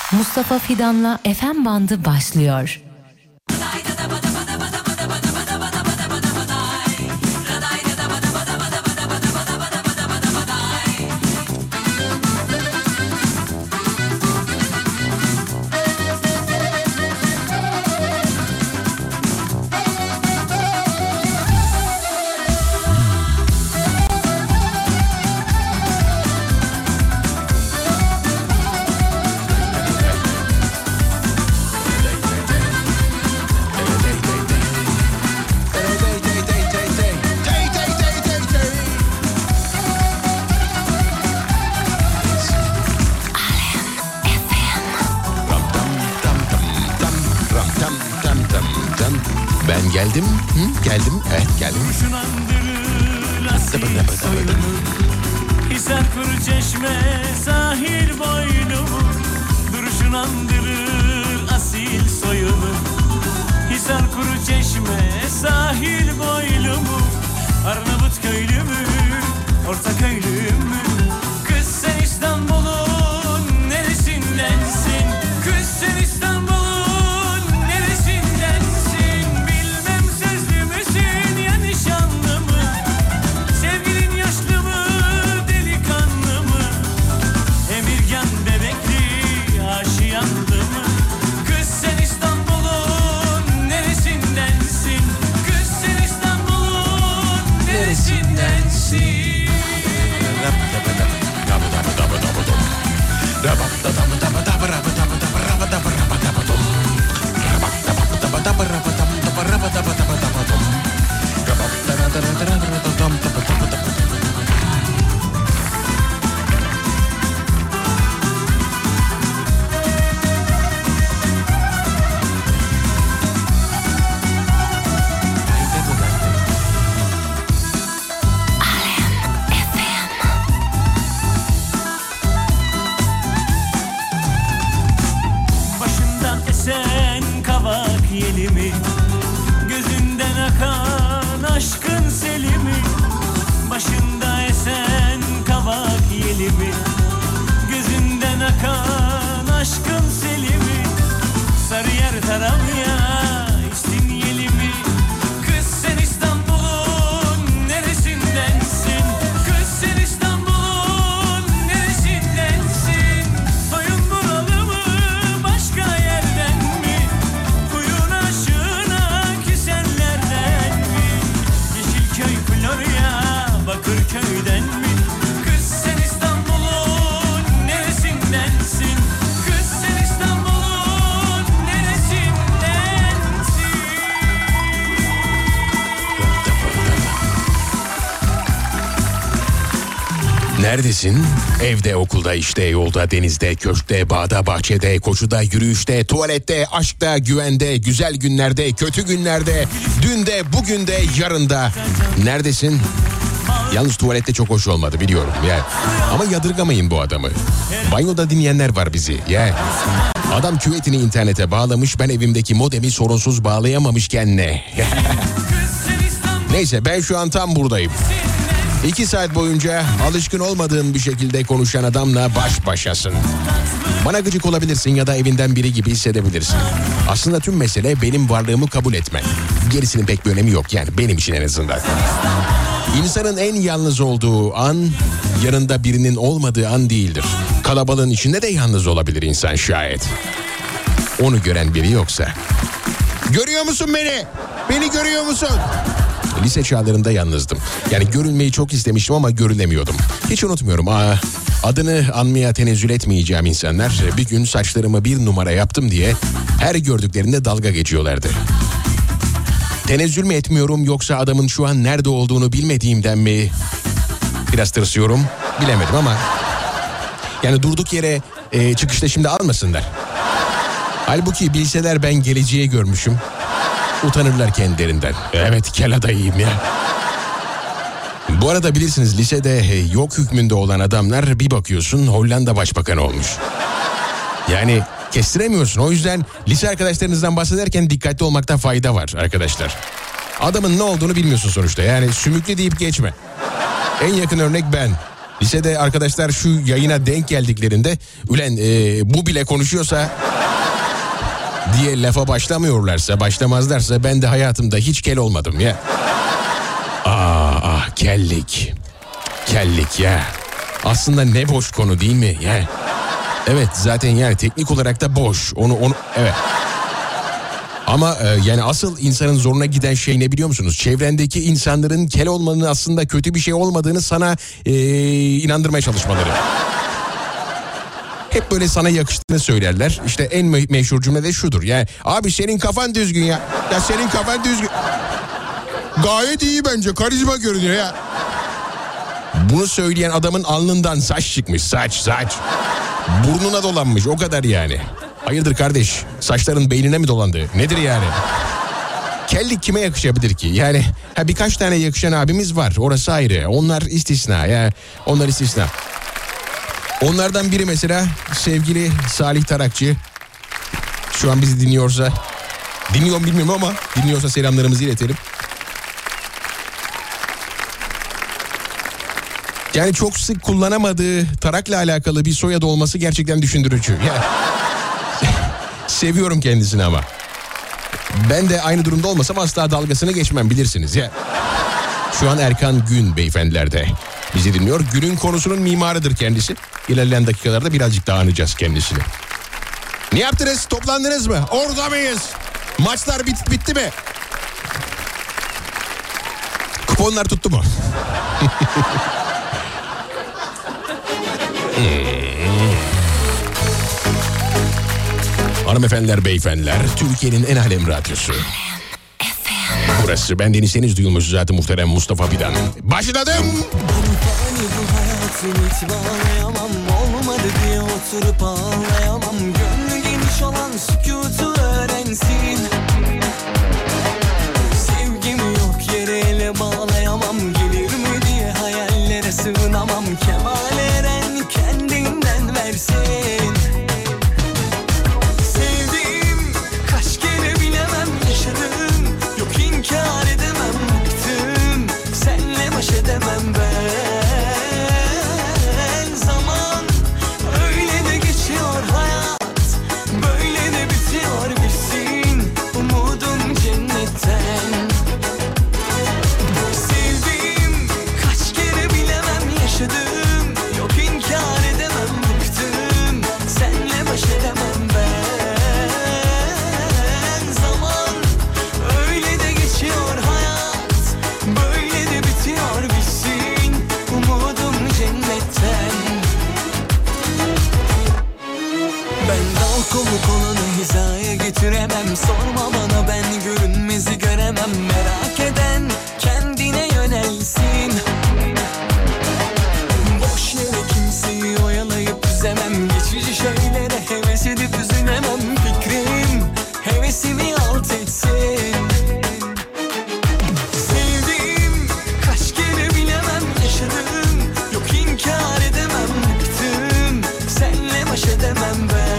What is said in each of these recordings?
Mustafa Fidan'la FM Bandı başlıyor. Geldim. Geldim. Evet geldim. Hisar kuru çeşme sahil boynumu, duruşun andırır asil soyunu. Hisar kuru çeşme sahil boynumu, Arnavut köylü mü, orta köylü mü? Kız sen İstanbul'un neresindensin? Kız sen İstanbul'un Neredesin? Evde, okulda, işte, yolda, denizde, köşkte, bağda, bahçede, koşuda, yürüyüşte, tuvalette, aşkta, güvende, güzel günlerde, kötü günlerde, dünde, bugün de, yarında. Neredesin? Yalnız tuvalette çok hoş olmadı biliyorum ya. Ama yadırgamayın bu adamı. Banyoda dinleyenler var bizi ya. Adam küvetini internete bağlamış, ben evimdeki modemi sorunsuz bağlayamamışken ne? Neyse, ben şu an tam buradayım. 2 saat boyunca alışkın olmadığın bir şekilde konuşan adamla baş başasın. Bana gıcık olabilirsin ya da evinden biri gibi hissedebilirsin. Aslında tüm mesele benim varlığımı kabul etmen. Gerisinin pek bir önemi yok, yani benim için en azından. İnsanın en yalnız olduğu an, yanında birinin olmadığı an değildir. Kalabalığın içinde de yalnız olabilir insan şayet. Onu gören biri yoksa. Görüyor musun beni? Beni görüyor musun? Lise çağlarında yalnızdım. Yani görülmeyi çok istemiştim ama görülemiyordum. Hiç unutmuyorum. Adını anmaya tenezzül etmeyeceğim insanlar bir gün saçlarımı 1 numara yaptım diye her gördüklerinde dalga geçiyorlardı. Tenezzül mü etmiyorum, yoksa adamın şu an nerede olduğunu bilmediğimden mi biraz tırsıyorum, bilemedim ama yani durduk yere çıkışta şimdi almasınlar. Halbuki bilseler ben geleceği görmüşüm. Utanırlar kendilerinden. Evet, kel adayıyım ya. Bu arada bilirsiniz, lisede yok hükmünde olan adamlar bir bakıyorsun Hollanda başbakanı olmuş. Yani kestiremiyorsun. O yüzden lise arkadaşlarınızdan bahsederken dikkatli olmakta fayda var arkadaşlar. Adamın ne olduğunu bilmiyorsun sonuçta. Yani sümüklü deyip geçme. En yakın örnek ben. Lisede arkadaşlar şu yayına denk geldiklerinde ulen bu bile konuşuyorsa diye lafa başlamazlarsa ben de hayatımda hiç kel olmadım ya. Kellik ya. Aslında ne boş konu değil mi ya? Evet zaten yani teknik olarak da boş. Onu evet. Ama yani asıl insanın zoruna giden şey ne biliyor musunuz? Çevrendeki insanların kel olmanın aslında kötü bir şey olmadığını sana inandırmaya çalışmaları. Hep böyle sana yakıştığını söylerler. İşte en meşhur cümle de şudur. Yani abi senin kafan düzgün ya. Ya senin kafan düzgün. Gayet iyi bence. Karizma görünüyor ya. Bunu söyleyen adamın alnından saç çıkmış. Saç. Burnuna dolanmış. O kadar yani. Hayırdır kardeş? Saçların beynine mi dolandı? Nedir yani? Kellik kime yakışabilir ki? Yani birkaç tane yakışan abimiz var. Orası ayrı. Onlar istisna. Ya onlar istisna. Onlardan biri mesela sevgili Salih Tarakçı. Şu an bizi dinliyorsa, dinliyor mu bilmiyorum ama dinliyorsa selamlarımızı iletelim. Yani çok sık kullanamadığı tarakla alakalı bir soyadı olması gerçekten düşündürücü. Yani, seviyorum kendisini ama. Ben de aynı durumda olmasam asla dalgasını geçmem bilirsiniz ya. Şu an Erkan Gün beyefendilerde bizi dinliyor. Günün konusunun mimarıdır kendisi. İlerleyen dakikalarda birazcık daha anacağız kendisini. Ne yaptınız? Toplandınız mı? Orada mıyız? Maçlar bitti mi? Kuponlar tuttu mu? Hanımefendiler, beyefendiler, Türkiye'nin en alem radyosu. Burası bendeniz duyulmuş zaten muhterem Mustafa Fidan. Başladım. Hiç bağlayamam, olmadı diye oturup ağlayamam. Gönlü geniş olan sükutu öğrensin. Sevgimi yok yere ele bağlayamam. Gelir mi diye hayallere sığınamam. Kemal Eren kendinden versin. Sevdim kaç kere bilemem yaşadım. Yok inkar edemem bıktım. Senle baş edemem ben. Getiremem, sorma bana ben görünmezi göremem. Merak eden kendine yönelsin. Boş yere kimseyi oyalayıp üzemem. Geçici şeylere heves edip üzülemem. Fikrim hevesimi alt etsin. Sevdim kaç kere bilemem yaşadım. Yok inkar edemem bıktım. Senle baş edemem ben.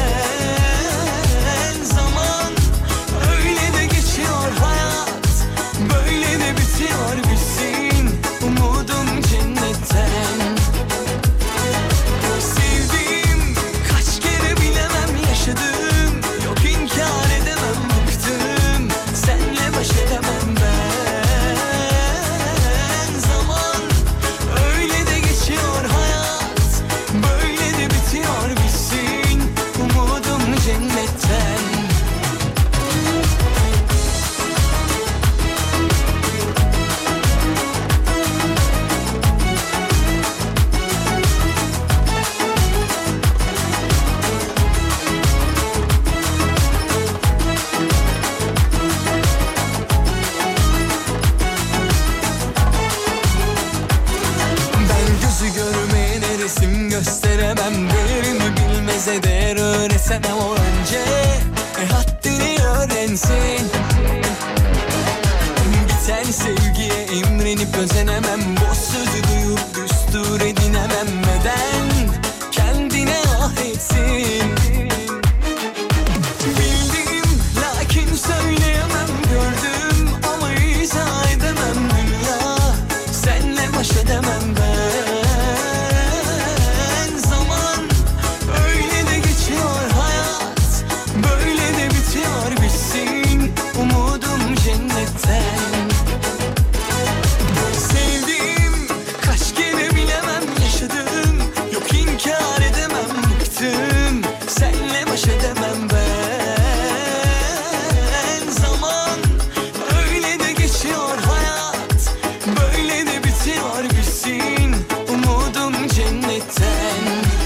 Öğretsene o önce haddini öğrensin. Biten sevgiye imrenip özenemem. Boş sözü duyup düstur edinemem. Neden kendine ah etsin. Bildim lakin söyleyemem. Gördüm ama izah edemem. Dünya senle baş edemem ben. senle baş edemem ben. Zaman öyle de geçiyor hayat, böyle de bitiyor bitsin umudum cennetten.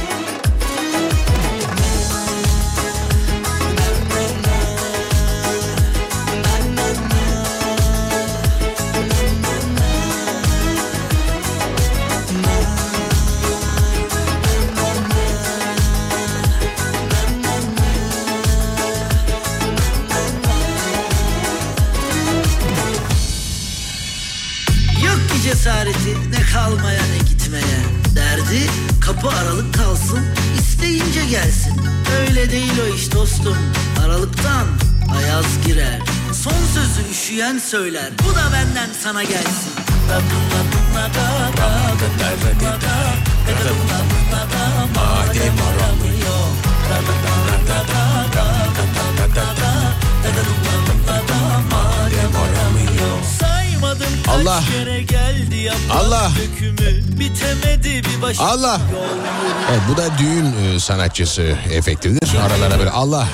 Cesareti ne kalmaya ne gitmeye, derdi kapı aralık kalsın, isteyince gelsin. Öyle değil o iş dostum, aralıktan ayaz girer. Son sözü üşüyen söyler, bu da benden sana gelsin. Madem aramıyor. Allah. Allah. Allah. Evet, bu da düğün sanatçısı efektidir. Aralara böyle Allah.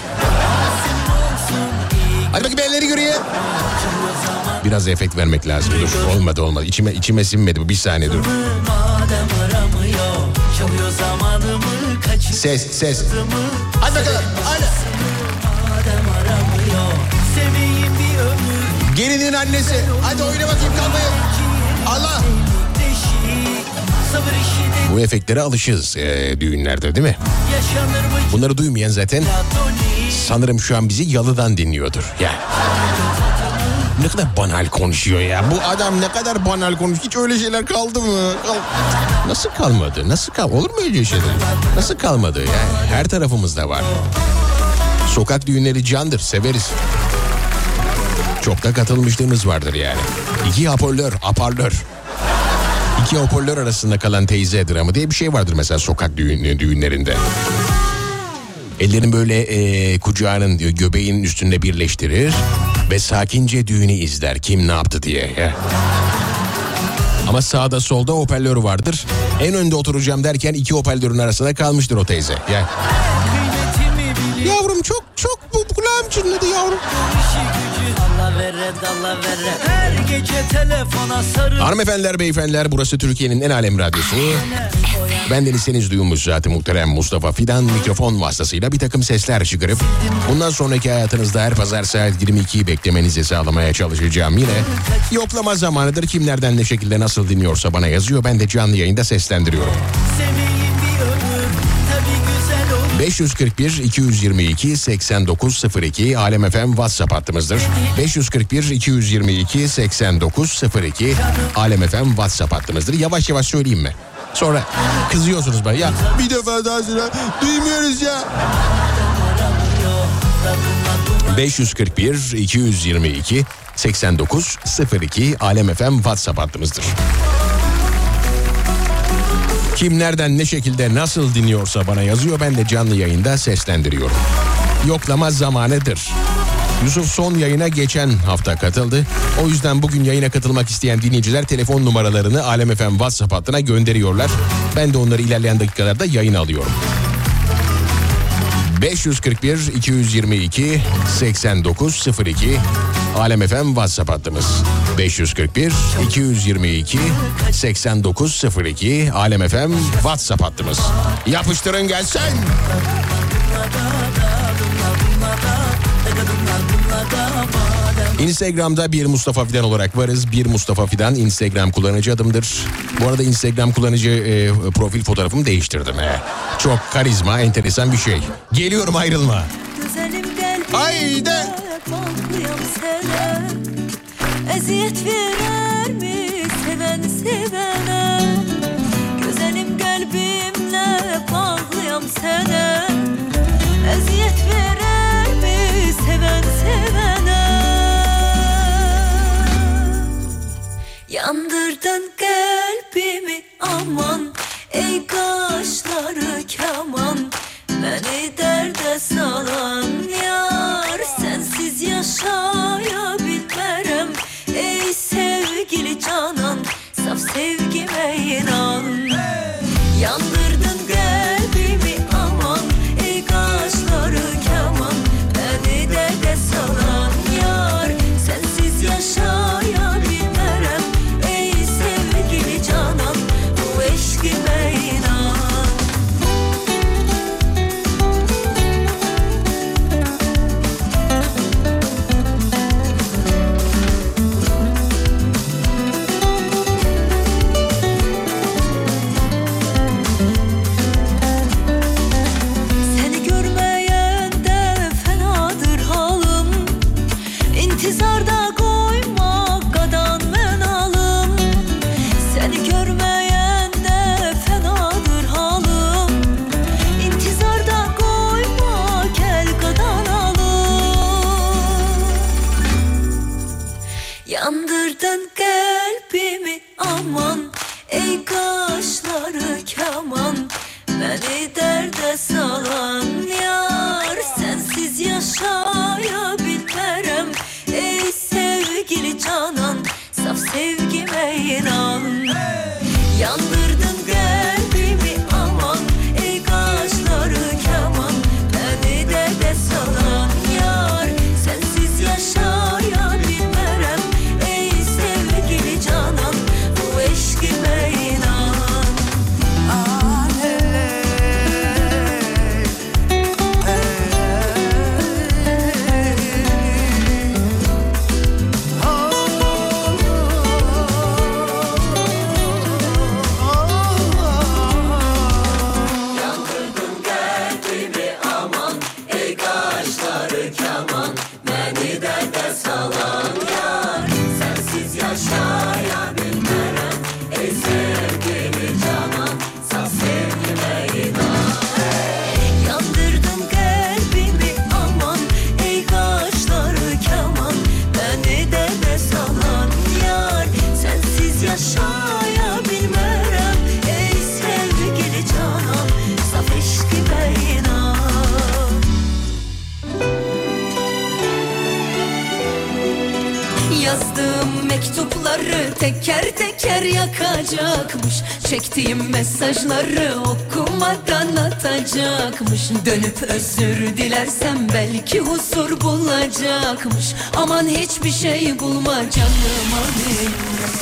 Hadi bakayım elleri göreyim. Biraz efekt vermek lazım. Dur, olmadı. İçime sinmedi bu. Bir saniye dur. Ses. Hadi bakalım. Hadi. Gelinin annesi. Hadi oyna bakayım kalmayı. Allah. Bu efektlere alışığız düğünlerde değil mi? Bunları duymayan zaten sanırım şu an bizi yalıdan dinliyordur. Ya. Ne kadar banal konuşuyor ya. Bu adam ne kadar banal konuşuyor. Hiç öyle şeyler kaldı mı? Nasıl kalmadı? Olur mu öyle şeyler? Nasıl kalmadı? Yani her tarafımızda var. Sokak düğünleri candır. Severiz. Çok da katılmışlığımız vardır yani. İki hoparlör. İki hoparlör arasında kalan teyze dramı diye bir şey vardır mesela sokak düğünlerinde. Ellerini böyle kucağının göbeğinin üstünde birleştirir ve sakince düğünü izler kim ne yaptı diye. Ya. Ama sağda solda hoparlör vardır. En önde oturacağım derken iki hoparlörün arasında kalmıştır o teyze. Ya. Yavrum çok bu kulağım çınladı yavrum. Her gece telefona sarıl. Hanımefendiler, beyefendiler, burası Türkiye'nin en alem radyosu. Bendenizseniz duyulmuş zaten muhterem Mustafa Fidan mikrofon vasıtasıyla bir takım sesler çıkarıp bundan sonraki hayatınızda her pazar saat 22'yi beklemenizi sağlamaya çalışacağım. Yine yoklama zamanıdır. Kimlerden ne şekilde nasıl dinliyorsa bana yazıyor. Ben de canlı yayında seslendiriyorum. 541-222-8902 Alem FM WhatsApp hattımızdır. 541-222-8902 Alem FM WhatsApp hattımızdır. Yavaş yavaş söyleyeyim mi? Sonra kızıyorsunuz bana. Ya bir defa daha sonra duymuyoruz ya. 541-222-8902 Alem FM WhatsApp hattımızdır. Kim nereden ne şekilde nasıl dinliyorsa bana yazıyor. Ben de canlı yayında seslendiriyorum. Yoklama zamanıdır. Yusuf son yayına geçen hafta katıldı. O yüzden bugün yayına katılmak isteyen dinleyiciler telefon numaralarını Alem FM WhatsApp hattına gönderiyorlar. Ben de onları ilerleyen dakikalarda yayına alıyorum. 541-222-8902 Alem FM WhatsApp hattımız. 541-222-8902 Alem FM WhatsApp hattımız. Yapıştırın gelsin. Instagram'da bir Mustafa Fidan olarak varız. Bir Mustafa Fidan Instagram kullanıcı adımdır. Bu arada Instagram kullanıcı profil fotoğrafımı değiştirdim. Çok karizma, enteresan bir şey. Geliyorum, ayrılma. Haydi. Eziyet verer mi seven sevene? Güzelim kalbimle bağlıyam sana. Eziyet verer mi seven sevene? Yandırdın kalbimi aman, ey kaşları kaman. Beni derde salan yar, sensiz yaşayabilmem. Ey sevgili canan, saf sevgime inan. Yandırdın kalbimi aman, mektupları teker teker yakacakmış. Çektiğim mesajları okumadan atacakmış. Dönüp özür dilersem belki huzur bulacakmış. Aman hiçbir şey bulma canım amin.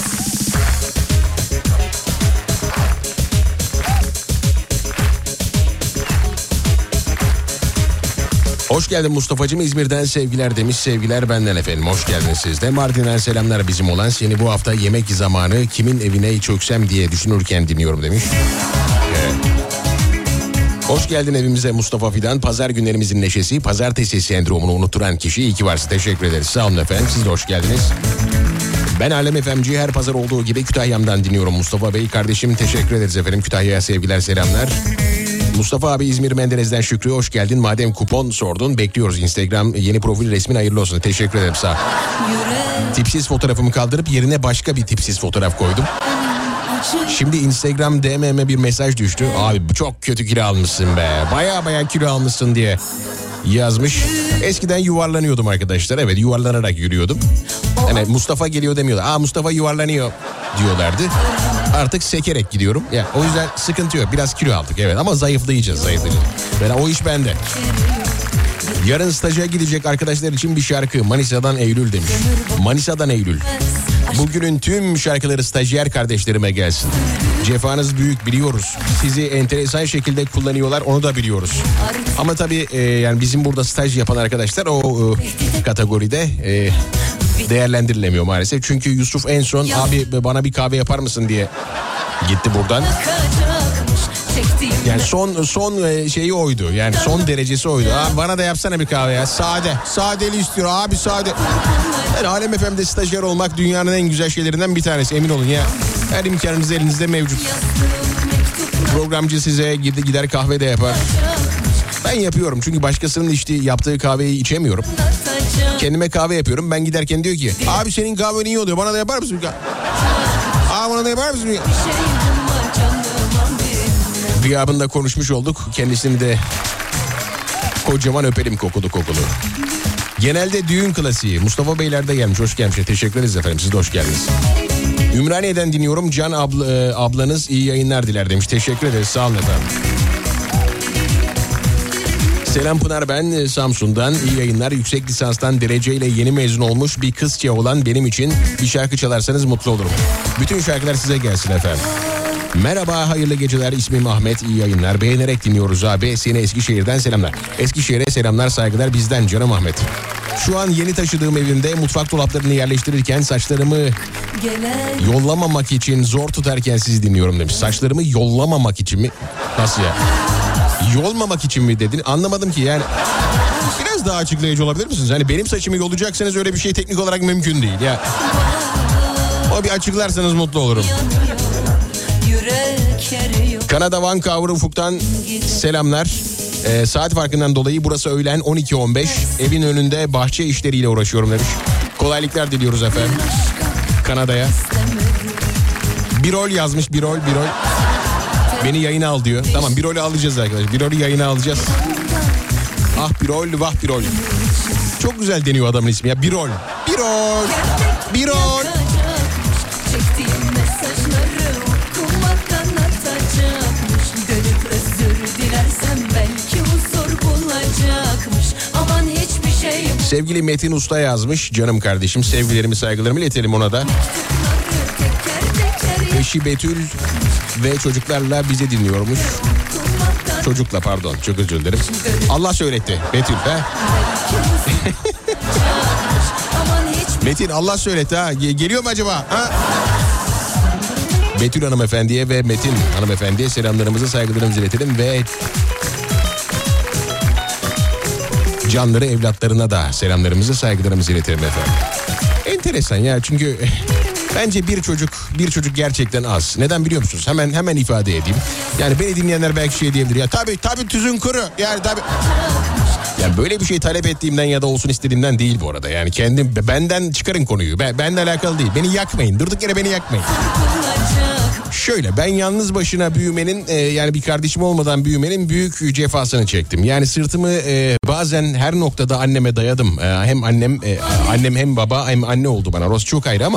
Hoş geldin Mustafa'cığım, İzmir'den sevgiler demiş. Sevgiler benden efendim, hoş geldiniz siz de. Mardin'den selamlar bizim olan. Seni bu hafta yemek zamanı kimin evine çöksem diye düşünürken dinliyorum demiş. Evet. Hoş geldin evimize Mustafa Fidan. Pazar günlerimizin neşesi, pazartesi sendromunu unutturan kişi. İyi ki varsın, teşekkür ederiz. Sağ olun efendim, siz de hoş geldiniz. Ben Alem FM'ci, her pazar olduğu gibi Kütahya'mdan dinliyorum Mustafa Bey. Kardeşim teşekkür ederiz efendim. Kütahya'ya sevgiler, selamlar. Mustafa abi İzmir Menderes'den Şükrü, hoş geldin. Madem kupon sordun, bekliyoruz. Instagram yeni profil resmin hayırlı olsun. Teşekkür ederim, sağ ol. Tipsiz fotoğrafımı kaldırıp yerine başka bir tipsiz fotoğraf koydum. Şimdi Instagram DM'me bir mesaj düştü. Abi çok kötü kilo almışsın be. Baya kilo almışsın diye yazmış. Eskiden yuvarlanıyordum arkadaşlar. Evet, yuvarlanarak yürüyordum. Evet, Mustafa geliyor demiyorlar. Aa, Mustafa yuvarlanıyor diyorlardı. Artık sekerek gidiyorum. Ya, o yüzden sıkıntı yok. Biraz kilo aldık evet, ama zayıflayacağız. Ben, o iş bende. Yarın staja gidecek arkadaşlar için bir şarkı. Manisa'dan Eylül demiş. Manisa'dan Eylül. Bugünün tüm şarkıları stajyer kardeşlerime gelsin. Cefanız büyük, biliyoruz. Sizi enteresan şekilde kullanıyorlar, onu da biliyoruz. Ama tabii yani bizim burada staj yapan arkadaşlar o kategoride değerlendirilemiyor maalesef. Çünkü Yusuf en son abi bana bir kahve yapar mısın diye gitti buradan. Yani son şeyi oydu. Yani son derecesi oydu. Abi bana da yapsana bir kahve ya. Sadeli istiyor abi, sade. Yani Alem FM'de stajyer olmak dünyanın en güzel şeylerinden bir tanesi, emin olun ya. Her imkanınız elinizde mevcut. Programcı size gider kahve de yapar. Ben yapıyorum çünkü başkasının yaptığı kahveyi içemiyorum. Kendime kahve yapıyorum. Ben giderken diyor ki abi senin kahven iyi oluyor, bana da yapar mısın? Aa, bana da yapar mısın? Gıyabında konuşmuş olduk. Kendisini de kocaman öpelim kokulu. Genelde düğün klasiği. Mustafa Beyler de gelmiş. Hoş gelmiş. Teşekkür ederiz efendim. Siz de hoş geldiniz. Ümraniye'den dinliyorum. Can ablanız iyi yayınlar diler demiş. Teşekkür ederiz. Sağ olun efendim. Selam Pınar, ben Samsun'dan. İyi yayınlar. Yüksek lisanstan dereceyle yeni mezun olmuş bir kızça olan benim için bir şarkı çalarsanız mutlu olurum. Bütün şarkılar size gelsin efendim. Merhaba, hayırlı geceler. İsmim Ahmet, iyi yayınlar. Beğenerek dinliyoruz abi. Seni Eskişehir'den selamlar. Eskişehir'e selamlar, saygılar bizden canım Ahmet. Şu an yeni taşıdığım evimde mutfak dolaplarını yerleştirirken saçlarımı yollamamak için zor tutarken sizi dinliyorum demiş. Saçlarımı yollamamak için mi? Nasıl ya? Yolmamak için mi dedin? Anlamadım ki yani. Biraz daha açıklayıcı olabilir misiniz? Hani benim saçımı yolacaksanız öyle bir şey teknik olarak mümkün değil ya. O bir açıklarsanız mutlu olurum. Kanada Vancouver Ufuk'tan selamlar. Saat farkından dolayı burası öğlen 12.15. Evin önünde bahçe işleriyle uğraşıyorum demiş. Kolaylıklar diliyoruz efendim. Kanada'ya. Birol yazmış, Birol. Beni yayına al diyor. Tamam, Birol'ü alacağız arkadaşlar. Birol'ü yayına alacağız. Ah Birol, vah Birol. Çok güzel deniyor adamın ismi ya. Birol. Sevgili Metin Usta yazmış. Canım kardeşim, sevgilerimi saygılarımı iletelim ona da. Eşi Betül ve çocuklarla bizi dinliyormuş. Çocukla, pardon, çok özür dilerim. Allah söyletti Betül be. Metin Allah söyletti ha. Geliyor mu acaba? Ha? Betül hanımefendiye ve Metin hanımefendiye selamlarımızı, saygılarımızı iletelim ve canları evlatlarına da selamlarımızı, saygılarımızı iletelim efendim. Enteresan ya, çünkü bence bir çocuk gerçekten az. Neden biliyor musunuz? Hemen ifade edeyim. Yani beni dinleyenler belki şey diyebilir ya. Tabii tüzün kuru. Yani tabii. Yani böyle bir şey talep ettiğimden ya da olsun istediğimden değil bu arada. Yani benden çıkarın konuyu. Benimle alakalı değil. Beni yakmayın. Durduk yere beni yakmayın. Şöyle, ben yalnız başına büyümenin yani bir kardeşim olmadan büyümenin büyük cefasını çektim. Yani sırtımı bazen her noktada anneme dayadım. Hem annem hem baba hem anne oldu bana. Orası çok ayrı ama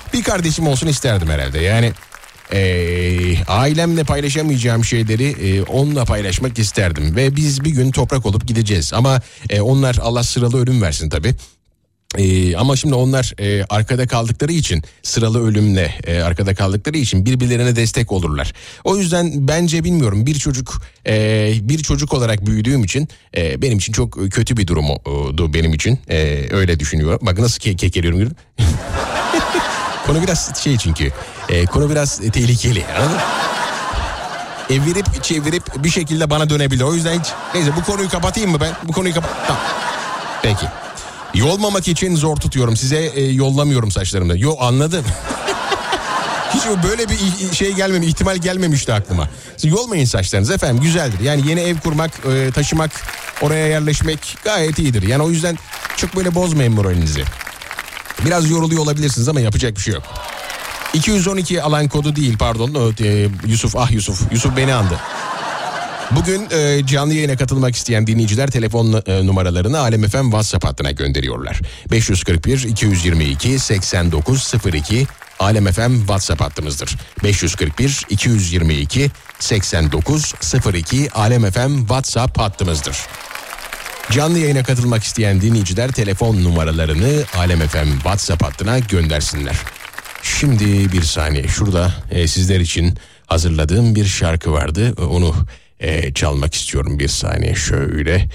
Bir kardeşim olsun isterdim herhalde. Yani ailemle paylaşamayacağım şeyleri onunla paylaşmak isterdim. Ve biz bir gün toprak olup gideceğiz. Ama onlar Allah sıralı ölüm versin tabii. Ama şimdi onlar arkada kaldıkları için, sıralı ölümle arkada kaldıkları için birbirlerine destek olurlar. O yüzden bence bilmiyorum, bir çocuk olarak büyüdüğüm için benim için çok kötü bir durumdu benim için. Öyle düşünüyorum. Bak nasıl kekeliyorum. Konu biraz çünkü konu biraz tehlikeli, anladın mı? Evirip çevirip bir şekilde bana dönebilir. O yüzden neyse, bu konuyu kapatayım mı ben? Bu konuyu tamam. Peki. Yolmamak için zor tutuyorum. Size yollamıyorum saçlarımda. Anladım. Hiç böyle bir ihtimal gelmemişti aklıma. Siz yolmayın saçlarınızı efendim, güzeldir. Yani yeni ev kurmak, taşımak, oraya yerleşmek gayet iyidir. Yani o yüzden çok böyle bozmayın moralinizi. Biraz yoruluyor olabilirsiniz ama yapacak bir şey yok. 212 alan kodu değil, pardon. Yusuf beni andı. Bugün canlı yayına katılmak isteyen dinleyiciler telefon numaralarını Alem FM WhatsApp hattına gönderiyorlar. 541 222 8902 Alem FM WhatsApp hattımızdır. 541 222 8902 Alem FM WhatsApp hattımızdır. Canlı yayına katılmak isteyen dinleyiciler telefon numaralarını Alem FM WhatsApp hattına göndersinler. Şimdi bir saniye, şurada sizler için hazırladığım bir şarkı vardı. Onu çalmak istiyorum, bir saniye, şöyle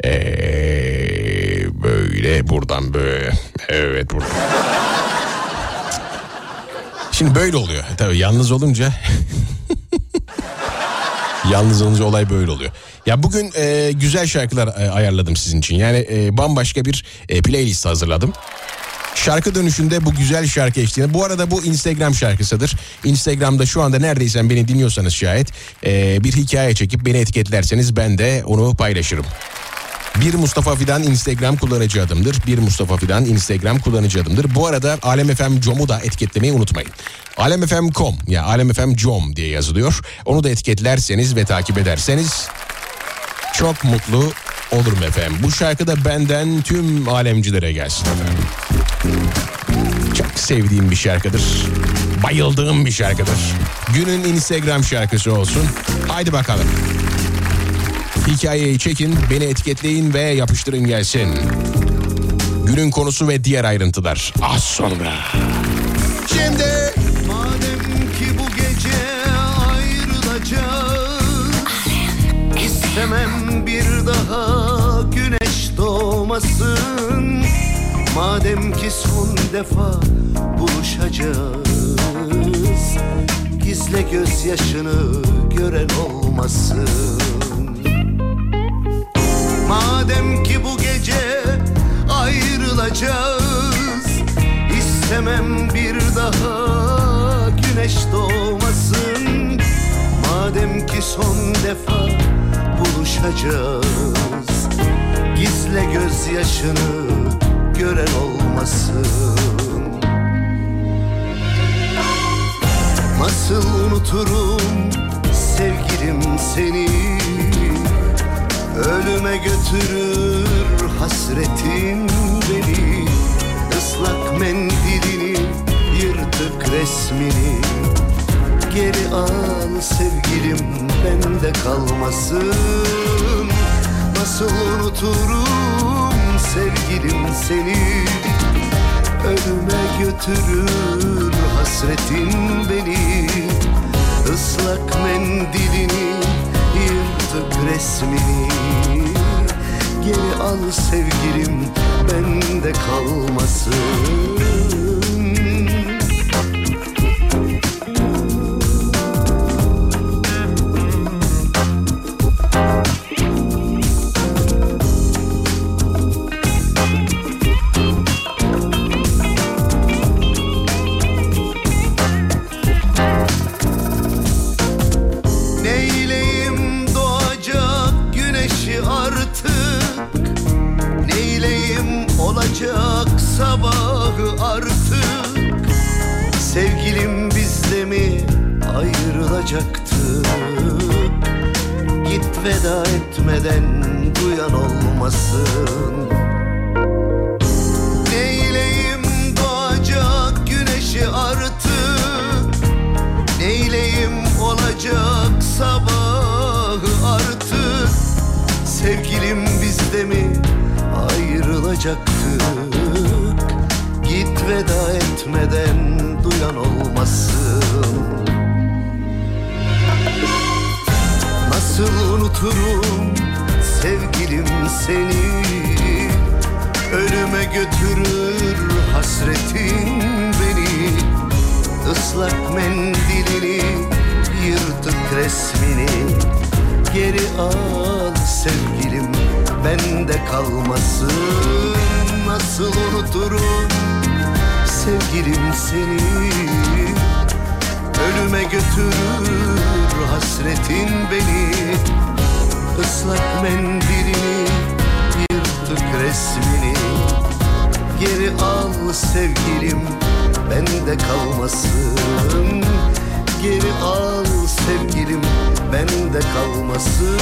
böyle buradan böyle, evet buradan. Şimdi böyle oluyor tabii, yalnız olunca olay böyle oluyor. Ya bugün güzel şarkılar ayarladım sizin için, yani bambaşka bir playlist hazırladım. Şarkı dönüşünde bu güzel şarkı eşliğinde. Bu arada bu Instagram şarkısıdır. Instagram'da şu anda neredeyse beni dinliyorsanız şayet bir hikaye çekip beni etiketlerseniz ben de onu paylaşırım. Bir Mustafa Fidan Instagram kullanıcı adımdır. Bu arada Alem FM Com'u da etiketlemeyi unutmayın. alemfm.com ya alemfm.com diye yazılıyor. Onu da etiketlerseniz ve takip ederseniz çok mutlu olurum efendim. Bu şarkı da benden tüm alemcilere gelsin. Çok sevdiğim bir şarkıdır. Bayıldığım bir şarkıdır. Günün Instagram şarkısı olsun. Haydi bakalım. Hikayeyi çekin, beni etiketleyin ve yapıştırın gelsin. Günün konusu ve diğer ayrıntılar az sonra. Şimdi madem ki bu gece ayrılacağız, istemem bir daha güneş doğmasın. Madem ki son defa buluşacağız, gizle gözyaşını gören olmasın. Madem ki bu gece ayrılacağız, istemem bir daha güneş doğmasın. Madem ki son defa buluşacağız, gizle gözyaşını gören olmasın. Nasıl unuturum sevgilim seni, ölüme götürür hasretin beni. Islak mendilini, yırtık resmini geri al sevgilim, bende kalmasın. Nasıl unuturum sevgilim seni, ölüme götürür hasretin beni. Islak mendilini, yırtık resmini geri al sevgilim, bende kalmasın. Sabahı artık, sevgilim bizle mi ayrılacaktık? Git veda etmeden duyan olmasın. Neyleyim doğacak güneşi artık, kalacaktık. Git veda etmeden duyan olmasın. Nasıl unuturum sevgilim seni, ölüme götürür hasretin beni. Islak mendilini, yırtık resmini geri al sevgilim, bende kalmasın. Nasıl unuturum sevgilim seni, ölüme götürür hasretin beni. Islak mendilini, yırtık resmini geri al sevgilim, bende kalmasın. Geri al sevgilim, bende kalmasın.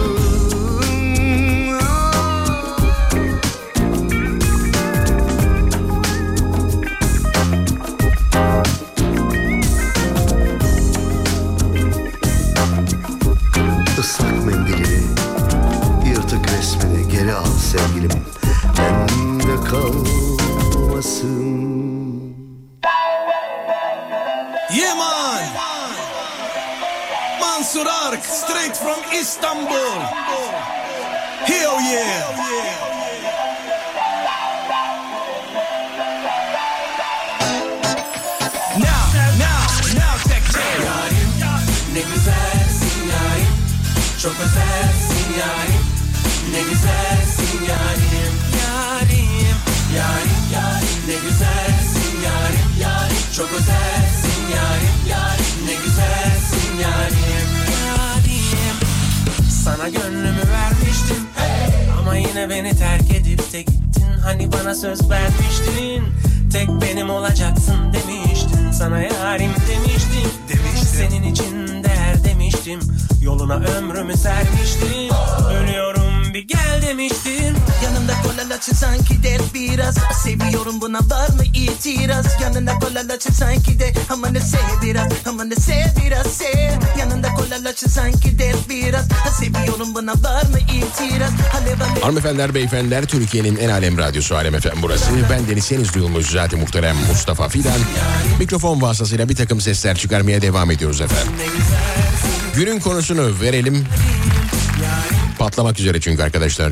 Islak mendilini, yırtık resmini geri al sevgilim, bende kalmasın. Yeah man, Mansur Ark, straight from Istanbul. Hell yeah. Now check it. Yarim, ne güzelsin yarim, çok özelsin yarim, ne güzelsin yarim. Yarim, yarim, yarim, ne güzelsin yarim, yarim, çok özelsin yarim, yarim, ne güzelsin yarim, yarim. Sana gönlümü vermiştim, hey, ama yine beni terk edip de gittin. Hani bana söz vermiştin, tek benim olacaksın demiştin. Sana yarim demiştim, senin için değer demiştim. Yoluna ömrümü sermiştim, ölüyorum bir gel demiştim. Yanımda kolalaçı sanki dert biraz, seviyorum buna var mı itiraz? Yanında kolalaçı sanki de ama ne sev biraz, ama ne sev biraz sev. Yanında kolalaçı sanki dert biraz, seviyorum buna var mı itiraz? Hanımefendiler, beyefendiler, Türkiye'nin en alem radyosu Alem FM burası. Ben Deniz Henüz duyulmuş zaten muhterem Mustafa Fidan. Mikrofon vasıtasıyla bir takım sesler çıkarmaya devam ediyoruz efendim. Günün konusunu verelim. Patlamak üzere çünkü arkadaşlar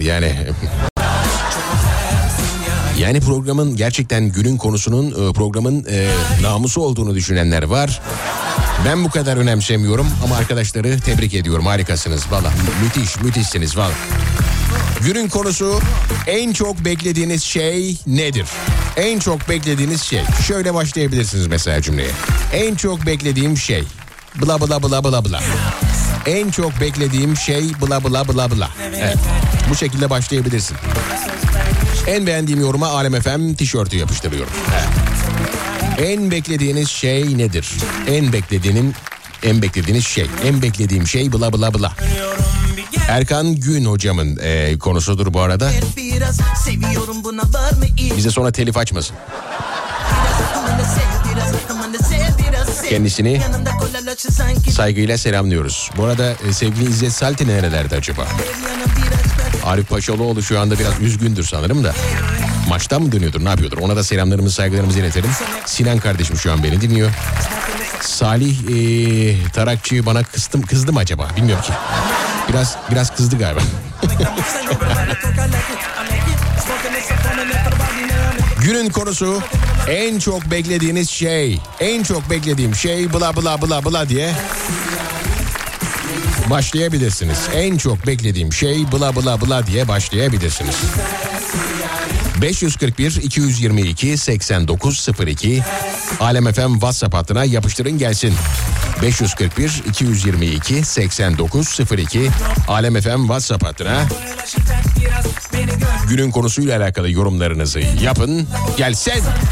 yani programın gerçekten günün konusunun programın namusu olduğunu düşünenler var. Ben bu kadar önemsemiyorum ama arkadaşları tebrik ediyorum, harikasınız valla, müthişsiniz valla. Günün konusu en çok beklediğiniz şey nedir? En çok beklediğiniz şey. Şöyle başlayabilirsiniz mesela cümleye. En çok beklediğim şey. Bla bla bla bla bla. En çok beklediğim şey bla bla bla bla. Evet. Bu şekilde başlayabilirsin. En beğendiğim yoruma Alem FM tişörtü yapıştırıyorum. Evet. En beklediğiniz şey nedir? En beklediğiniz şey. En beklediğim şey bla bla bla. Erkan Gün hocamın konusudur bu arada. Bize sonra telif açmasın. Kendisini saygıyla selamlıyoruz. Bu arada sevgili İzzet Salti nerelerde acaba? Arif Paşalıoğlu şu anda biraz üzgündür sanırım da. Maçtan mı dönüyordur, ne yapıyordur? Ona da selamlarımızı, saygılarımızı iletelim. Sinan kardeşim şu an beni dinliyor. Salih Tarakçı bana kızdı mı acaba? Bilmiyorum ki. Biraz kızdı galiba. Günün konusu en çok beklediğiniz şey. En çok beklediğim şey bla bla bla bla diye başlayabilirsiniz. En çok beklediğim şey bla bla bla diye başlayabilirsiniz. 541-222-8902 Alem FM WhatsApp hattına yapıştırın gelsin. 541-222-8902 Alem FM WhatsApp hattına günün konusuyla alakalı yorumlarınızı yapın gelsin.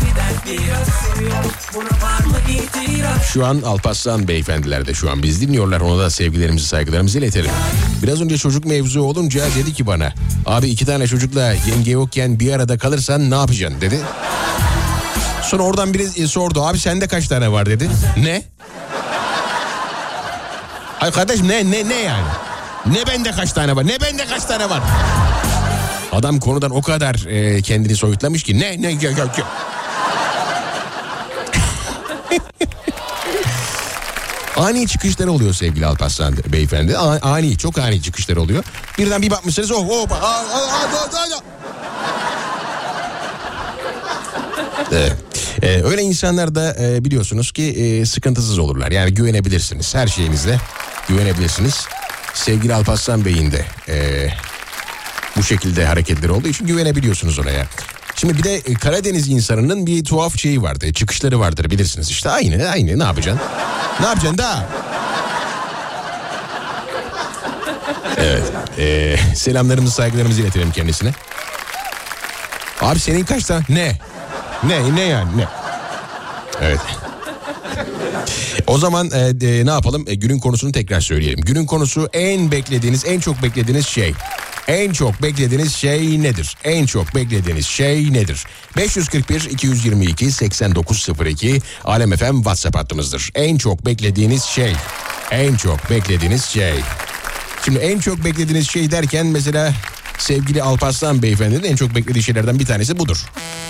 Şu an Alparslan beyefendiler de şu an biz dinliyorlar. Ona da sevgilerimizi, saygılarımızı iletelim. Biraz önce çocuk mevzu olunca dedi ki bana, abi 2 tane çocukla yenge yokken bir arada kalırsan ne yapacaksın dedi. Sonra oradan biri sordu, abi sende kaç tane var dedi. Ne? Hayır kardeş, ne yani? Ne bende kaç tane var? Ne bende kaç tane var? Adam konudan o kadar kendini soyutlamış ki ne ya. Ani çıkışları oluyor sevgili Alparslan beyefendi. Çok ani çıkışları oluyor. Birden bir bakmışsınız Evet. Öyle insanlar da biliyorsunuz ki sıkıntısız olurlar. Yani güvenebilirsiniz. Her şeyinizle güvenebilirsiniz. Sevgili Alparslan Bey'in de bu şekilde hareketleri olduğu için güvenebiliyorsunuz oraya. Şimdi bir de Karadeniz insanının bir tuhaf şeyi vardır. Çıkışları vardır bilirsiniz. İşte aynı ne yapacaksın? Ne yapacaksın daha? Evet. Selamlarımızı saygılarımızı iletelim kendisine. Abi senin kaç tane? Ne yani ne? Evet. O zaman ne yapalım? Günün konusunu tekrar söyleyelim. Günün konusu en çok beklediğiniz şey. En çok beklediğiniz şey nedir? En çok beklediğiniz şey nedir? 541-222-8902 Alem FM WhatsApp hattımızdır. En çok beklediğiniz şey. En çok beklediğiniz şey. Şimdi en çok beklediğiniz şey derken mesela sevgili Alparslan Beyefendi'nin en çok beklediği şeylerden bir tanesi budur.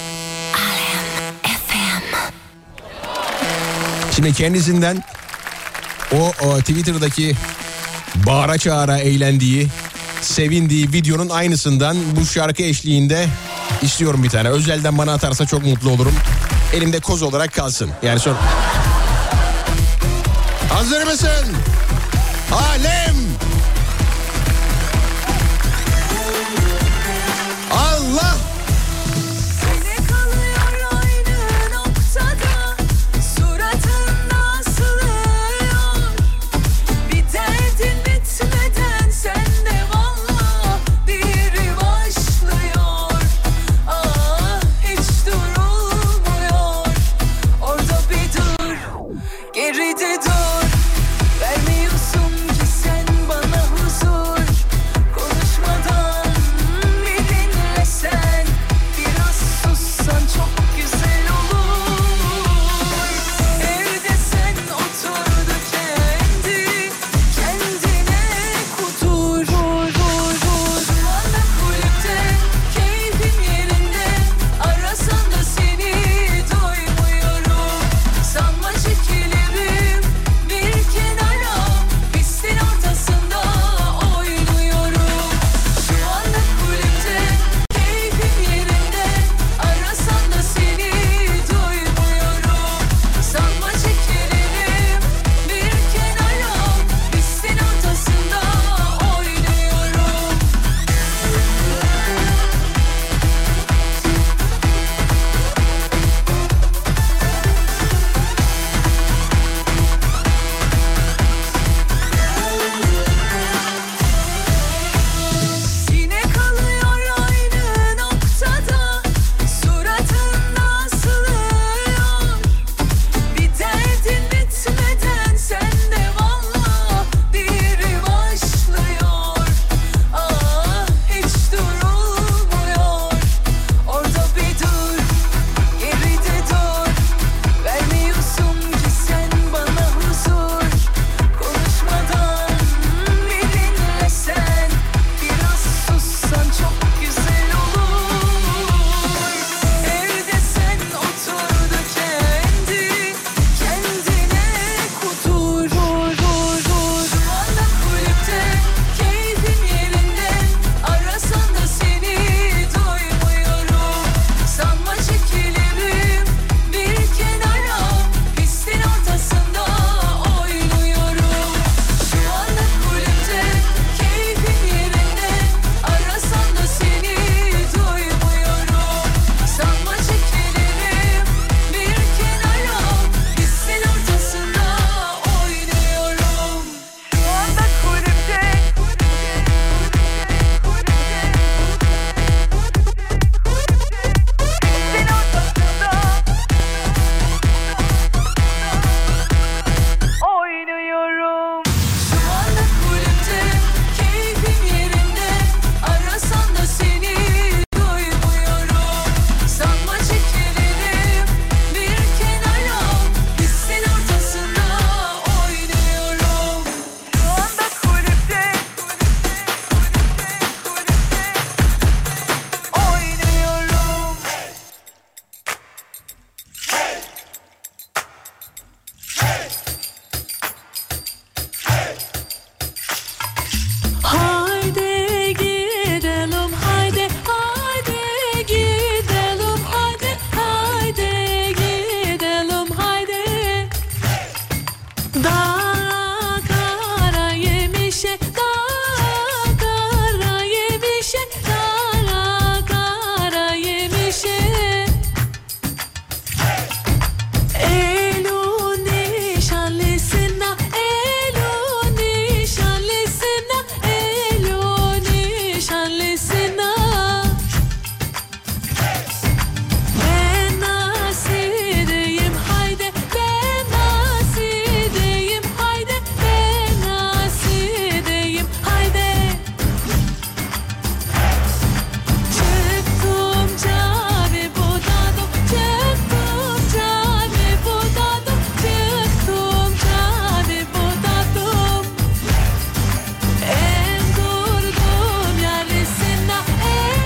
Şimdi kendisinden o Twitter'daki bağıra çağıra eğlendiği, sevindiği videonun aynısından bu şarkı eşliğinde istiyorum bir tane. Özelden bana atarsa çok mutlu olurum. Elimde koz olarak kalsın. Yani sonra... Hazır mısın? Alem! Allah! Geride dur, vermiyorsun ki sen bana.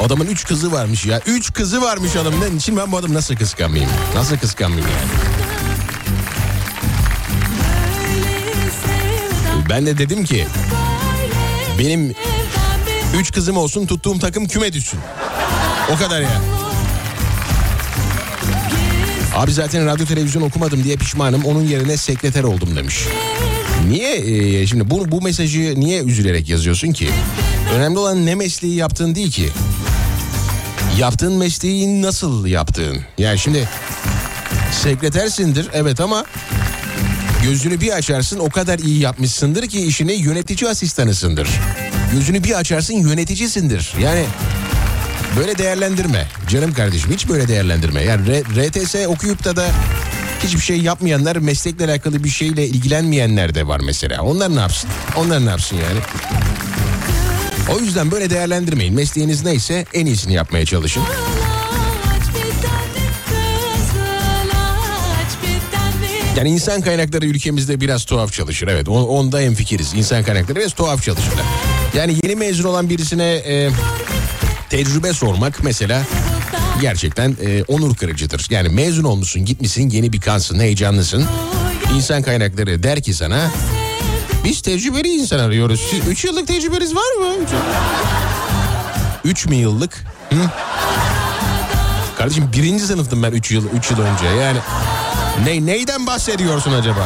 Adamın 3 kızı varmış ya. 3 kızı varmış adamın. Şimdi ben bu adamı nasıl kıskanmayayım? Nasıl kıskanmayayım yani? Ben de dedim ki benim 3 kızım olsun, tuttuğum takım küme düşsün. O kadar ya. Abi zaten radyo televizyon okumadım diye pişmanım. Onun yerine sekreter oldum demiş. Niye şimdi bu mesajı niye üzülerek yazıyorsun ki? Önemli olan ne mesleği yaptığın değil ki. Yaptığın mesleği nasıl yaptığın. Yani şimdi sekretersindir evet ama gözünü bir açarsın o kadar iyi yapmışsındır ki işini yönetici asistanısındır. Gözünü bir açarsın yöneticisindir. Yani böyle değerlendirme canım kardeşim, hiç böyle değerlendirme. Yani RTS okuyup da hiçbir şey yapmayanlar, meslekle alakalı bir şeyle ilgilenmeyenler de var mesela. Onlar ne yapsın? Onlar ne yapsın yani? O yüzden böyle değerlendirmeyin. Mesleğiniz neyse en iyisini yapmaya çalışın. Yani insan kaynakları ülkemizde biraz tuhaf çalışır. Evet, onda hemfikiriz. İnsan kaynakları biraz tuhaf çalışırlar. Yani yeni mezun olan birisine tecrübe sormak mesela gerçekten onur kırıcıdır. Yani mezun olmuşsun, gitmişsin, yeni bir kansın, heyecanlısın. İnsan kaynakları der ki sana, biz tecrübeli insan arıyoruz. Siz 3 yıllık tecrübeniz var mı? 3 mü yıllık? Hı? Kardeşim 1. sınıftım ben 3 yıl önce. Yani neyden bahsediyorsun acaba?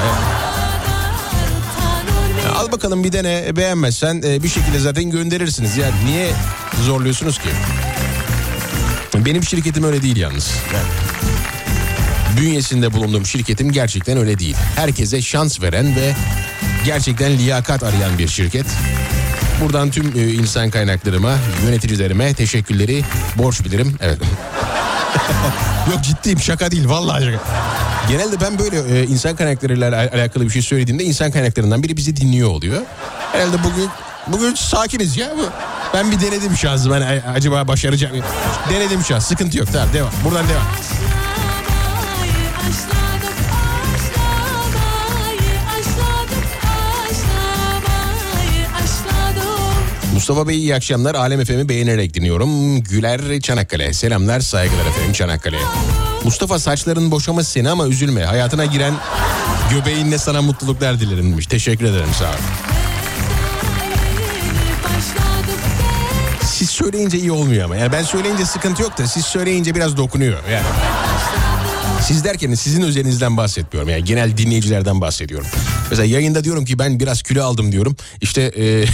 Ya, al bakalım bir dene, beğenmezsen bir şekilde zaten gönderirsiniz. Yani niye zorluyorsunuz ki? Benim şirketim öyle değil yalnız. Yani bünyesinde bulunduğum şirketim gerçekten öyle değil. Herkese şans veren ve gerçekten liyakat arayan bir şirket. Buradan tüm insan kaynaklarıma, yöneticilerime teşekkürleri borç bilirim. Evet. Yok ciddiyim, şaka değil vallahi şaka. Genelde ben böyle insan kaynaklarıyla alakalı bir şey söylediğimde insan kaynaklarından biri bizi dinliyor oluyor. Herhalde bugün sakiniz ya. Ben bir denedim şansım. Hani acaba başaracak mıyım? Denedim şans. Sıkıntı yok. Tamam devam. Buradan devam. Mustafa Bey iyi akşamlar. Alem FM'i beğenerek dinliyorum. Güler Çanakkale. Selamlar, saygılar efendim Çanakkale. Mustafa saçların boşaması seni ama üzülme. Hayatına giren göbeğinle sana mutluluklar dilerim demiş. Teşekkür ederim, sağ olun. Siz söyleyince iyi olmuyor ama. Yani ben söyleyince sıkıntı yok da siz söyleyince biraz dokunuyor. Yani. Siz derken sizin özelinizden bahsetmiyorum. Yani genel dinleyicilerden bahsediyorum. Mesela yayında diyorum ki ben biraz kilo aldım diyorum. İşte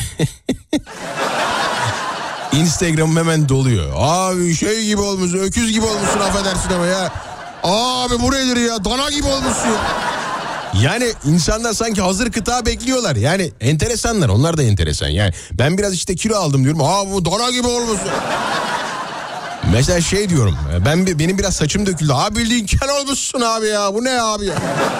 Instagram'ım hemen doluyor. Abi şey gibi olmuşsun, öküz gibi olmuşsun, affedersin ama ya. Abi bu nedir ya, dana gibi olmuşsun. Yani insanlar sanki hazır kıta bekliyorlar. Yani enteresanlar, onlar da enteresan. Yani ben biraz işte kilo aldım diyorum. Bu dana gibi olmuşsun. Mesela şey diyorum, benim biraz saçım döküldü. Abi bildiğin kel olmuşsun abi ya, bu ne abi ya.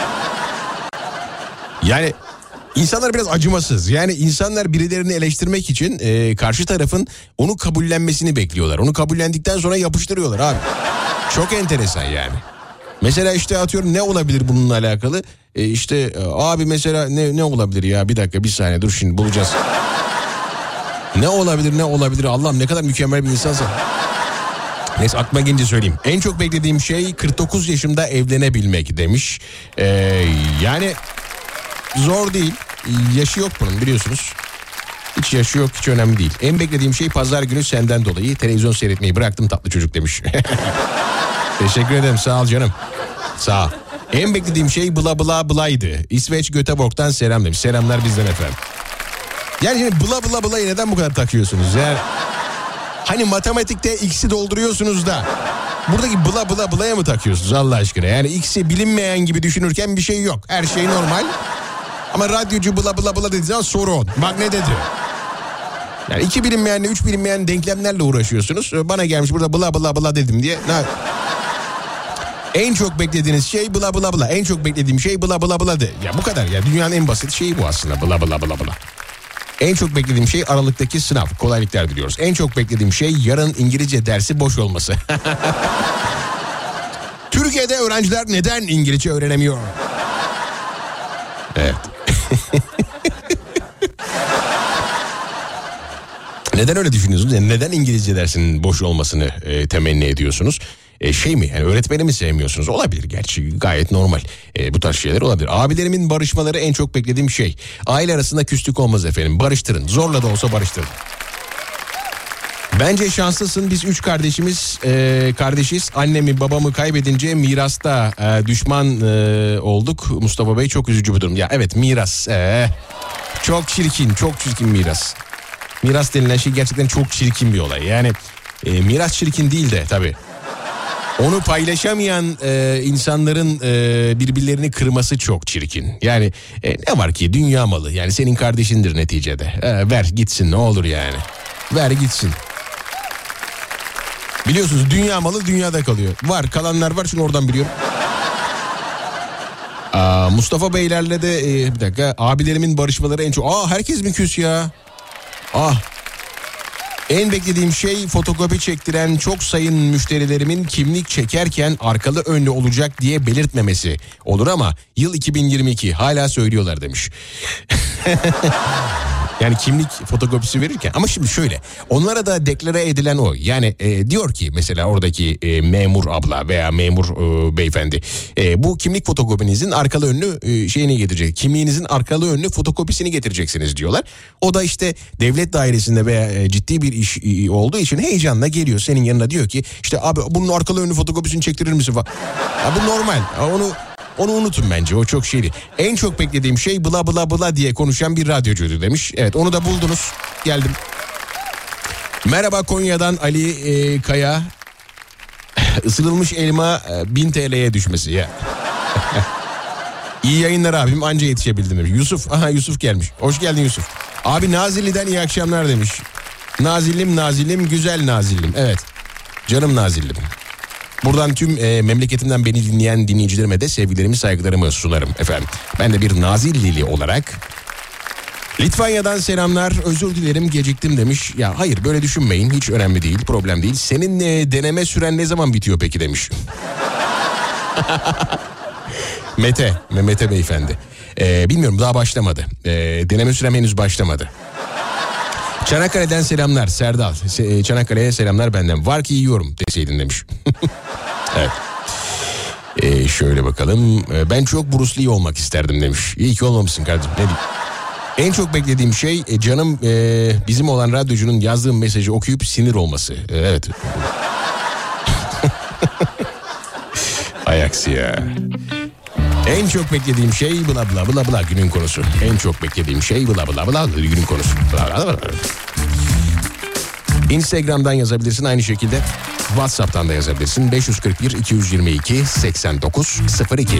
Yani insanlar biraz acımasız. Yani insanlar birilerini eleştirmek için karşı tarafın onu kabullenmesini bekliyorlar. Onu kabullendikten sonra yapıştırıyorlar abi. Çok enteresan yani. Mesela işte atıyorum ne olabilir bununla alakalı? İşte abi mesela ne olabilir ya, bir dakika bir saniye dur şimdi bulacağız. Ne olabilir Allah'ım ne kadar mükemmel bir insansın. Neyse aklıma gelince söyleyeyim. En çok beklediğim şey 49 yaşımda evlenebilmek demiş. Yani zor değil. Yaşı yok bunun biliyorsunuz. Hiç yaşı yok, hiç önemli değil. En beklediğim şey pazar günü senden dolayı televizyon seyretmeyi bıraktım tatlı çocuk demiş. Teşekkür ederim, sağ ol canım. Sağ ol. En beklediğim şey bla bla blaydı. İsveç Göteborg'dan selam demiş. Selamlar bizden efendim. Yani şimdi bla bla blayı neden bu kadar takıyorsunuz? Yani hani matematikte x'i dolduruyorsunuz da buradaki bla bla'ya mı takıyorsunuz Allah aşkına? Yani x'i bilinmeyen gibi düşünürken bir şey yok. Her şey normal. Ama radyocu bla dediği zaman sorun. Bak ne dedi? Yani 2 bilinmeyenle 3 bilinmeyen denklemlerle uğraşıyorsunuz. Bana gelmiş burada bla dedim diye. En çok beklediğiniz şey bla bla. En çok beklediğim şey bla de. Ya bu kadar ya. Dünyanın en basit şeyi bu aslında. Bla. En çok beklediğim şey Aralık'taki sınav. Kolaylıklar diliyoruz. En çok beklediğim şey yarın İngilizce dersi boş olması. Türkiye'de öğrenciler neden İngilizce öğrenemiyor? Evet. Neden öyle düşünüyorsunuz? Yani neden İngilizce dersinin boş olmasını temenni ediyorsunuz? Şey mi, yani öğretmeni mi sevmiyorsunuz? Olabilir gerçi, gayet normal. Bu tarz şeyler olabilir. Abilerimin barışmaları en çok beklediğim şey. Aile arasında küslük olmaz efendim. Barıştırın. Zorla da olsa barıştırın. Bence şanslısın, biz 3 kardeşiz. Annemi babamı kaybedince mirasta düşman olduk. Mustafa Bey, çok üzücü bir durum. Ya evet, miras. Çok çirkin miras. Miras denilen şey gerçekten çok çirkin bir olay. Yani miras çirkin değil de tabii. Onu paylaşamayan insanların birbirlerini kırması çok çirkin. Yani ne var ki, dünya malı. Yani senin kardeşindir neticede. Ver gitsin, ne olur yani. Ver gitsin. Biliyorsunuz dünya malı dünyada kalıyor. Var, kalanlar var, şunu oradan biliyorum. Mustafa Beylerle de bir dakika, abilerimin barışmaları en çok. Herkes mi küs ya? En beklediğim şey fotokopi çektiren çok sayın müşterilerimin kimlik çekerken arkalı önlü olacak diye belirtmemesi. Olur ama yıl 2022 hala söylüyorlar demiş. Yani kimlik fotokopisi verirken, ama şimdi şöyle, onlara da deklare edilen o. Yani diyor ki mesela oradaki memur abla veya memur beyefendi, bu kimlik fotokopinizin arkalı önlü şeyini getirecek. Kimliğinizin arkalı önlü fotokopisini getireceksiniz diyorlar. O da işte devlet dairesinde veya ciddi bir iş olduğu için heyecanla geliyor senin yanına, diyor ki işte abi bunun arkalı önlü fotokopisini çektirir misin falan. Ya bu normal. Onu unutun bence, o çok şeydi. En çok beklediğim şey bla bla bla diye konuşan bir radyocuydu demiş. Evet, onu da buldunuz. Geldim. Merhaba Konya'dan Ali Kaya. Isırılmış elma 1000 TL'ye düşmesi ya. İyi yayınlar abim, anca yetişebildim demiş. Yusuf gelmiş. Hoş geldin Yusuf. Abi Nazilli'den iyi akşamlar demiş. Nazilim güzel Nazilim. Evet, canım Nazilim. Buradan tüm memleketimden beni dinleyen dinleyicilerime de sevgilerimi, saygılarımı sunarım efendim. Ben de bir Nazillili olarak. Litvanya'dan selamlar, özür dilerim geciktim demiş. Ya hayır, böyle düşünmeyin, hiç önemli değil, problem değil. Senin deneme süren ne zaman bitiyor peki demiş. Mehmet beyefendi. Bilmiyorum, daha başlamadı. Deneme sürem henüz başlamadı. Çanakkale'den selamlar Serdal. Çanakkale'ye selamlar benden. Var ki yiyorum deseydin demiş. Evet. Şöyle bakalım. Ben çok Bruce Lee olmak isterdim demiş. İyi ki olmamışsın kardeşim. Ne diyeyim? En çok beklediğim şey canım bizim olan radyocunun yazdığım mesajı okuyup sinir olması. Evet. Ayaksi ya. En çok beklediğim şey bla bla bla bla günün konusu. En çok beklediğim şey bla bla bla günün konusu. Bla bla bla. Instagram'dan yazabilirsin aynı şekilde. WhatsApp'tan da yazabilirsin. 541 222 8902.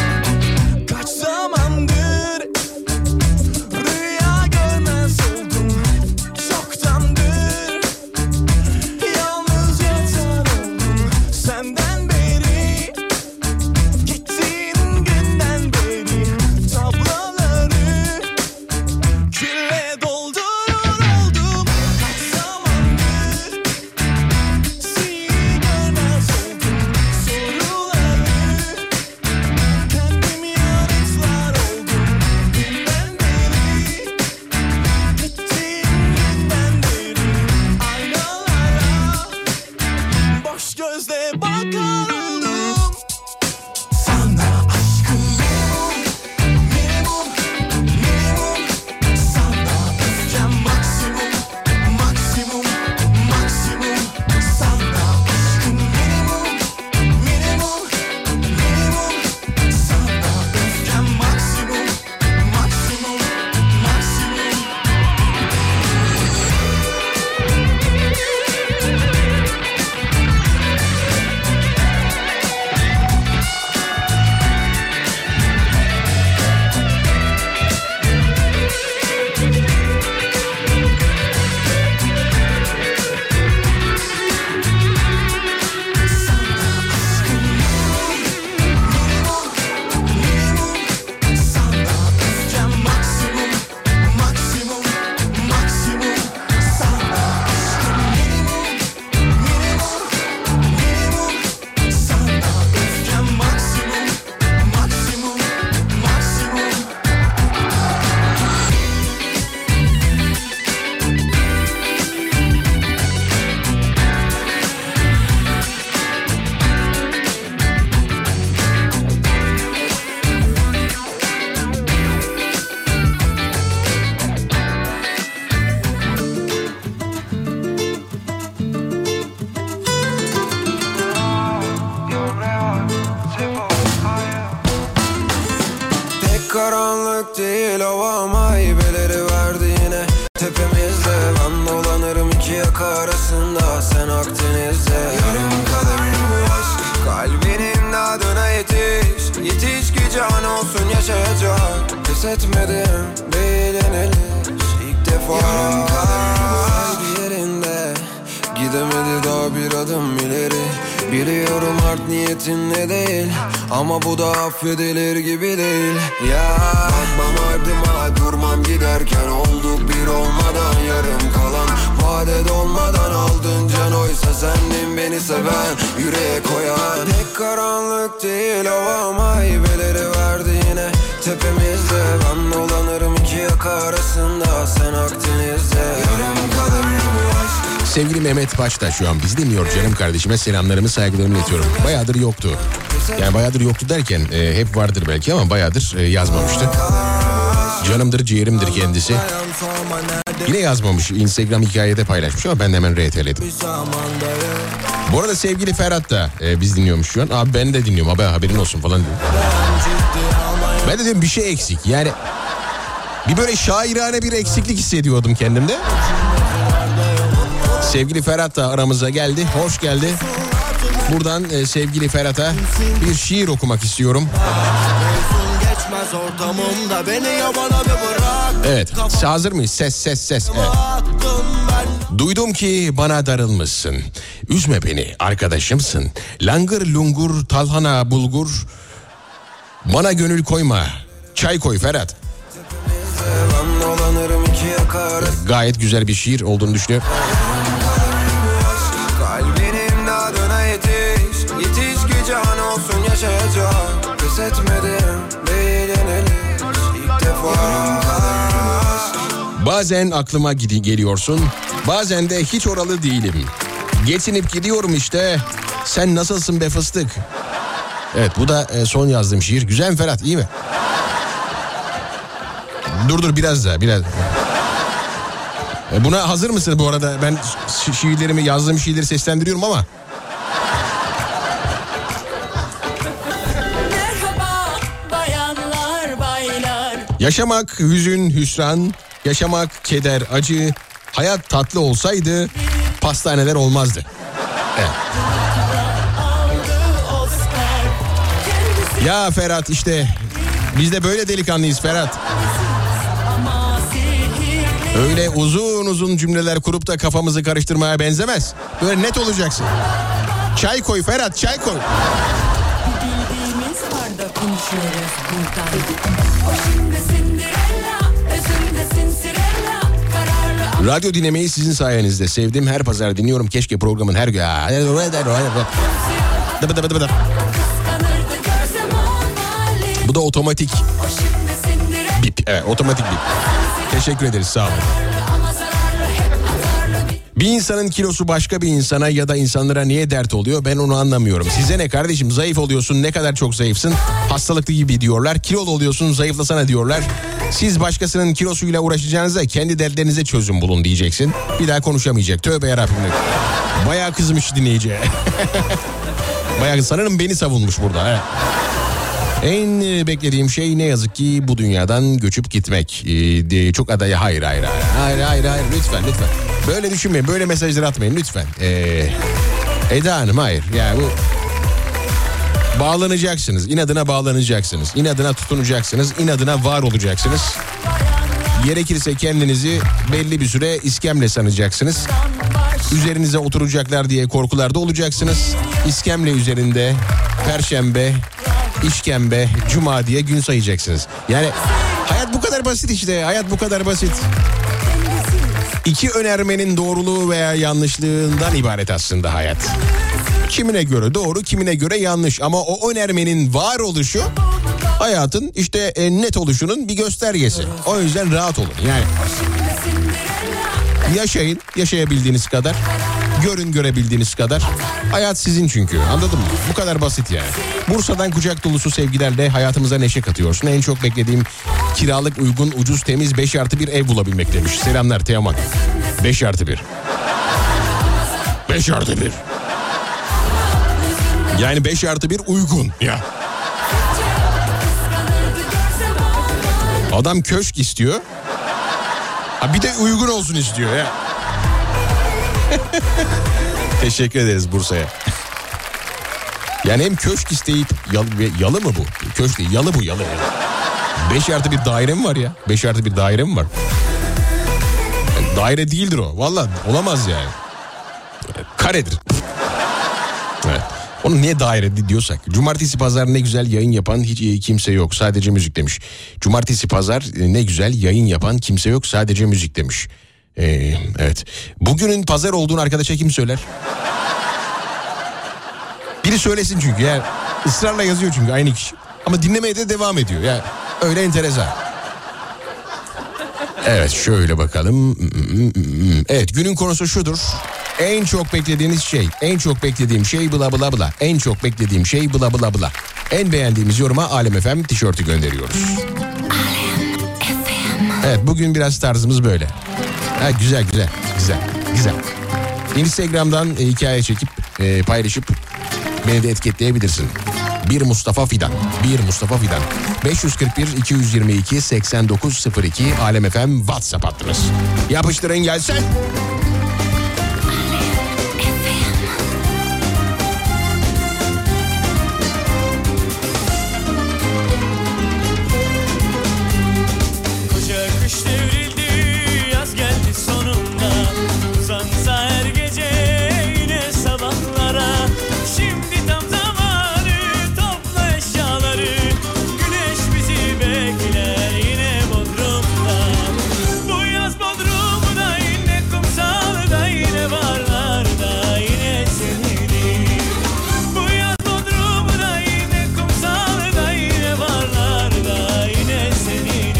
Kaç zamandır rüya görmez oldum. etmedim değil yeniliş. İlk defa kalbim yerinde, gidemedi daha bir adım ileri. Biliyorum art niyetin ne değil, ama bu da affedilir gibi değil. Ya bakmam ardıma, durmam giderken, olduk bir olmadan yarım kalan. Vade dolmadan aldın can, oysa sendin beni seven, yüreğe koyan. Pek karanlık değil hava ama hibeleri verdi yine tepemizde. Ben dolanırım iki yaka arasında, sen Akdeniz'de. Yarım kalır bu aşk. Sevgili Mehmet Başta şu an bizi dinliyor, canım kardeşime selamlarımı, saygılarımı iletiyorum. Bayağıdır yoktu. Yani bayağıdır yoktu derken hep vardır belki ama bayağıdır yazmamıştı. Canımdır, ciğerimdir kendisi. Yine yazmamış, Instagram hikayede paylaşmış ama ben de hemen RT'ledim. Bu arada sevgili Ferhat da biz dinliyormuş şu an. Abi ben de dinliyorum abi, haberin olsun falan diyor. Ben de dedim bir şey eksik. Yani bir böyle şairane bir eksiklik hissediyordum kendimde. Sevgili Ferhat da aramıza geldi. Hoş geldi. Buradan sevgili Ferhat'a bir şiir okumak istiyorum. Evet, hazır mıyız? Ses. Evet. Duydum ki bana darılmışsın. Üzme beni, arkadaşımsın. Langır lungur, talhana bulgur. Bana gönül koyma. Çay koy Ferhat. Gayet güzel bir şiir olduğunu düşünüyorum. Kalbinin dadına yetiş ki can olsun yaşayacak. Pes etmedim değil yeniliş, ilk defa. Bazen aklıma geliyorsun, bazen de hiç oralı değilim. Geçinip gidiyorum işte, sen nasılsın be fıstık. Evet, bu da son yazdığım şiir. Güzel mi Ferhat, iyi mi? Dur biraz daha. Buna hazır mısın bu arada? Ben şiirlerimi, yazdığım şiirleri seslendiriyorum ama. Merhaba bayanlar baylar. Yaşamak hüzün hüsran, yaşamak keder acı. Hayat tatlı olsaydı pastaneler olmazdı. Evet. Ya Ferhat işte biz de böyle delikanlıyız Ferhat. Öyle uzun cümleler kurup da kafamızı karıştırmaya benzemez. Böyle net olacaksın. Çay koy Ferhat, çay koy. Bildiğimiz var da konuşuyoruz buradan. Radyo dinlemeyi sizin sayenizde sevdim. Her pazar dinliyorum. Keşke programın her gün... Bu da otomatik bip. Evet, otomatik bip. Teşekkür ederiz, sağ olun. Bir insanın kilosu başka bir insana ya da insanlara niye dert oluyor, ben onu anlamıyorum. Size ne kardeşim, zayıf oluyorsun, ne kadar çok zayıfsın, hastalıklı gibi diyorlar. Kilolu oluyorsun, zayıflasana diyorlar. Siz başkasının kilosuyla uğraşacağınıza kendi dertlerinize çözüm bulun diyeceksin. Bir daha konuşamayacak, tövbe yarabbim. Bayağı kızmış dinleyiciye. Bayağı sanırım beni savunmuş burada. He. En beklediğim şey ne yazık ki bu dünyadan göçüp gitmek. Çok adaya hayır lütfen. Böyle düşünmeyin, böyle mesajlar atmayın lütfen. Eda Hanım hayır. Yani bu bağlanacaksınız, inadına bağlanacaksınız, inadına tutunacaksınız, inadına var olacaksınız. Gerekirse kendinizi belli bir süre iskemle sanacaksınız. Üzerinize oturacaklar diye korkularda olacaksınız. İskemle üzerinde Perşembe, İşkembe, Cuma diye gün sayacaksınız. Yani hayat bu kadar basit işte. Hayat bu kadar basit. İki önermenin doğruluğu veya yanlışlığından ibaret aslında hayat. Kimine göre doğru, kimine göre yanlış. Ama o önermenin var oluşu hayatın işte net oluşunun bir göstergesi. O yüzden rahat olun. Yani yaşayın, yaşayabildiğiniz kadar. Görün, görebildiğiniz kadar. Hayat sizin çünkü, anladın mı? Bu kadar basit yani. Bursa'dan kucak dolusu sevgilerle hayatımıza neşe katıyorsun. En çok beklediğim kiralık uygun, ucuz, temiz 5+1 ev bulabilmek demiş. Selamlar Teoman. 5+1. 5+1. Yani 5+1 uygun ya. Adam köşk istiyor. Ha bir de uygun olsun istiyor ya. Teşekkür ederiz Bursa'ya. Yani hem köşk isteyip yalı mı bu? Köşk değil, yalı bu, yalı. 5 artı bir daire mi var ya? 5 artı bir daire mi var? Yani daire değildir o. Vallahi olamaz yani. Karedir. Evet. Onu niye daire diyorsak? Cumartesi pazar ne güzel yayın yapan hiç kimse yok. Sadece müzik demiş. Cumartesi pazar ne güzel yayın yapan kimse yok. Sadece müzik demiş. Evet. Bugünün pazar olduğunu arkadaşa kim söyler? Biri söylesin çünkü. Yani ısrarla yazıyor çünkü aynı kişi. Ama dinlemeye de devam ediyor. Yani öyle enteresan. Evet, şöyle bakalım. Evet, günün konusu şudur. En çok beklediğiniz şey, en çok beklediğim şey bla bla bla. En çok beklediğim şey bla bla bla. En beğendiğimiz yoruma Alem FM tişörtü gönderiyoruz. Evet, bugün biraz tarzımız böyle. Ha, güzel. Instagram'dan hikaye çekip paylaşıp beni de etiketleyebilirsin. Bir Mustafa Fidan. 541 222 8902 Alem FM WhatsApp hattımız. Yapıştırın gelsin. Koca kış devrildi, yaz geldi sonunda. Uzansa her gece yine sabahlara. Şimdi tam zamanı, topla eşyaları. Güneş bizi bekler yine Bodrum'da. Bu yaz Bodrum'da yine kumsalda, yine barlarda yine seninim. Bu yaz Bodrum'da yine kumsalda, yine barlarda yine seninim.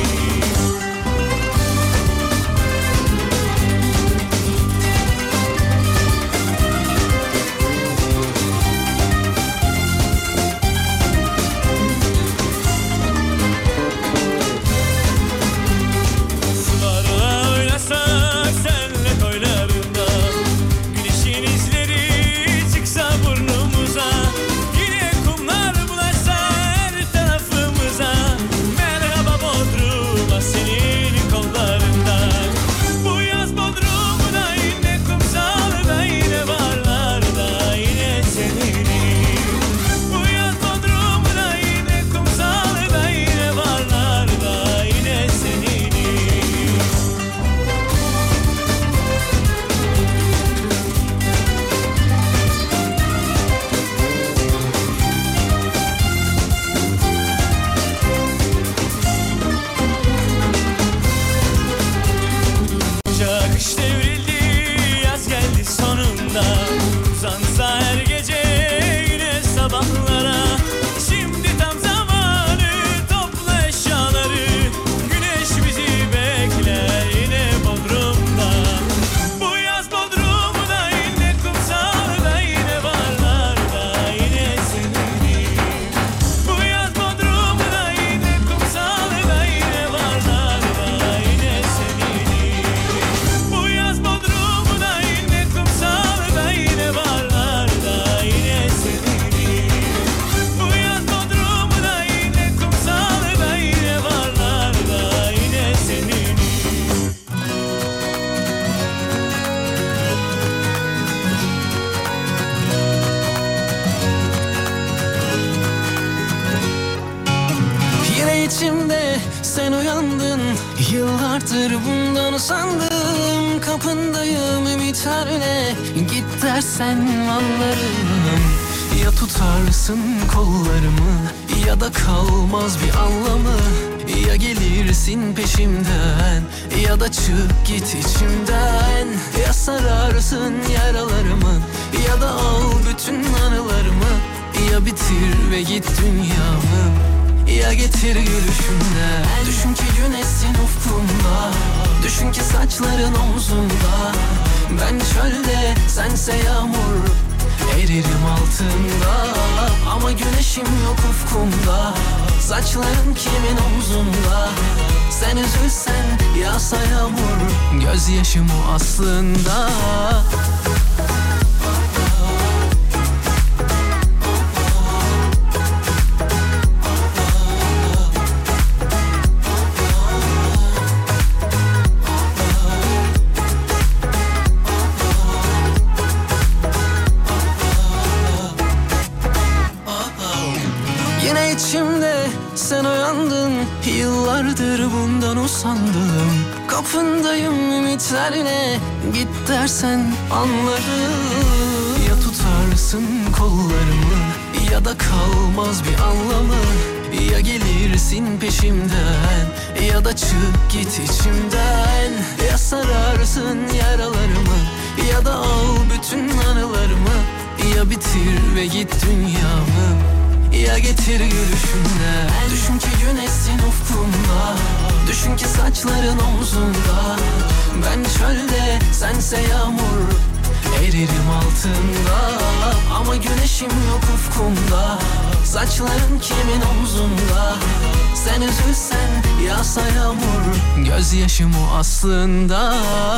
Sularla oynasak senle koylarında. Güneşin izleri çıksa burnumuza. Yine kumlar bulaşsa her tarafımıza. Merhaba Bodrum'a senin kollarında. Bu yaz Bodrum'da yine kumsalda, yine barlarda yine seninim. Bu yaz Bodrum'da yine kumsalda, yine barlarda yine seninim. Koca kış devrildi, yaz geldi sonunda. Uzansa her gece yine sabahlara. Şimdi tam zamanı, topla eşyaları. Güneş bizi bekler yine Bodrum'da. Bu yaz Bodrum'da yine kumsalda, yine barlarda yine seninim. Bu yaz Bodrum'da yine kumsalda, yine barlarda yine seninim. Bu yaz Bodrum'da yine kumsalda, yine barlarda yine seninim. Bu yaz Bodrum'da yine kumsalda, yine barlarda yine seninim. Yine içimde sen uyandın. Yıllardır bundan usandım. Kapındayım ümitlerle. Git dersen anlarım. Ya tutarsın kollarımı, ya da kalmaz bir anlamı. Ya gelirsin peşimden, ya da çık git içimden. Ya sararsın yaralarımı, ya da al bütün anılarımı. Ya bitir ve git dünyamı, ya getir gülüşünden. Düşün ki güneşsin ufkumda, düşün ki saçların omzumda. Ben çölde, sense yağmur, eririm altında. Ama güneşim yok ufkumda, saçların kimin omzunda. Sen üzülsen yağsa yağmur, gözyaşım o aslında. Yine içimde sen uyandın. ümitlerle git dersen anlarım. Ya tutarsın kollarımı ya da kalmaz bir anlamı. Ya gelirsin peşimden ya da çık git içimden. Ya sararsın yaralarımı ya da al bütün anılarımı. Ya bitir ve git dünyamı ya getir gülüşümle. Düşün ki güneşsin ufkumda, düşün ki saçların omzunda. Ben çölde sense yağmur, eririm altında. Ama güneşim yok ufkumda, saçların kimin omzunda. Sen üzülsen yağsa yağmur, gözyaşım o aslında.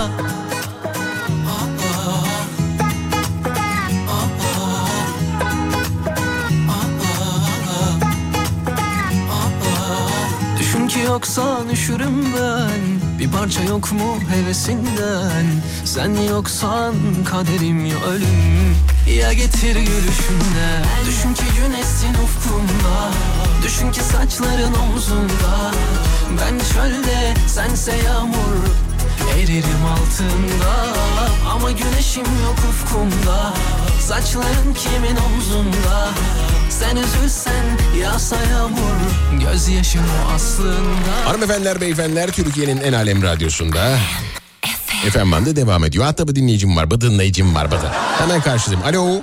Düşün ki yoksan üşürüm ben, bir parça yok mu hevesinden. Sen yoksan kaderim ya ölüm, ya getir gülüşümle. Düşün ki güneşsin ufkumda, düşün ki saçların omzunda. Ben çölde sense yağmur, eririm altında. Ama güneşim yok ufkumda, saçların kimin omzunda. Sen üzülsen yağsa yağmur, gözyaşım o aslında. Hanımefendiler, beyefendiler, Türkiye'nin en alem radyosunda FM bandı devam ediyor. Hatta bir dinleyicim var, dinleyicim var. Hemen karşıdayım. Alo.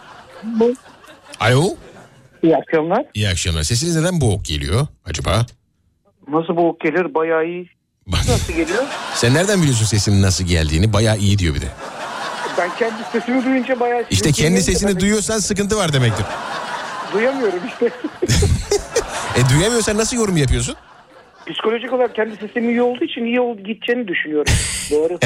Alo. İyi akşamlar. İyi akşamlar. Sesiniz neden boğuk geliyor acaba? Nasıl boğuk gelir? Bayağı iyi. Nasıl geliyor? Sen nereden biliyorsun sesinin nasıl geldiğini? Bayağı iyi diyor bir de. Ben kendi sesimi duyunca bayağı... İşte kendi sesini duyuyorsan sıkıntı var demektir. Duyamıyorum işte. Duyamıyorsan nasıl yorum yapıyorsun? Psikolojik olarak kendi sesim iyi olduğu için iyi gideceğini düşünüyorum. Doğru.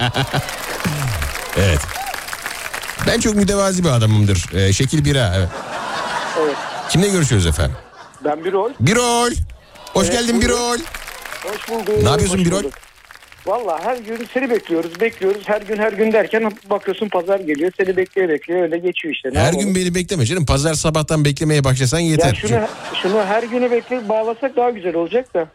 Evet. Ben çok mütevazi bir adamımdır. Şekil bira. Evet. Evet. Kimle görüşüyoruz efendim? Ben Birol. Birol. Hoş geldin Birol. Hoş bulduk. Ne yapıyorsun Birol? Valla her gün seni bekliyoruz. Her gün derken bakıyorsun pazar geliyor. Seni bekliyor öyle geçiyor işte. Her gün beni bekleme canım. Pazar sabahtan beklemeye başlasan yeter. Ya şunu her günü bekleyip bağlasak daha güzel olacak da.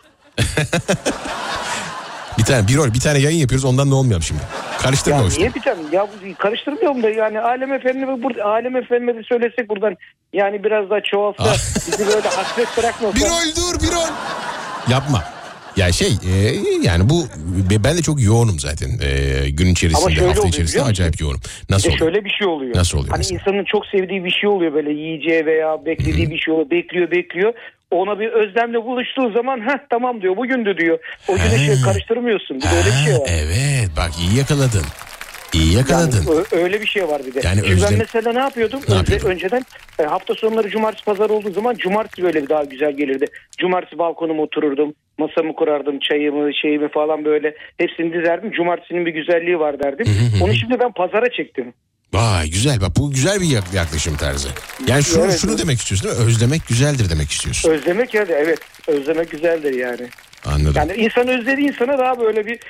Bir tane yayın yapıyoruz, ondan da olmuyor şimdi. Karıştırma ya o işte. Niye bir tane? Ya karıştırmıyorum da yani Alem Efendi'ne de söylesek buradan yani biraz daha çoğalsa bizi böyle hasret bırakmasa. Birol. Yapma. Ya yani bu ben de çok yoğunum zaten gün içerisinde, hafta içerisinde acayip yoğunum. Nasıl oluyor? Şöyle bir şey oluyor. Nasıl oluyor? Hani mesela? insanın çok sevdiği bir şey oluyor, böyle yiyeceği veya beklediği bir şey oluyor. Bekliyor. Ona bir özlemle buluştuğu zaman tamam diyor, bugündü diyor. O güne karıştırmıyorsun. Bir de öyle bir şey var. Evet, bak iyi yakaladın. Yani öyle bir şey var bir de. Yani ben mesela ne yapıyordum? Önceden hafta sonları cumartesi pazar olduğu zaman cumartesi böyle daha güzel gelirdi. Cumartesi balkonuma otururdum. Masamı kurardım, çayımı, şeyimi falan böyle hepsini dizerdim. Cumartesinin bir güzelliği var derdim. Onu şimdi ben pazara çektim. Vay güzel, bak bu güzel bir yaklaşım tarzı. Yani şunu demek istiyorsun değil mi? Özlemek güzeldir demek istiyorsun. Özlemek evet. Özlemek güzeldir yani. Anladım. Yani insan özlediği insana daha böyle bir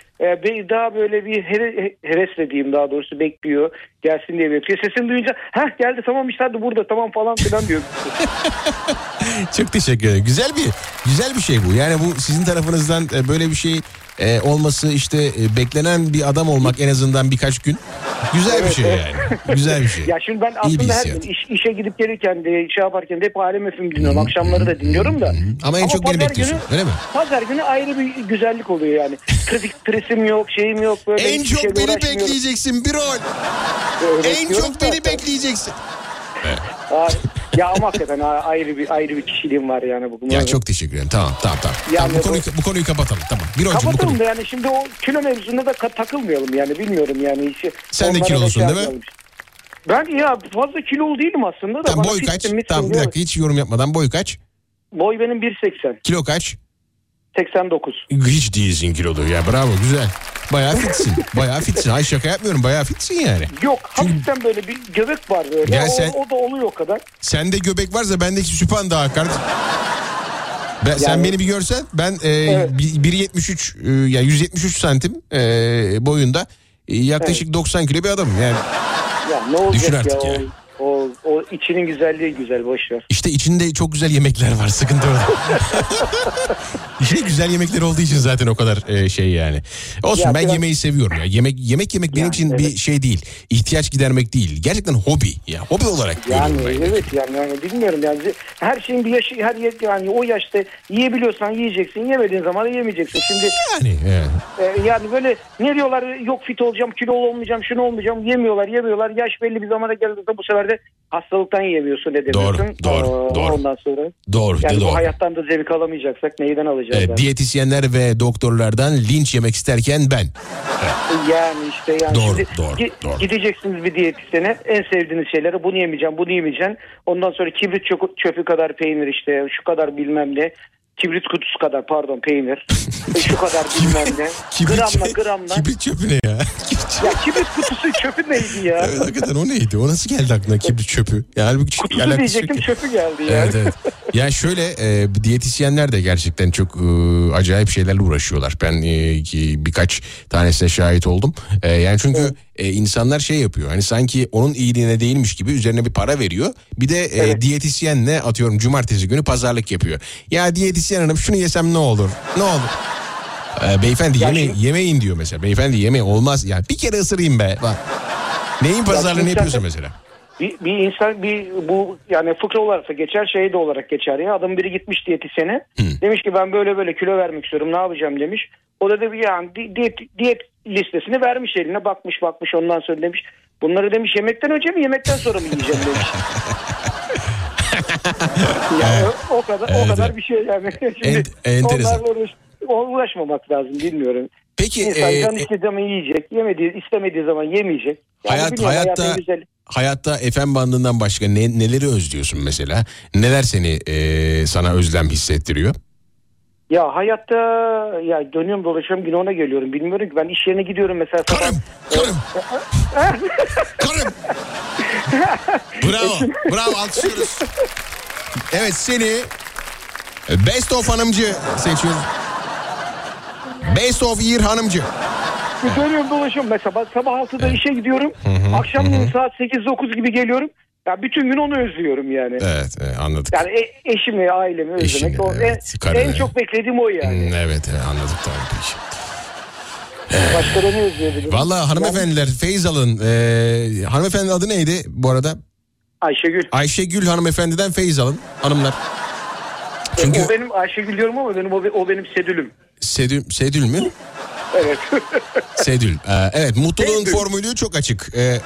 hevesle diyeyim, daha doğrusu bekliyor. Gelsin diye bekliyor. Sesini duyunca geldi tamam işte hadi burada tamam falan filan diyor. Çok teşekkür ederim. Güzel bir şey bu. Yani bu sizin tarafınızdan böyle bir şey olması, işte beklenen bir adam olmak en azından birkaç gün. Güzel bir şey yani. Güzel bir şey. Ya şimdi ben aslında her gün işe gidip gelirken de yaparken de hep Alem FM dinliyorum. Akşamları da dinliyorum da. Ama en çok beni bekliyorsun. Öyle mi? Pazar günü ayrı bir güzellik oluyor yani. Stresim yok, şeyim yok. Böyle en çok beni bekleyeceksin Birol. En çok beni bekleyeceksin. Evet. Ya ama hakikaten ayrı bir kişiliğim var yani bu. Ya çok teşekkür ederim. Tamam. Yani bu konuyu kapatalım. Tamam. Kapatalım da yani şimdi o kilo mevzunda da takılmayalım yani, bilmiyorum yani. Sen de kilolusun değil mi? Ben ya fazla kilolu değilim aslında da. Boy kaç? Tamam bir dakika, hiç yorum yapmadan boy kaç? Boy benim 1.80. Kilo kaç? 89. Hiç değilsin kilolu ya, bravo, güzel. Bayağı fitsin. Ay şaka yapmıyorum, bayağı fitsin yani. Yok, hafiften böyle bir göbek var böyle. Ya o da oluyor o kadar. Sende göbek varsa bendeki süpan daha kardeşim. Sen beni bir görsen ben 1.73 yani 173 santim boyunda yaklaşık 90 kilo bir adamım yani. Ya ne olacak düşün artık ya. yani. O içinin güzelliği güzel, boş ver. İşte içinde çok güzel yemekler var, sıkıntı orada. İşte güzel yemekler olduğu için zaten o kadar şey yani. Olsun ya, ben biraz... yemeği seviyorum ya. Yemek benim yani, için evet. Bir şey değil. İhtiyaç gidermek değil. Gerçekten hobi ya. Hobi olarak yani evet yani bilmiyorum yani her şeyin bir yaşı, her yer yani o yaşta yiyebiliyorsan yiyeceksin, yemediğin zaman yemeyeceksin. Şimdi yani böyle ne diyorlar, yok fit olacağım, kilo olmayacağım, şunu olmayacağım, yemiyorlar. Yaş belli bir zamana geldiğinde bu sefer de hastalıktan yemiyorsun, edemiyorsun. Doğru. Ondan sonra. Doğru. Yani doğru. Bu hayattan da zevk alamayacaksak neyden alacağız? Evet, diyetisyenler ve doktorlardan linç yemek isterken ben. Evet. Yani işte yani. Doğru. Gideceksiniz bir diyetisyene, en sevdiğiniz şeyleri, bunu yemeyeceğim, bunu yemeyeceğim. Ondan sonra kibrit çöpü kadar peynir, işte şu kadar bilmem ne. Kibrit kutusu kadar peynir. Şu kadar bilmem ne. Gramla. Kibrit çöpü ne ya? Ya kibrit kutusu çöpü neydi ya? Evet hakikaten o neydi? O nasıl geldi aklına kibrit çöpü? Yani kutusu diyecektim, çöpü geldi yani. Evet. Ya şöyle diyetisyenler de gerçekten çok acayip şeylerle uğraşıyorlar. Ben birkaç tanesine şahit oldum. Yani çünkü insanlar şey yapıyor. Hani sanki onun iyiliğine değilmiş gibi üzerine bir para veriyor. Bir de diyetisyenle atıyorum cumartesi günü pazarlık yapıyor. Ya diyetisyen hanım şunu yesem ne olur? Ne olur? Beyefendi yemeyin diyor mesela. Beyefendi yemeyin olmaz. Yani bir kere ısırayım be. Bak. Neyin pazarlığını yapıyorsun mesela? Bir insan bu yani fıkra olarak da geçer, şey de olarak geçer ya. Adam biri gitmiş diyetisyene. Demiş ki ben böyle kilo vermek istiyorum, ne yapacağım demiş. O da yani diyet listesini vermiş eline, bakmış ondan sonra demiş. Bunları demiş yemekten önce mi yemekten sonra mı yiyeceğim demiş. Yani o kadar bir şey yani. Şimdi enteresan. Uğraşmamak lazım, bilmiyorum. Peki İnsan istediği zaman yiyecek, istemediği zaman yemeyecek. Yani hayatta FM bandından başka neleri özlüyorsun mesela? Neler sana özlem hissettiriyor? Ya hayatta ya dönüyorum dolaşıyorum, yine ona geliyorum. Bilmiyorum ki, ben iş yerine gidiyorum mesela. Karım. Bravo alkışlıyoruz. Evet, seni Best of hanımcı seçiyoruz. Best of year hanımcı. Dönüyorum dolaşıyorum mesela, sabah 6'da işe gidiyorum. Akşam saat 8-9 gibi geliyorum. Ya bütün gün onu özlüyorum yani. Evet, anladık. Yani eşimi, ailemi özlemek. En çok beklediğim o yani. Evet, anladık tabii ki. Başka da ne özleyebilirim? Valla hanımefendiler, feyz alın. Hanımefendinin adı neydi bu arada? Ayşegül hanımefendiden feyz alın hanımlar. Çünkü o benim Ayşegül diyorum ama o benim Sedül'üm. Sedül mü? Evet. Sedül. Evet, mutluluğun formülü çok açık.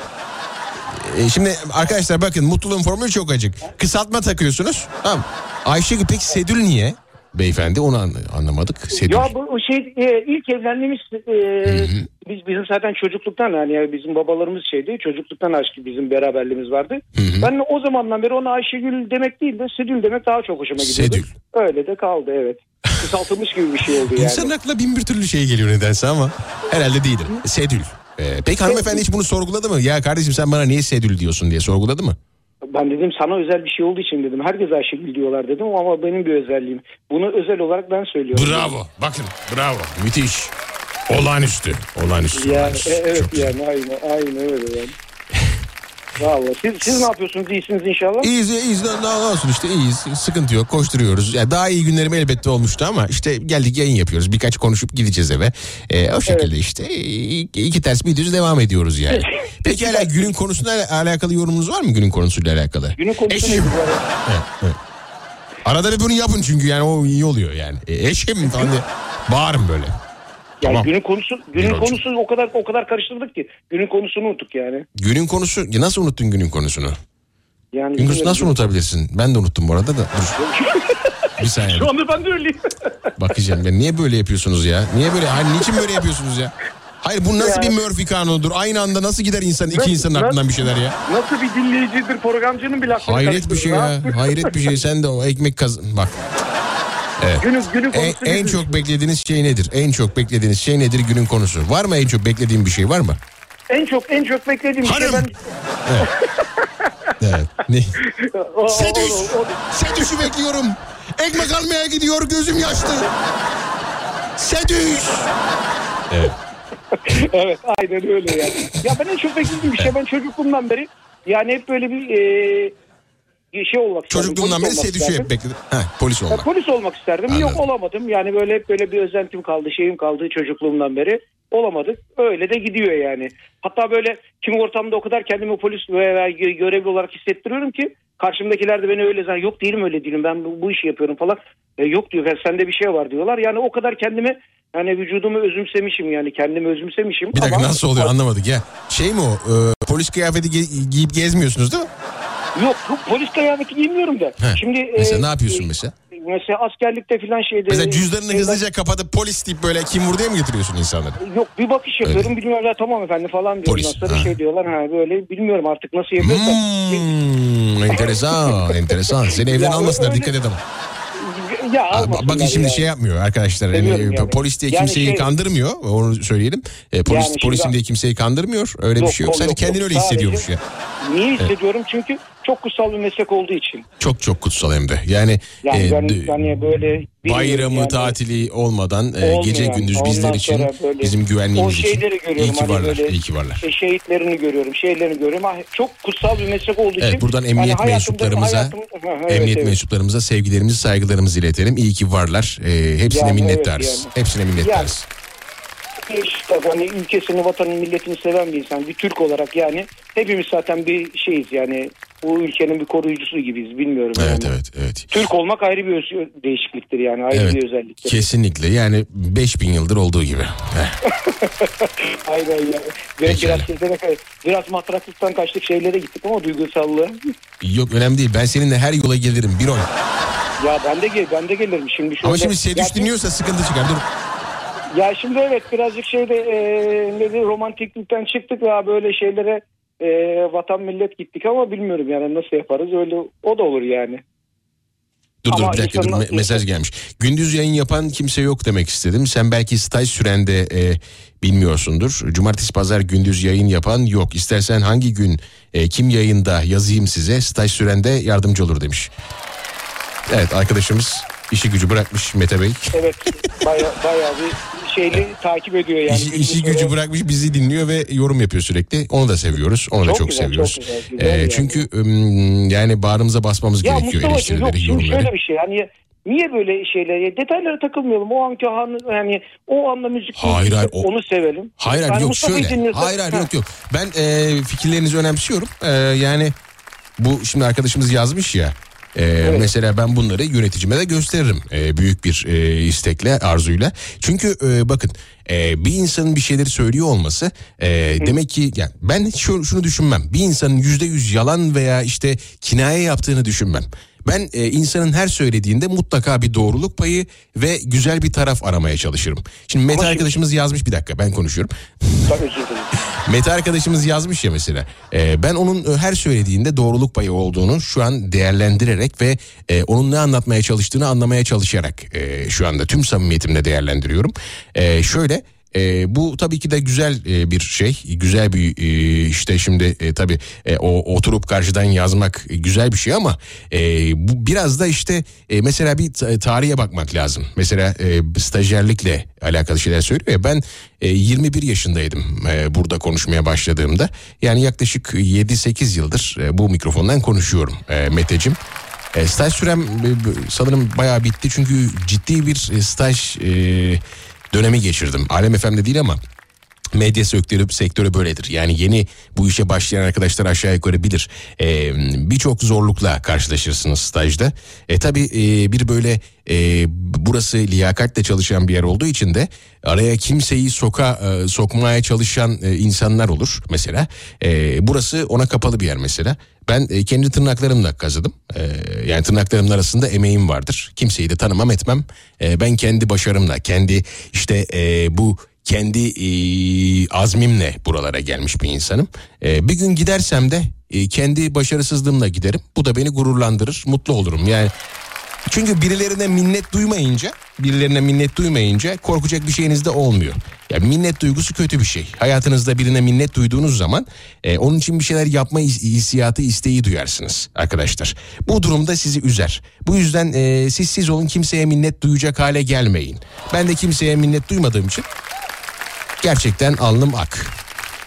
Şimdi arkadaşlar bakın, mutluluğun formülü çok açık. Kısaltma takıyorsunuz. Tamam. Ayşegül, peki Sedül niye? Beyefendi onu anlamadık. Sedül. Ya bu ilk evlendiğimiz bizim zaten çocukluktan yani bizim babalarımız çocukluktan aşkı bizim beraberliğimiz vardı. Ben o zamandan beri ona Ayşegül demek değil de Sedül demek daha çok hoşuma gidiyordu. Sedül. Öyle de kaldı, evet. Kısaltılmış gibi bir şey oldu yani. İnsanın aklına bin bir türlü şey geliyor nedense ama herhalde değildir. Sedül. Peki hanımefendi hiç bunu sorguladı mı? Ya kardeşim sen bana niye Sedül diyorsun diye sorguladı mı? Ben dedim sana özel bir şey olduğu için dedim. Herkes Ayşegül diyorlar dedim ama benim bir özelliğim. Bunu özel olarak ben söylüyorum. Bravo. Bakın bravo. Müthiş. Olağanüstü. Ya, evet yani aynen öyle yani. Vallahi siz ne yapıyorsunuz? İyisiniz inşallah. İyiyiz. Ne olsun işte, iyiyiz. Sıkıntı yok. Koşturuyoruz. Yani daha iyi günlerim elbette olmuştu ama işte geldik, yayın yapıyoruz. Birkaç konuşup gideceğiz eve. O şekilde işte iki ters bir düz devam ediyoruz yani. Peki hala günün konusuyla alakalı yorumunuz var mı, günün konusuyla alakalı? Günün konusu neydi bu arada? Evet. Arada bir bunu yapın çünkü yani o iyi oluyor yani. Eşim falan diye bağırın böyle. Yani tamam. Günün konusu o kadar karıştırdık ki günün konusunu unuttuk yani. Günün konusu, nasıl unuttun günün konusunu? Yani günün konusunu nasıl unutabilirsin? Ben de unuttum bu arada da. Bir saniye. Şu anda ben de öyleyim. Bakacağım ben, niye böyle yapıyorsunuz ya? Niçin böyle yapıyorsunuz ya? Hayır, bu nasıl bir Murphy kanunudur? Aynı anda nasıl gider iki insanın aklından bir şeyler ya? Nasıl bir dinleyicidir programcının bile aklına hayret bir şey ya. Hayret bir şey. Sen de o ekmek bak. Evet. Günün konusu en çok beklediğiniz şey nedir? En çok beklediğiniz şey nedir günün konusu? Var mı en çok beklediğin bir şey, var mı? En çok beklediğim şey ben... Evet. Ne? Sedüş'ü bekliyorum. Ekmek almaya gidiyor, gözüm yaşlı. Sedüş. Evet. Evet, aynen öyle yani. Ya ben en çok beklediğim bir şey, ben çocukluğumdan beri Yani hep böyle bir şey olmak isterdim. Çocukluğundan beri sedüşü hep bekledim. Polis olmak. Polis olmak isterdim. Anladım. Yok olamadım. Yani böyle hep böyle bir özentim kaldı, şeyim kaldı çocukluğumdan beri. Olamadık. Öyle de gidiyor yani. Hatta böyle kimi ortamda o kadar kendimi polis veya görevli olarak hissettiriyorum ki karşımdakiler de beni öyle zannediyor. Yok değilim, öyle değilim, ben bu işi yapıyorum falan. Yok diyor, sende bir şey var diyorlar. Yani o kadar kendimi, yani vücudumu özümsemişim, yani kendimi özümsemişim. Bir dakika, ama nasıl oluyor anlamadık ya. Şey mi o polis kıyafeti giyip gezmiyorsunuz değil mi? Yok, polis kıyafeti giymiyorum da. Şimdi mesela ne yapıyorsun mesela? Mesela askerlikte falan şeyde. Mesela cüzdanını hızlıca kapatıp polis deyip böyle kim vur diye mi getiriyorsun insanları? Yok, bir bakış yapıyorum, bilmiyorum ya, tamam efendim falan diyorum. Sonra şey diyorlar, böyle bilmiyorum artık nasıl yapıyorsa. Enteresan. Seni evden almasınlar, dikkat et ama. Bakın şimdi şey yapmıyor arkadaşlar. Yani. Polis diye kimseyi kandırmıyor. Onu söyleyelim. Polisin diye kimseyi kandırmıyor. Öyle bir şey yok. Sadece kendini öyle hissediyormuş ya. Niye hissediyorum? Çünkü çok kutsal bir meslek olduğu için. Çok kutsal hem de. Yani böyle bayramı, tatili olmadan gece gündüz bizler için bizim güvenliğimiz için. İyi ki varlar. Şehitlerini görüyorum, şeylerini görüyorum. Çok kutsal bir meslek olduğu için. Buradan emniyet mensuplarımıza sevgilerimizi, saygılarımızı iletelim. İyi ki varlar. Hepsine minnettarız. Hepsine minnettarız. İşte hani ülkesini, vatanını, milletini seven bir insan, bir Türk olarak yani hepimiz zaten bir şeyiz yani, bu ülkenin bir koruyucusu gibiyiz, bilmiyorum. Evet. Türk olmak ayrı bir değişikliktir yani, ayrı bir özelliktir. Kesinlikle, yani 5000 yıldır olduğu gibi. Aynen yani. Biraz matraklıktan kaçtık, şeylere gittik ama duygusallığa. Yok, önemli değil, ben seninle her yola gelirim bir on. Ya ben de gelirim şimdi. Ama şimdi Sedüş dinliyorsa sıkıntı çıkar, dur. Ya şimdi evet, birazcık romantiklikten çıktık ya, böyle şeylere vatan millet gittik ama bilmiyorum yani nasıl yaparız, öyle o da olur yani. Dur bir dakika, mesaj gelmiş. Gündüz yayın yapan kimse yok demek istedim. Sen belki staj sürende bilmiyorsundur. Cumartesi pazar gündüz yayın yapan yok. İstersen hangi gün kim yayında yazayım size, staj sürende yardımcı olur demiş. Evet, arkadaşımız işi gücü bırakmış Mete Bey. Evet, bayağı bir takip ediyor yani. İşi gücü bırakmış, bizi dinliyor ve yorum yapıyor sürekli. Onu da seviyoruz. Onu da çok seviyoruz. Güzel, çünkü yani bağrımıza basmamız gerekiyor eleştirileri, yorumları. Şöyle bir şey hani, niye böyle şeylere, detaylara takılmayalım. O anki yani o anda müzik onu sevelim. Hayır yani yok şöyle. Hayır yok. Ben fikirlerinizi önemsiyorum. Yani bu şimdi arkadaşımız yazmış ya. Mesela ben bunları yöneticime de gösteririm büyük bir istekle, arzuyla. Çünkü bakın bir insanın bir şeyleri söylüyor olması demek ki, yani ben şunu düşünmem. Bir insanın %100 yalan veya işte kinaye yaptığını düşünmem. Ben insanın her söylediğinde mutlaka bir doğruluk payı ve güzel bir taraf aramaya çalışırım. Şimdi Mete arkadaşımız yazmış, bir dakika ben konuşuyorum. Mete arkadaşımız yazmış ya mesela. Ben onun her söylediğinde doğruluk payı olduğunu şu an değerlendirerek ve onun ne anlatmaya çalıştığını anlamaya çalışarak şu anda tüm samimiyetimle değerlendiriyorum. Şöyle... bu tabii ki de güzel bir şey, güzel bir işte şimdi tabii o oturup karşıdan yazmak güzel bir şey ama bu biraz da işte mesela bir tarihe bakmak lazım. Mesela stajyerlikle alakalı şeyler söylüyor ya, ben 21 yaşındaydım burada konuşmaya başladığımda, yani yaklaşık 7-8 yıldır bu mikrofondan konuşuyorum Meteciğim. Staj sürem sanırım bayağı bitti çünkü ciddi bir staj dönemi geçirdim. Alem FM'de değil ama medya sektörü böyledir. Yani yeni bu işe başlayan arkadaşlar aşağı yukarı bilir. Birçok zorlukla karşılaşırsınız stajda. Tabii bir böyle burası liyakatle çalışan bir yer olduğu için de araya kimseyi sokmaya çalışan insanlar olur mesela. Burası ona kapalı bir yer mesela. Ben kendi tırnaklarımla kazıdım. Yani tırnaklarımın arasında emeğim vardır. Kimseyi de tanımam etmem. Ben kendi başarımla, kendi işte bu kendi azmimle buralara gelmiş bir insanım. Bir gün gidersem de kendi başarısızlığımla giderim. Bu da beni gururlandırır, mutlu olurum. Yani çünkü birilerine minnet duymayınca korkacak bir şeyiniz de olmuyor. Yani minnet duygusu kötü bir şey. Hayatınızda birine minnet duyduğunuz zaman onun için bir şeyler yapma hissiyatı, isteği duyarsınız arkadaşlar. Bu durumda sizi üzer. Bu yüzden siz olun, kimseye minnet duyacak hale gelmeyin. Ben de kimseye minnet duymadığım için gerçekten alnım ak. Evet.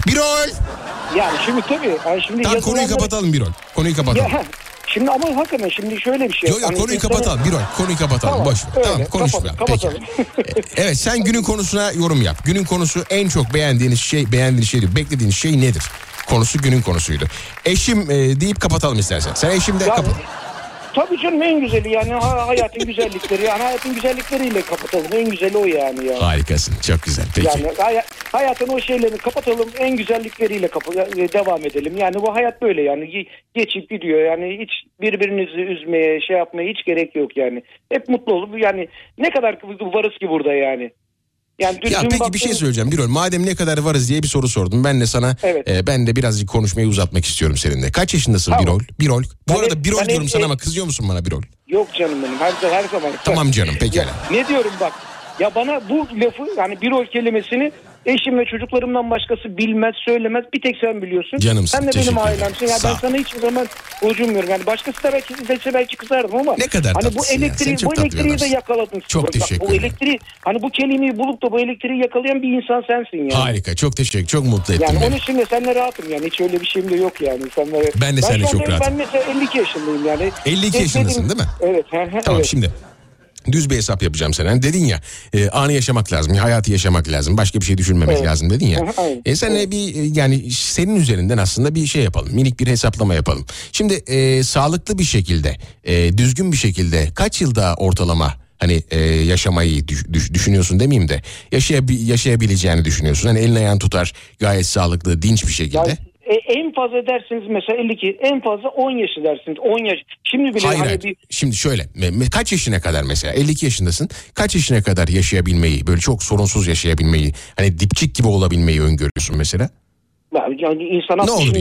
Birol. Yani şimdi tabii. Yani şimdi Tamam konuyu kapatalım Birol. Konuyu kapatalım. Ya, şimdi ama hakikaten şimdi şöyle bir şey. Yok hani konuyu insanın... kapatalım Birol. Konuyu kapatalım. Tamam, Boş ver. öyle, Tamam konuşmayalım. kapatalım. Peki. Evet sen günün konusuna yorum yap. Günün konusu en çok beğendiğiniz şey değil. Beklediğiniz şey nedir? Konusu günün konusuydu. Eşim deyip kapatalım istersen. Sen eşim de kapat. Tabii canım en güzeli yani hayatın güzellikleri. Yani hayatın güzellikleriyle kapatalım. En güzeli o yani. Harikasın. Çok güzel. Peki. Yani hayatın o şeylerini kapatalım. En güzellikleriyle devam edelim. Yani bu hayat böyle yani. Geçip gidiyor. Yani hiç birbirinizi üzmeye, şey yapmaya hiç gerek yok yani. Hep mutlu olup yani ne kadar varız ki burada yani. Yani ya peki bir şey söyleyeceğim Birol. Madem ne kadar varız diye bir soru sordum. Ben de sana ben de birazcık konuşmayı uzatmak istiyorum seninle. Kaç yaşındasın tamam. Birol? Bu arada Birol diyorum sana ama kızıyor musun bana Birol? Yok canım benim her zaman. Tamam canım pekala. Ne diyorum bak. Ya bana bu lafı yani Birol kelimesini eşim ve çocuklarımdan başkası bilmez, söylemez. Bir tek sen biliyorsun. Canımsın. Sen de benim ailemsin. Yani ben sana hiçbir zaman ucunmuyorum. Yani başkası da belki kızardım ama. Ne kadar hani bu elektriği de yakaladın. Çok teşekkür ederim. Bu elektriği hani bu kelimeyi bulup da bu elektriği yakalayan bir insan sensin yani. Harika. Çok teşekkür. Çok mutlu ettin yani beni. Onun için de seninle rahatım yani. Hiç öyle bir şeyim de yok yani. Ben de seninle çok rahatım. Ben mesela 52 yaşındayım yani. 52 yaşındasın değil mi? Evet. Tamam evet. Şimdi. Düz bir hesap yapacağım sana. Dedin ya anı yaşamak lazım. Hayatı yaşamak lazım. Başka bir şey düşünmemek lazım dedin ya. Sen bir yani senin üzerinden aslında bir şey yapalım. Minik bir hesaplama yapalım. Şimdi sağlıklı bir şekilde düzgün bir şekilde kaç yılda ortalama hani yaşamayı düşünüyorsun demeyeyim de yaşayabileceğini düşünüyorsun. Hani elin ayağın tutar gayet sağlıklı dinç bir şekilde. Ya, en fazla dersiniz mesela 52 en fazla 10 yaşı dersiniz 10 yaş. Şimdi bile hayır. Şimdi şöyle kaç yaşına kadar mesela 52 yaşındasın kaç yaşına kadar yaşayabilmeyi böyle çok sorunsuz yaşayabilmeyi hani dipçik gibi olabilmeyi öngörüyorsun mesela? Yani insan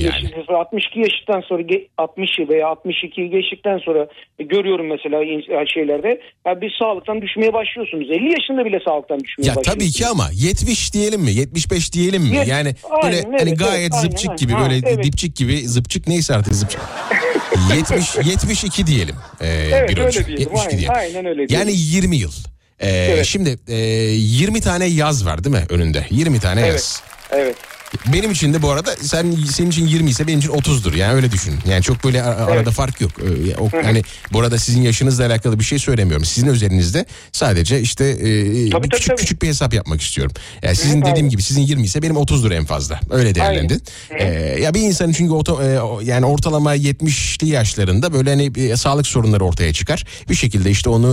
62 yaşından sonra 60 veya 62'yi geçtikten sonra görüyorum mesela şeylerde yani bir sağlıktan düşmeye başlıyorsunuz. 50 yaşında bile sağlıktan düşmeye başlıyorsunuz. Ya tabii ki ama 70 diyelim mi 75 diyelim mi? Yani böyle hani gayet zıpçık gibi böyle dipçik gibi zıpçık neyse artık zıpçık. 72 diyelim. Evet öyle diyelim. 72 diyelim. Aynen öyle diyelim. Yani 20 yıl. Şimdi 20 tane yaz var değil mi önünde? 20 tane yaz. Evet. Benim için de bu arada senin için 20 ise benim için 30'dur. Yani öyle düşün. Yani çok böyle arada fark yok. Hani bu arada sizin yaşınızla alakalı bir şey söylemiyorum. Sizin özelinizde sadece işte küçük bir hesap yapmak istiyorum. Yani sizin dediğim gibi sizin 20 ise benim 30'dur en fazla. Öyle değerlendirin. Ya bir insanın çünkü yani ortalama 70'li yaşlarında böyle hani sağlık sorunları ortaya çıkar. Bir şekilde işte onu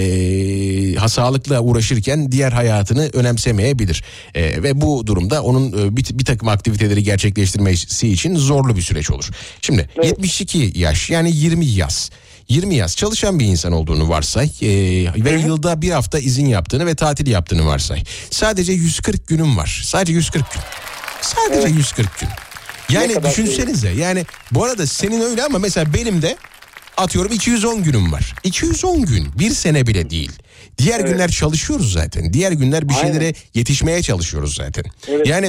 sağlıkla uğraşırken diğer hayatını önemsemeyebilir. Ve bu durumda onun bir takım aktiviteleri gerçekleştirmesi için zorlu bir süreç olur. Şimdi 72 yaş yani 20 yaz. 20 yaz çalışan bir insan olduğunu varsay ve yılda bir hafta izin yaptığını ve tatil yaptığını varsay. Sadece 140 günüm var. Sadece 140 gün. Sadece 140 gün. Yani düşünsenize yani bu arada senin öyle ama mesela benim de atıyorum 210 günüm var. 210 gün bir sene bile değil. Diğer günler çalışıyoruz zaten. Diğer günler bir şeylere yetişmeye çalışıyoruz zaten. Evet, yani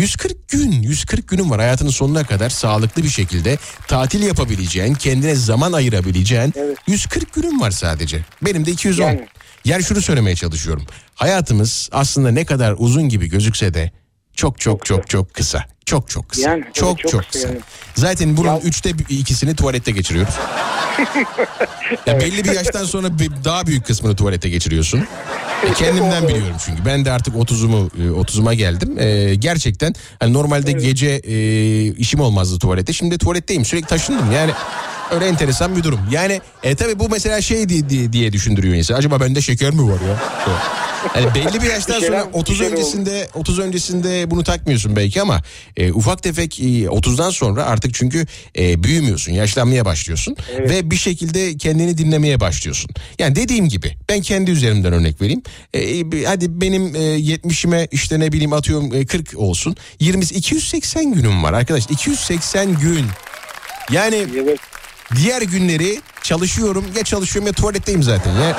140 günün var hayatının sonuna kadar sağlıklı bir şekilde tatil yapabileceğin, kendine zaman ayırabileceğin 140 günün var sadece. Benim de 210. Yani şunu söylemeye çalışıyorum. Hayatımız aslında ne kadar uzun gibi gözükse de çok kısa. Çok kısa. Yani, çok kısa. Yani. Zaten bunun 3'te 2'sini tuvalette geçiriyoruz. Belli bir yaştan sonra daha büyük kısmını tuvalette geçiriyorsun. Kendimden biliyorum çünkü. Ben de artık 30'uma geldim. Gerçekten hani normalde gece işim olmazdı tuvalette. Şimdi tuvaletteyim. Sürekli taşındım. Yani öyle enteresan bir durum. Yani tabii bu mesela şey diye düşündürüyor insan. Acaba bende şeker mi var ya? Yani belli bir yaştan sonra 30 öncesinde bunu takmıyorsun belki ama ufak tefek 30'dan sonra artık çünkü büyümüyorsun, yaşlanmaya başlıyorsun ve bir şekilde kendini dinlemeye başlıyorsun. Yani dediğim gibi ben kendi üzerimden örnek vereyim. Hadi benim 70'ime işte ne bileyim atıyorum 40 olsun. 280 günüm var arkadaş. 280 gün. Yani diğer günleri çalışıyorum ya tuvaletteyim zaten ya.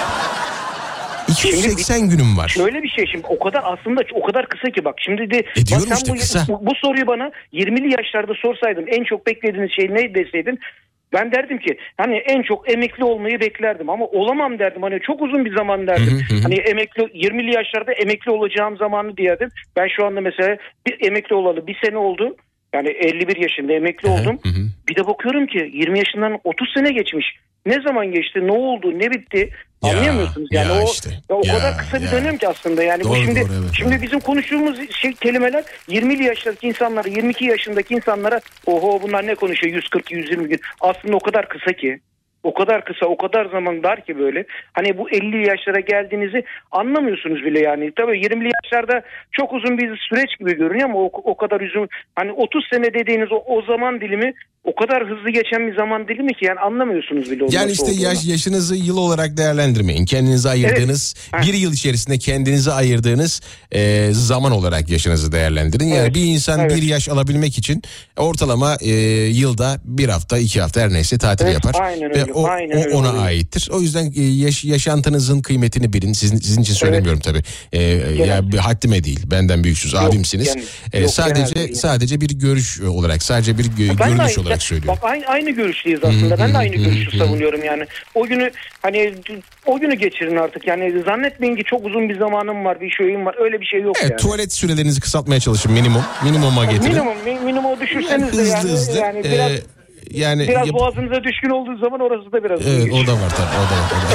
280 günüm var. Şöyle bir şey şimdi o kadar kısa ki bak şimdi de sen bu soruyu bana 20'li yaşlarda sorsaydın en çok beklediğiniz şey ne deseydin Ben derdim ki hani en çok emekli olmayı beklerdim ama olamam derdim. Hani çok uzun bir zaman derdim. Hani emekli 20'li yaşlarda emekli olacağım zamanı diyerdim. Ben şu anda mesela bir emekli olalı bir sene oldu. Yani 51 yaşında emekli oldum. Bir de bakıyorum ki 20 yaşından 30 sene geçmiş. Ne zaman geçti? Ne oldu? Ne bitti? Anlayamıyorsunuz. Yani o kadar kısa bir dönem ki aslında. Yani doğru, bu şimdi doğru, evet, şimdi bizim konuştuğumuz kelimeler 20'li yaşındaki insanlara, 22 yaşındaki insanlara oho bunlar ne konuşuyor 140 120 gün. Aslında o kadar kısa ki. O kadar kısa, o kadar zaman dar ki böyle. Hani bu 50 yaşlara geldiğinizi anlamıyorsunuz bile yani. Tabii 20'li yaşlarda çok uzun bir süreç gibi görünüyor ama o kadar uzun. Hani 30 sene dediğiniz o zaman dilimi o kadar hızlı geçen bir zaman dilimi ki yani anlamıyorsunuz bile. Yani işte yaşınızı yıl olarak değerlendirmeyin. Kendinize ayırdığınız, bir yıl içerisinde kendinize ayırdığınız zaman olarak yaşınızı değerlendirin. Yani bir insan bir yaş alabilmek için ortalama yılda 1 hafta 2 hafta her neyse tatil yapar. Aynen Ve öyle. o ona aittir. O yüzden yaşantınızın kıymetini bilin. Sizin için söylemiyorum tabii. Ya bir haddime değil. Benden büyüksünüz. Abimsiniz. Sadece bir görüş olarak, sadece bir görünüş olarak söylüyorum. Bak aynı görüşteyiz aslında. Ben de aynı görüşü savunuyorum yani. O günü hani o günü geçirin artık. Yani zannetmeyin ki çok uzun bir zamanım var, bir şeyim var. Öyle bir şey yok yani. Tuvalet sürelerinizi kısaltmaya çalışın minimuma getirin. Minimuma düşürseniz de hızlı. Yani biraz boğazınıza düşkün olduğu zaman orası da biraz. Evet, o da var tabii. O da var.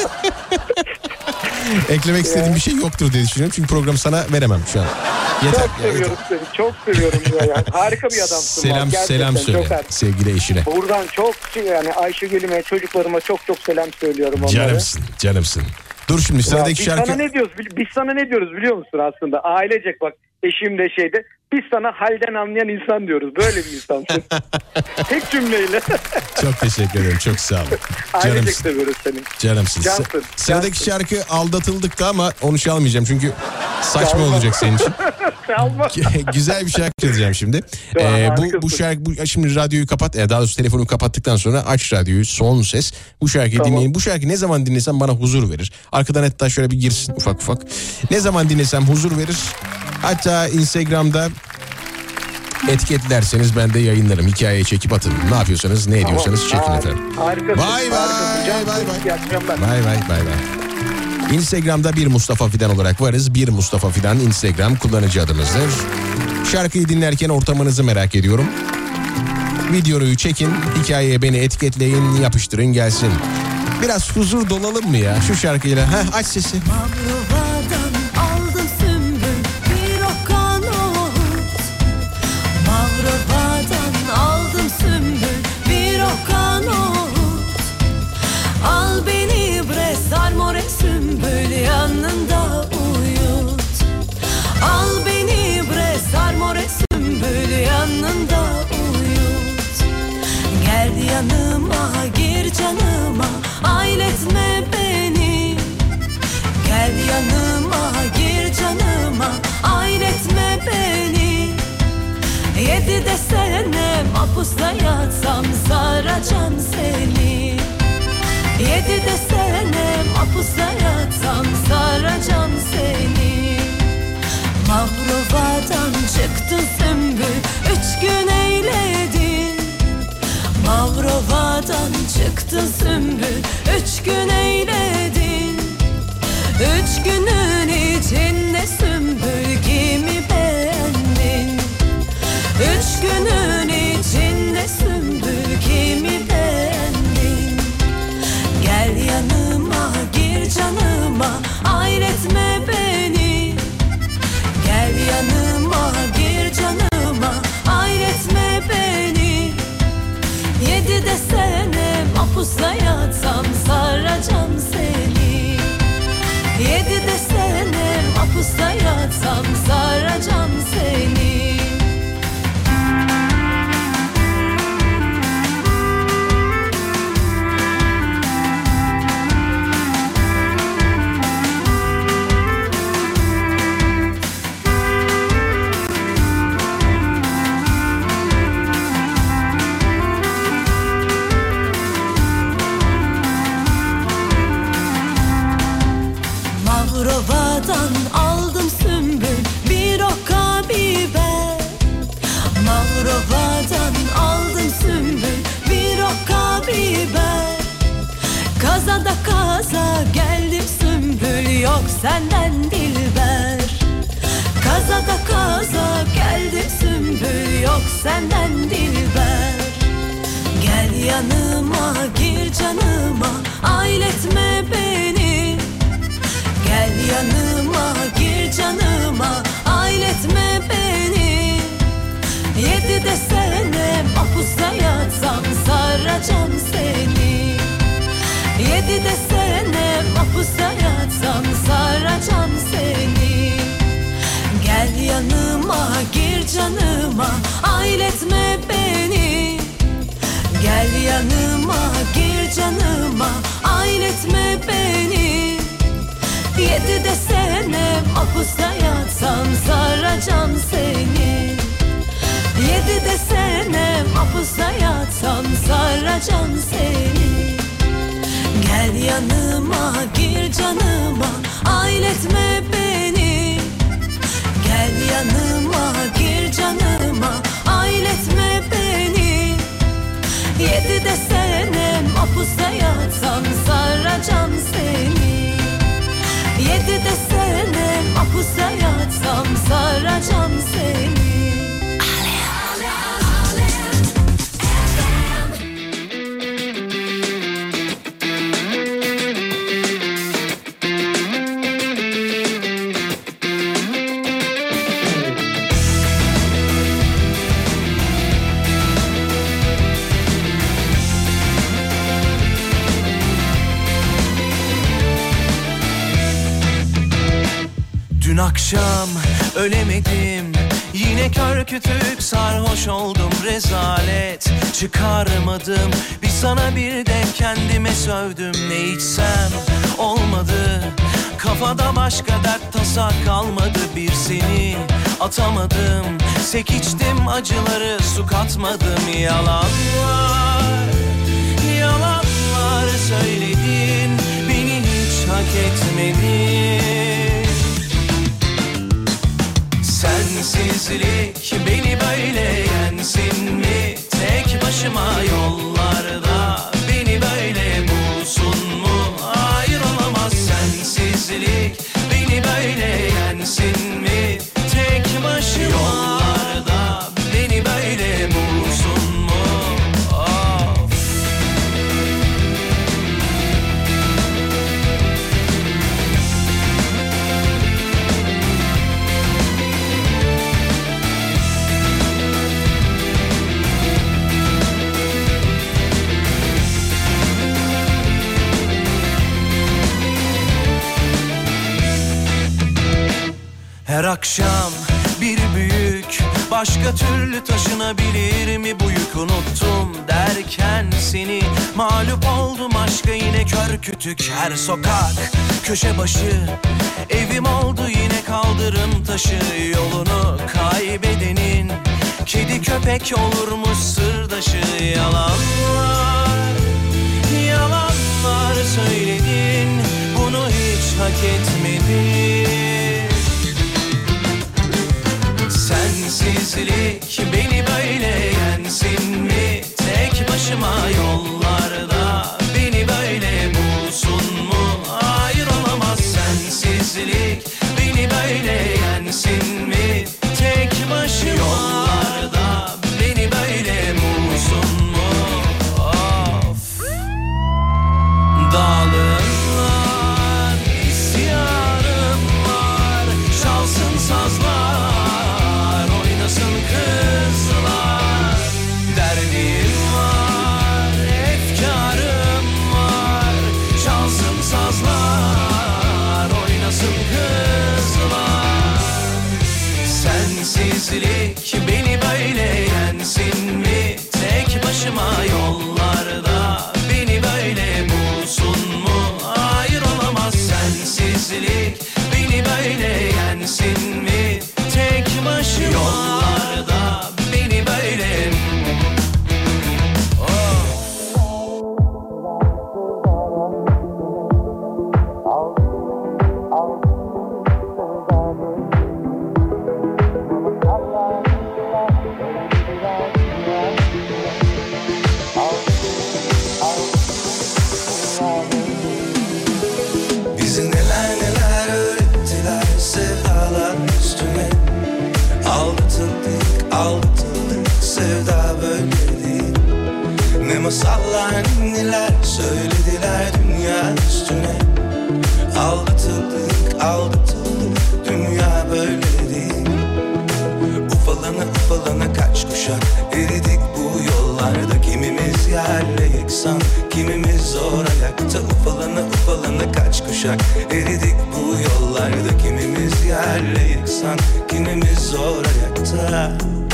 Eklemek istediğim bir şey yoktur diye düşünüyorum. Çünkü programı sana veremem şu an. Yeter. Çok seviyorum seni. Çok seviyorum ya. Harika bir adamsın. Selam söyle sevgili eşine. Buradan çok yani Ayşegül'üme, çocuklarıma çok selam söylüyorum onlara. Canımsın. Dur şimdi sıradaki şarkı. Biz sana ne diyoruz biliyor musun aslında? Ailecek bak eşim de şeyde. Biz sana halden anlayan insan diyoruz. Böyle bir insansın. Tek cümleyle. Çok teşekkür ederim. Çok sağ olun. Ailecek seviyoruz seni. Canımsın. Sıradaki şarkı aldatıldık ama onu çalmayacağım çünkü saçma olacak senin için. Güzel bir şarkı çalacağım şimdi. Bu şarkı şimdi radyoyu kapat. Daha doğrusu telefonu kapattıktan sonra aç radyoyu son ses. Bu şarkıyı dinleyin. Bu şarkı ne zaman dinlesem bana huzur verir. Arkadan hatta şöyle bir girsin ufak. Ne zaman dinlesem huzur verir. Hatta Instagram'da etiketlerseniz ben de yayınlarım. Hikayeye çekip atın. Ne yapıyorsanız, ne ediyorsanız çekin efendim. Harikasın. Bay. Instagram'da bir Mustafa Fidan olarak varız. Bir Mustafa Fidan Instagram kullanıcı adımızdır. Şarkıyı dinlerken ortamınızı merak ediyorum. Videoyu çekin, hikayeye beni etiketleyin, yapıştırın gelsin. Biraz huzur dolalım mı ya şu şarkıyla? Aç sesi. Yanında uyut. Al beni bre sarmore sümbül yanında uyut. Gel yanıma gir canıma ailetme beni. Gel yanıma gir canıma ailetme beni. 7'de sene mahpusta yatsam saracağım seni. 7'de sene mahpusta yatsam saracağım seni. Mavrova'dan çıktı sümbül 3 gün eyledin. Mavrova'dan çıktı sümbül 3 gün eyledin. 3 günün içinde sümbül kimi beğendin? 3 günün içinde sümbül kimi beğendin? Gel yanıma gir canıma ailetme beni. Gel yanıma gir canıma ailetme beni. 7'de sene mahpusta yatsam saracağım seni. 7'de sene kaza geldim sümbül, yok senden dilber. Kazada kaza geldim sümbül, yok senden dilber. Gel yanıma, gir canıma, ailetme beni. Gel yanıma, gir canıma, ailetme beni. 7 sene mahpusta yatsam saracağım seni. 7 sene mahpusta yatsam saracağım seni. Gel yanıma, gir canıma, ailetme beni. Gel yanıma, gir canıma, ailetme beni. 7 sene mahpusta yatsam saracağım seni. 7 sene mahpusta yatsam saracağım seni. Gel yanıma, gir canıma, ailetme beni. Gel yanıma, gir canıma, ailetme beni. 7 sene mahpusta yatsam saracağım seni. 7 sene mahpusta yatsam saracağım seni. Dün akşam ölemedim, yine kör kütük sarhoş oldum, rezalet çıkarmadım. Bir sana bir de kendime sövdüm, ne içsem olmadı. Kafada başka dert tasa kalmadı, bir seni atamadım. Sek içtim acıları su katmadım, yalanlar, yalanlar söyledin, beni hiç hak etmedin. Sensizlik beni böyle yensin mi? Tek başıma yollarda beni böyle bulsun mu? Hayır olamaz, sensizlik beni böyle yensin mi? Tek başıma yollarda beni böyle bulsun mu? Of. Her akşam bir büyük, başka türlü taşınabilir mi bu yük, unuttum derken seni. Mağlup oldum aşka yine kör kütük, her sokak köşe başı evim oldu yine kaldırım taşı. Yolunu kaybedenin kedi köpek olurmuş sırdaşı. Yalanlar, yalanlar söyledin, bunu hiç hak etmedin. Sensizlik beni böyle yensin mi? Tek başıma yollarda beni böyle bulsun mu? Hayır olamaz, sensizlik beni böyle yensin mi? Tek başıma yollarda beni böyle bulsun mu? Of. Dağılım var, isyanım var, çalsın sazlar, kızlar, derdim var, aldatıldık sevda böyle değil. Ne masallar neler söylediler dünya üstüne. Aldatıldık aldatıldık dünya böyle değil. Ufalana ufalana kaç kuşak eridik bu yollarda. Kimimiz yerle yeksan, kimimiz zor ayakta. Ufalana ufalana kaç kuşak eridik bu yollarda. Kimimiz yerle yeksan, kimimiz zor ayakta.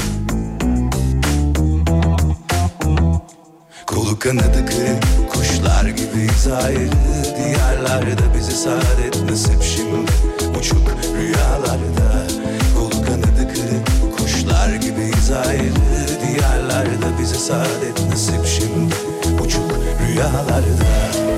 Kolu kanadı kırık kuşlar gibiyiz ayrı diyarlarda. Bize saadet nasip şimdi uçuk rüyalarda. Kolu kanadı kırık kuşlar gibiyiz ayrı diyarlarda. Bize saadet nasip şimdi uçuk rüyalarda.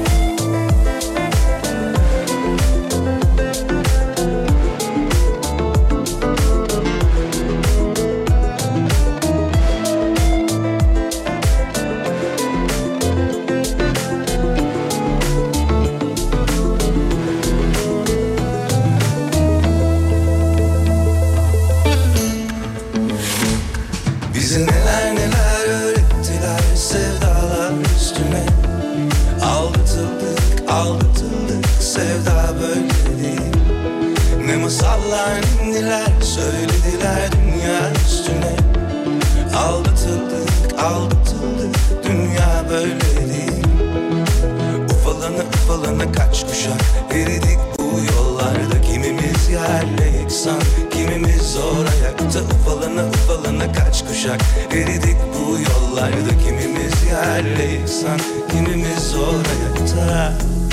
Söylediler dünya üstüne. Aldatıldık aldatıldık dünya böyle değil. Ufalana ufalana kaç kuşak eridik bu yollarda. Kimimiz yerle yeksan, kimimiz zor ayakta. Ufalana ufalana kaç kuşak eridik bu yollarda. Kimimiz yerle yeksan, kimimiz zor ayakta.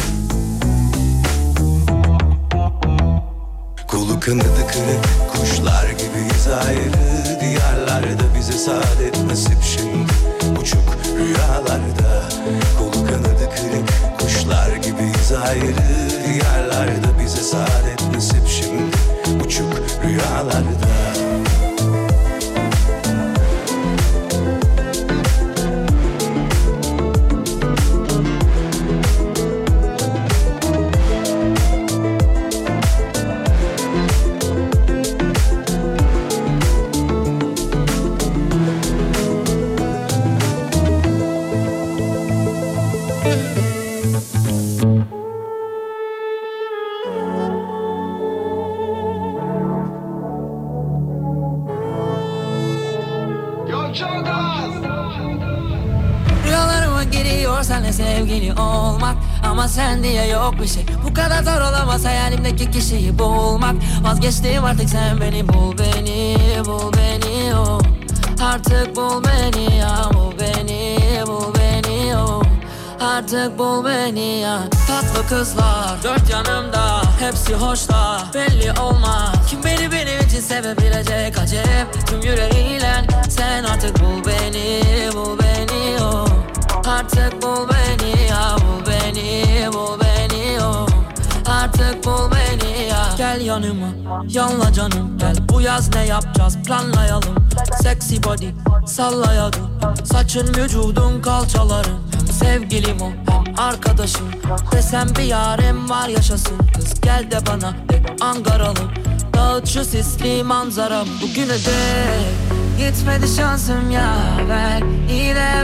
Kolu kanadı kırık kuşlar gibiyiz ayrı diyarlarda. Bize saadet nasip şimdi uçuk rüyalarda. Kolu kanadı kırık kuşlar gibiyiz ayrı diyarlarda. Bize saadet nasip şimdi uçuk rüyalarda. Rüyalarıma giriyor seninle sevgili olmak, ama sen diye yok bir şey. Bu kadar zor olamaz hayalimdeki kişiyi bulmak. Vazgeçtim artık, sen beni bul, beni bul, beni oh. Artık bul beni ya, bul beni, bul beni oh. Artık bul beni ya. Tatlı kızlar dört yanımda, hepsi hoşla, belli olmaz kim beni benim için sevebilecek acep tüm yüreğiyle. Sen artık bul beni, bul beni oh. Artık bul beni ya, bul beni, bul beni oh. Artık bul beni ya. Gel yanıma, yanla canım gel. Bu yaz ne yapacağız planlayalım. Sexy body sallayalım. Saçın vücudun kalçaların. Hem sevgilim o hem arkadaşım. Desem bir yarim var yaşasın. Kız gel de bana de Ankaralım. Dağıt şu sisli manzaram. Bugüne dek gitmedi şansım ya. Ver yine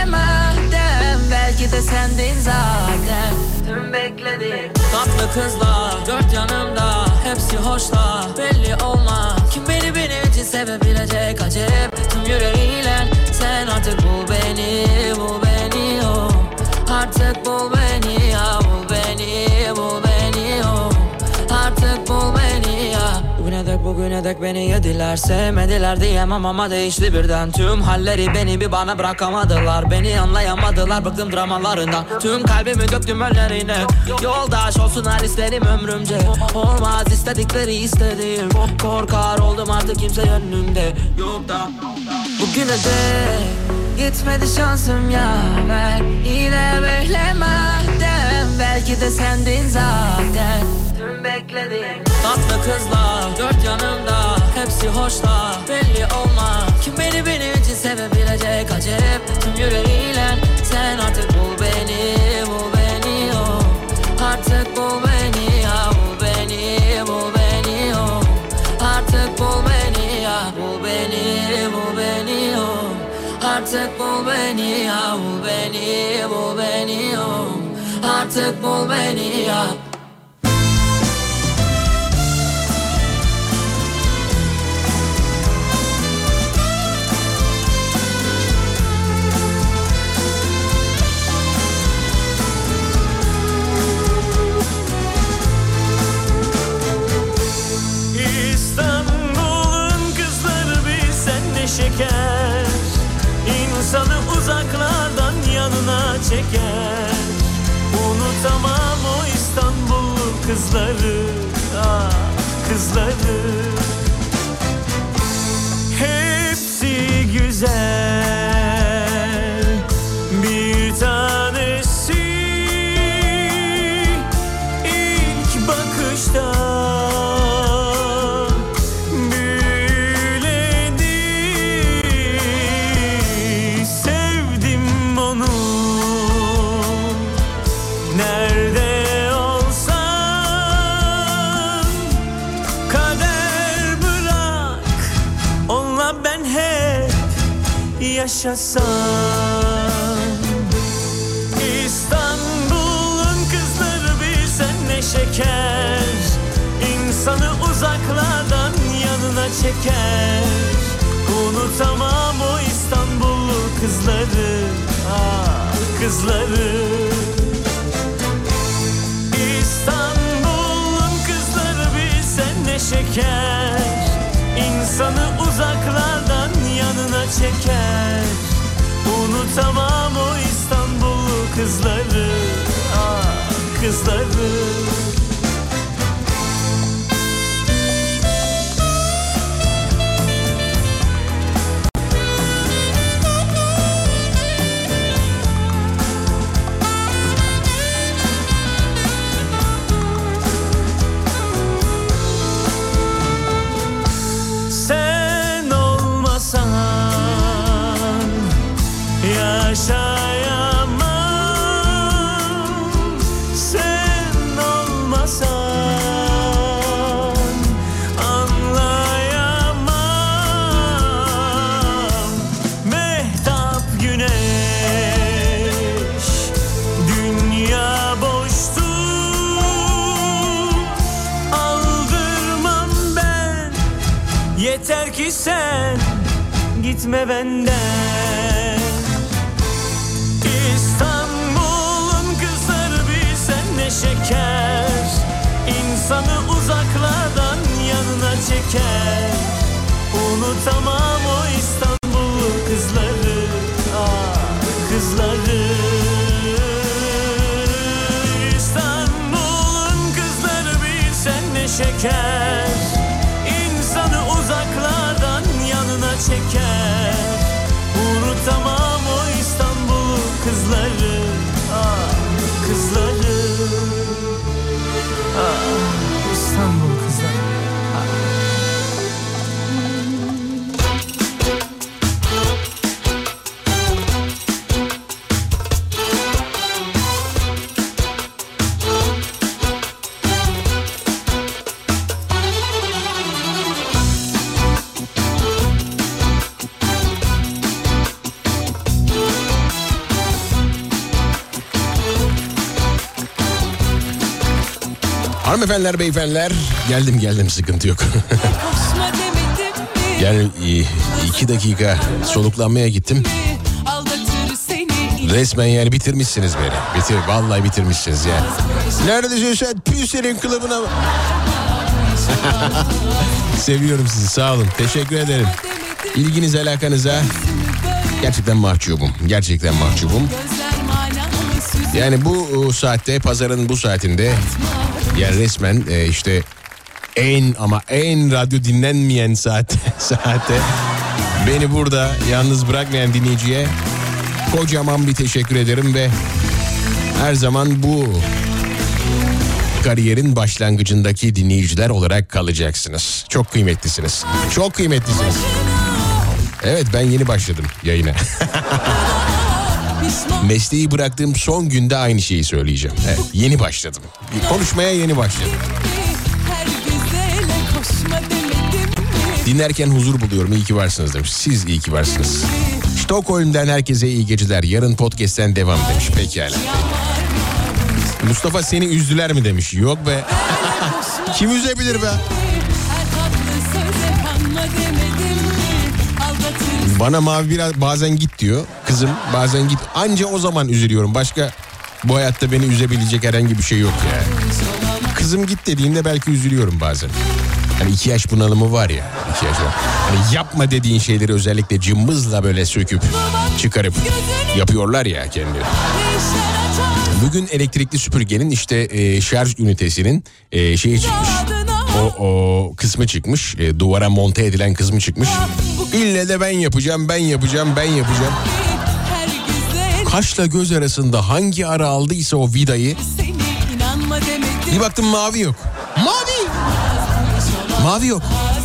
beklemeden. Belki de sendin zaten tüm bekledim. Tatlı kızlar dört yanımda, hepsi hoşla, belli olmaz kim beni benim için sevebilecek acep tüm yüreğiyle. Sen artık bul beni, bul beni oh. Artık bul beni ya, bul beni, bul beni oh. Artık bul beni ya. Bugüne dek beni yediler, sevmediler diyemem ama değişti birden. Tüm halleri beni bir bana bırakamadılar. Beni anlayamadılar, bıktım dramalarından. Tüm kalbimi döktüm önlerine. Yoldaş olsunlar isterim ömrümce. Olmaz istedikleri istedim. Korkar oldum artık kimse yönümde yok da. Bugüne dek gitmedi şansım ya. Ver yine beklemeden. Belki de sendin zaten tüm bekledim. Tatlı kızlar dört yanımda, hepsi hoşla, belli olmaz kim beni benim için sevebilecek acep tüm yüreğiyle. Sen artık bul beni, bul beni oh. Artık bul beni ya, bul beni, bul beni oh. Artık bul beni ya, bul beni. bul beni oh. Artık bul beni ya, bul beni, bul beni oh. Artık bul beni ya. Şeker, insanı uzaklardan yanına çeker. Unutamam o İstanbul kızları, ah kızları. Hepsi güzel, bir tanesi ilk bakışta. Yaşasam. İstanbul'un kızları bilsen ne şeker, İnsanı uzaklardan yanına çeker. Unutamam o İstanbul kızları, ah kızları. İstanbul'un kızları bilsen ne şeker, İnsanı uzaklardan yanına çeker. Unutamam o İstanbul kızları, ah kızları. Yaşayamam sen olmasan, anlayamam. Mehtap güneş, dünya boştu, aldırmam ben. Yeter ki sen gitme benden. Şeker, insanı uzaklardan yanına çeker. Unutamam o İstanbul kızları, ah kızları. İstanbul'un kızları bilsen ne şeker, İnsanı uzaklardan yanına çeker. Unutamam o İstanbul kızları, ah kızları. İstanbul kızları. Hanımefendiler, beyefendiler, geldim sıkıntı yok. Yani 2 dakika soluklanmaya gittim. Resmen yani bitirmişsiniz beni. Vallahi bitirmişsiniz yani. Neredesin sen? Püsenin kılıbına. Seviyorum sizi, sağ olun. Teşekkür ederim. İlginiz, alakanıza. Gerçekten mahcubum. Yani bu saatte, pazarın bu saatinde, yani resmen işte en radyo dinlenmeyen saatte beni burada yalnız bırakmayan dinleyiciye kocaman bir teşekkür ederim ve her zaman bu kariyerin başlangıcındaki dinleyiciler olarak kalacaksınız. Çok kıymetlisiniz. Evet, ben yeni başladım yayına. Mesleği bıraktığım son günde aynı şeyi söyleyeceğim. Evet, yeni başladım. Konuşmaya yeni başladım. Dinlerken huzur buluyorum. İyi ki varsınız demiş. Siz iyi ki varsınız. Stockholm'den herkese iyi geceler. Yarın podcast'ten devam demiş. Pekala. Mustafa seni üzdüler mi demiş. Yok be. Kim üzebilir be? Bana Mavi biraz bazen git diyor. Kızım bazen git. Anca o zaman üzülüyorum. Başka bu hayatta beni üzebilecek herhangi bir şey yok yani. Kızım git dediğinde belki üzülüyorum bazen. Hani 2 yaş bunalımı var ya. 2 yaş var. Hani yapma dediğin şeyleri özellikle cımbızla böyle söküp çıkarıp yapıyorlar ya kendileri. Bugün elektrikli süpürgenin işte şarj ünitesinin şeyi çıkmış. O kısmı çıkmış. Duvara monte edilen kısmı çıkmış. İlle de ben yapacağım. Kaşla göz arasında hangi ara aldıysa o vidayı. Bir baktım mavi yok. Mavi yok.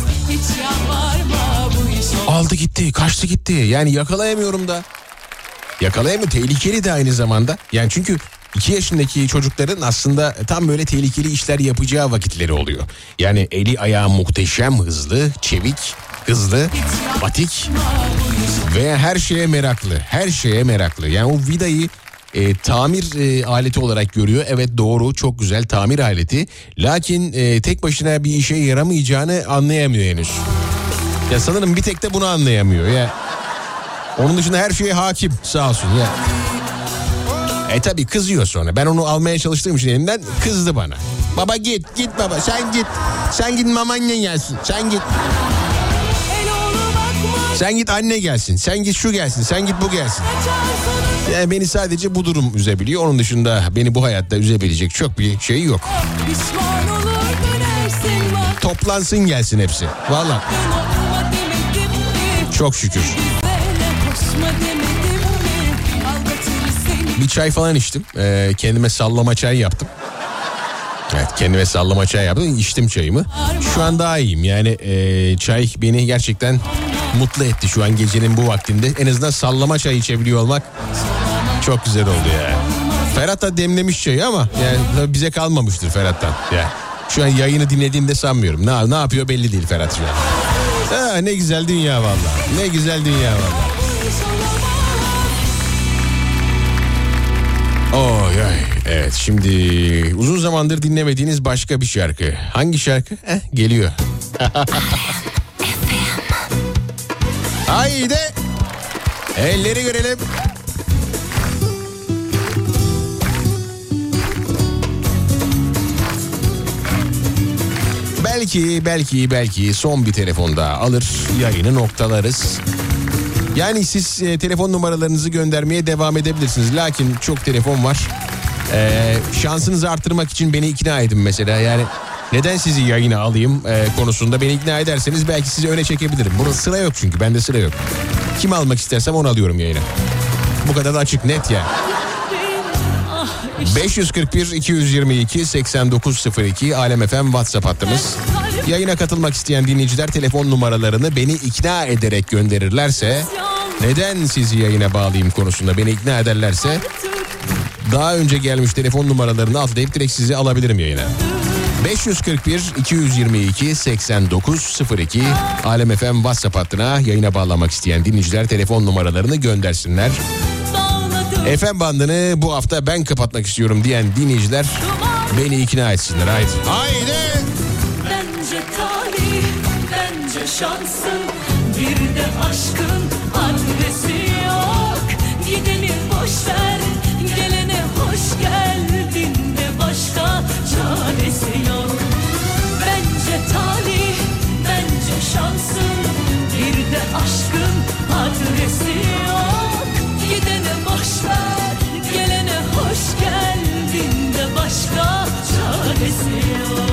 Aldı gitti, kaçtı gitti. Yani yakalayamıyorum da. Tehlikeli de aynı zamanda. Yani çünkü 2 yaşındaki çocukların aslında tam böyle tehlikeli işler yapacağı vakitleri oluyor. Yani eli ayağı muhteşem hızlı, çevik, hızlı, batik ve her şeye meraklı. Yani o vidayı tamir aleti olarak görüyor. Evet doğru, çok güzel tamir aleti. Lakin tek başına bir işe yaramayacağını anlayamıyor henüz. Ya sanırım bir tek de bunu anlayamıyor ya. Onun dışında her şeye hakim sağ olsun ya. Tabii kızıyor sonra. Ben onu almaya çalıştığım için elimden kızdı bana. Baba git baba sen git mamannen gelsin sen git. Sen git anne gelsin, sen git şu gelsin, sen git bu gelsin. Yani beni sadece bu durum üzebiliyor. Onun dışında beni bu hayatta üzebilecek çok bir şey yok. Toplansın gelsin hepsi. Vallahi. Çok şükür. Bir çay falan içtim. Kendime sallama çay yaptım. Evet, kendime sallama çay yaptım. İçtim çayımı. Şu an daha iyiyim. Yani çay beni gerçekten mutlu etti şu an gecenin bu vaktinde. En azından sallama çay içebiliyor olmak çok güzel oldu ya. Ferhat da demlemiş çayı ama yani tabii bize kalmamıştır Ferhat'tan. Yani şu an yayını dinlediğimde sanmıyorum. Ne yapıyor belli değil Ferhat şu an. Ne güzel dünya vallahi. Ne güzel dünya vallahi. Evet, şimdi uzun zamandır dinlemediğiniz başka bir şarkı. Hangi şarkı? Geliyor. Haydi. Elleri görelim. Belki son bir telefon daha alır, yayını noktalarız. Yani siz telefon numaralarınızı göndermeye devam edebilirsiniz. Lakin çok telefon var. Şansınızı artırmak için beni ikna edin mesela. Yani neden sizi yayına alayım konusunda beni ikna ederseniz belki sizi öne çekebilirim. Burada sıra yok çünkü, bende sıra yok. Kim almak istersem onu alıyorum yayına. Bu kadar da açık, net yani. 541-222-8902 Alem FM WhatsApp hattımız. Yayına katılmak isteyen dinleyiciler telefon numaralarını beni ikna ederek gönderirlerse, neden sizi yayına bağlayayım konusunda beni ikna ederlerse, daha önce gelmiş telefon numaralarını atlayıp direkt sizi alabilirim yayına. 541-222-8902 Alem FM WhatsApp hattına yayına bağlamak isteyen dinleyiciler telefon numaralarını göndersinler. FM bandını bu hafta ben kapatmak istiyorum diyen dinleyiciler beni ikna etsinler. Haydi. Bence talih, bence şansın, bir de aşkın adresi yok. Gideni boş ver, gelene hoş geldin de başka çaresi yok. Bence talih, bence şansın, bir de aşkın adresi yok. Gidene boş ver, gelene hoş geldin de başka çaresi yok.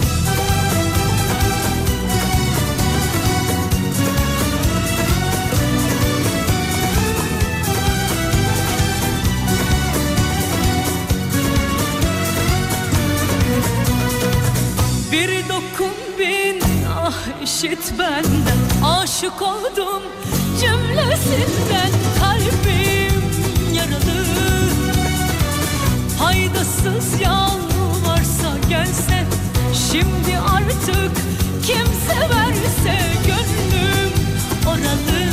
Bir dokun bin ah işit benden, aşık oldum cümlesinden, kalbim yaralı. Faydasız yalvarsa gelse, şimdi artık kim severse gönlüm. oralı.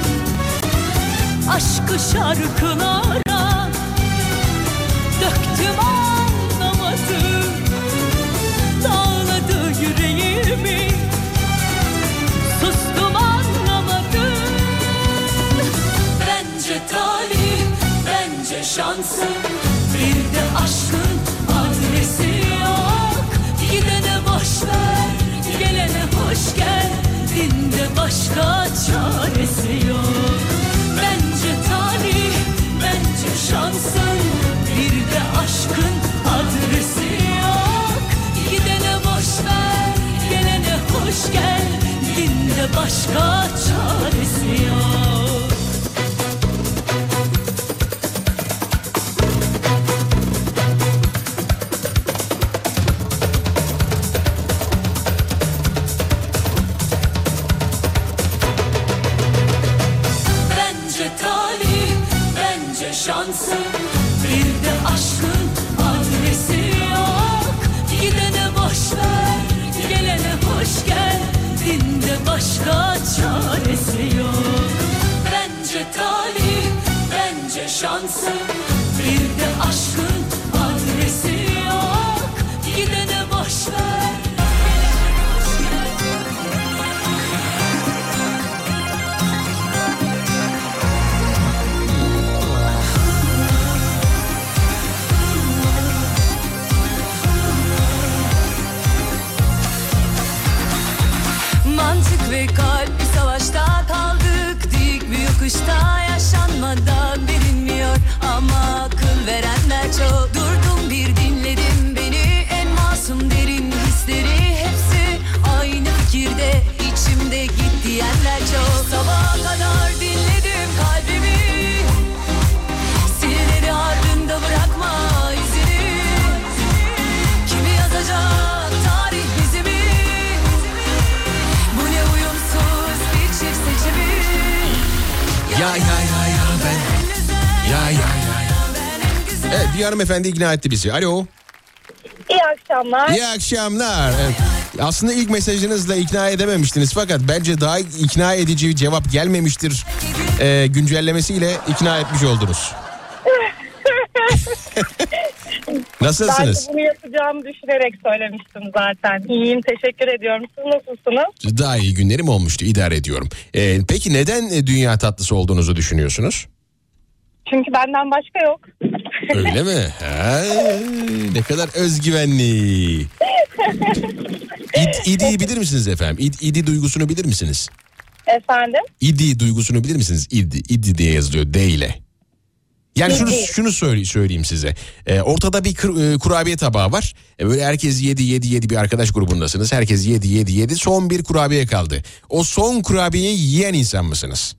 Aşkı şarkılara döktüm anlamadım. Dağladı yüreğimi, sustum anlamadım. Bence talih, bence şansım, bir de aşkın adresi yok. Gidene boş ver, gelene hoş gel, dinde başka çaresi yok. Bence talih, bence şansın, bir de aşkın adresi yok. Gidene boş ver, gelene hoş gel, dinde başka çaresi yok. Şansın, bir de aşkın adresi yok. Gidene boş ver, gelene hoş gel, dinde başka çaresi yok. Bence talih, bence şansın, bir de aşkın adresi yok. Gidene boş ver. Mantık ve kalp bir savaşta kaldık. Dik bir yokuşta yaşanmadan bilinmiyor. Ama akıl verenler çok. Durdum bir dinledim beni, en masum derin hisleri hepsi aynı fikirde. İçimde git diyenler çok. Sabaha kadar dinledim kalbimi. Sinirleri ardında bırakma izini. Kimi yazacak tarih bizi mi? Ya ben. Ya. Evet, bir hanımefendi ikna etti bizi. Alo. İyi akşamlar. İyi akşamlar. Evet. Aslında ilk mesajınızla ikna edememiştiniz fakat bence daha ikna edici bir cevap gelmemiştir güncellemesiyle ikna etmiş oldunuz. Nasılsınız? Ben de bunu yapacağımı düşünerek söylemiştim zaten. İyiyim, teşekkür ediyorum. Siz nasılsınız? Daha iyi günlerim olmuştu, idare ediyorum. Peki neden dünya tatlısı olduğunuzu düşünüyorsunuz? Çünkü benden başka yok. Öyle mi? Ha, ne kadar özgüvenli. İdi bilir misiniz efendim? İdi duygusunu bilir misiniz? Efendim? İdi duygusunu bilir misiniz? İdi diye yazılıyor D ile. Yani şunu söyleyeyim size. Ortada bir kurabiye tabağı var. Böyle herkes yedi bir arkadaş grubundasınız. Herkes yedi. Son bir kurabiye kaldı. O son kurabiyeyi yiyen insan mısınız?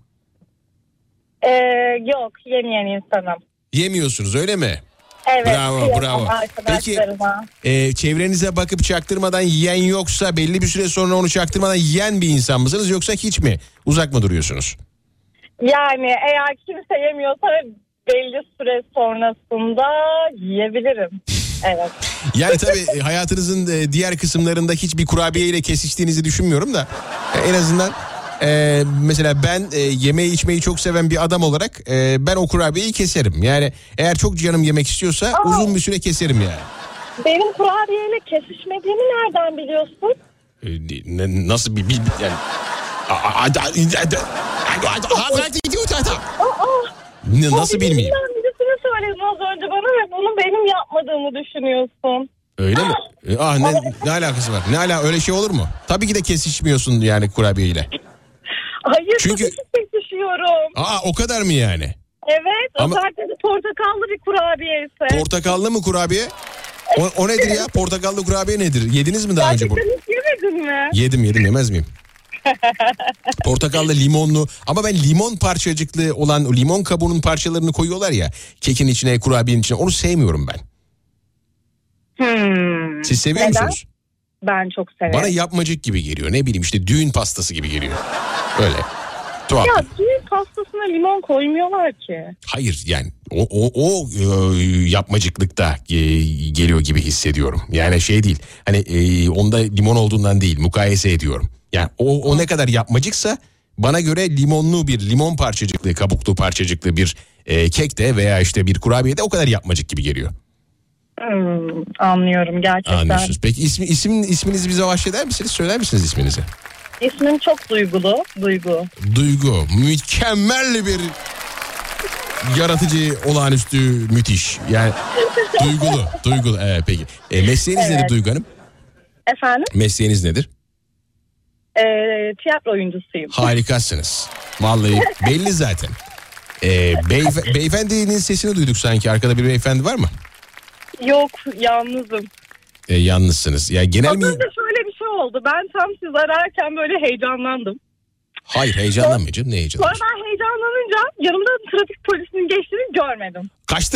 Yok, yemeyen insanım. Yemiyorsunuz öyle mi? Evet. Bravo. Peki çevrenize bakıp çaktırmadan yiyen yoksa, belli bir süre sonra onu çaktırmadan yiyen bir insan mısınız? Yoksa hiç mi? Uzak mı duruyorsunuz? Yani eğer kimse yemiyorsa belli süre sonrasında yiyebilirim. Evet. Yani tabii hayatınızın diğer kısımlarında hiçbir kurabiye ile kesiştiğinizi düşünmüyorum da en azından mesela ben yemeği içmeyi çok seven bir adam olarak ben o kurabiyeyi keserim. Yani eğer çok canım yemek istiyorsa uzun bir süre keserim yani. Benim kurabiyeyle kesişmediğimi nereden biliyorsun? Nasıl bir yani nasıl bilmeyeyim? Birisini söyledin az önce bana ve bunu benim yapmadığımı düşünüyorsun. Öyle mi? Ne alakası var? Öyle şey olur mu? Tabii ki de kesişmiyorsun yani kurabiyeyle. Hayır, çünkü kesişiyorum. O kadar mı yani? Evet, özellikle de portakallı bir kurabiye ise. Portakallı mı kurabiye? O nedir ya? Portakallı kurabiye nedir? Yediniz mi daha önce? Gerçekten hiç yemedin mi? Yedim, yemez miyim? Portakallı, limonlu, ama ben limon parçacıklı olan limon kabuğunun parçalarını koyuyorlar ya kekin içine, kurabiyenin içine, onu sevmiyorum ben. Siz seviyor musunuz? Ben çok severim. Bana yapmacık gibi geliyor, ne bileyim işte düğün pastası gibi geliyor. Öyle. Tuhaf. Ya düğün pastasına limon koymuyorlar ki. Hayır yani o yapmacıklıkta geliyor gibi hissediyorum. Yani şey değil, hani onda limon olduğundan değil, mukayese ediyorum. Yani o ne kadar yapmacıksa bana göre limonlu bir limon parçacıklı, kabuklu parçacıklı bir kek de veya işte bir kurabiye de o kadar yapmacık gibi geliyor. Anlıyorum gerçekten. Anlıyorsunuz. Peki isminizi bize bahşeder misiniz? Söyler misiniz isminizi? İsmim çok duygulu. Duygu. Mükemmel bir yaratıcı, olağanüstü, müthiş. Yani duygulu. Evet peki. Mesleğiniz nedir Duygu Hanım? Efendim? Mesleğiniz nedir? Tiyatro oyuncusuyum. Harikasınız. Vallahi belli zaten. Beyefendinin sesini duyduk sanki. Arkada bir beyefendi var mı? Yok, yalnızım. Yalnızsınız. Ya genel mi? Aslında şöyle bir şey oldu. Ben tam siz ararken böyle heyecanlandım. Hayır, heyecanlanmayacağım. Ne heyecanlanacağım? Sonra ben heyecanlanınca yanımda trafik polisinin geçtiğini görmedim. Kaçtı.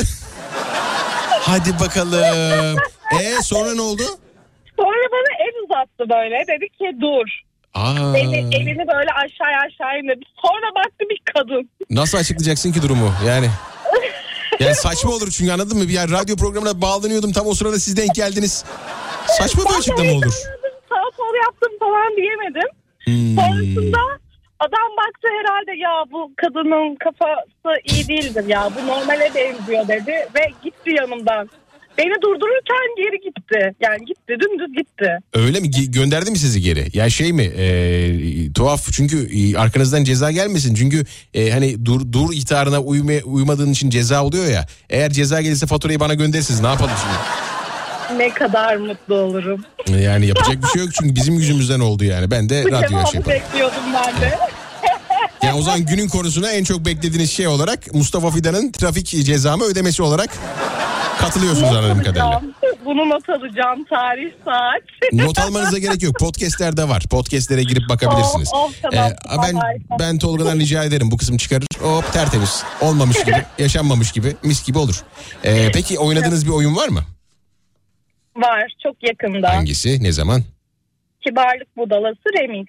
Hadi bakalım. Sonra ne oldu? Sonra bana el uzattı böyle. Dedi ki dur. Elini böyle aşağı indirdi. Sonra baktı bir kadın. Nasıl açıklayacaksın ki durumu? Yani saçma olur çünkü, anladın mı? Bir radyo programına bağlanıyordum, tam o sırada siz denk geldiniz. Saçma bir açıklama olur. Sağ sol yaptım falan diyemedim. Sonrasında adam baktı herhalde, ya bu kadının kafası iyi değildir ya, bu normale benziyor dedi ve gitti yanımdan. Beni durdururken geri gitti. Yani gitti, dümdüz gitti. Öyle mi? Gönderdi mi sizi geri? Ya şey mi? Tuhaf çünkü arkanızdan ceza gelmesin. Çünkü hani dur ihtarına uymadığın için ceza oluyor ya. Eğer ceza gelirse faturayı bana gönderirsiniz. Ne yapalım şimdi? Ne kadar mutlu olurum. Yani yapacak bir şey yok çünkü bizim yüzümüzden oldu yani. Ben de radyoya şey yaparım. Bekliyordum ben de. Yani o zaman günün konusuna en çok beklediğiniz şey olarak Mustafa Fidan'ın trafik cezamı ödemesi olarak katılıyorsunuz anladığım kadarıyla. Bunu not alacağım, tarih, saat. Not almanıza gerek yok. Podcast'lerde var. Podcast'lere girip bakabilirsiniz. Tamam, ben Tolga'dan rica ederim, bu kısım çıkarır. Hop, tertemiz. Olmamış gibi, yaşanmamış gibi, mis gibi olur. Peki oynadığınız bir oyun var mı? Var, çok yakında. Hangisi? Ne zaman? Kibarlık Budalası Remix.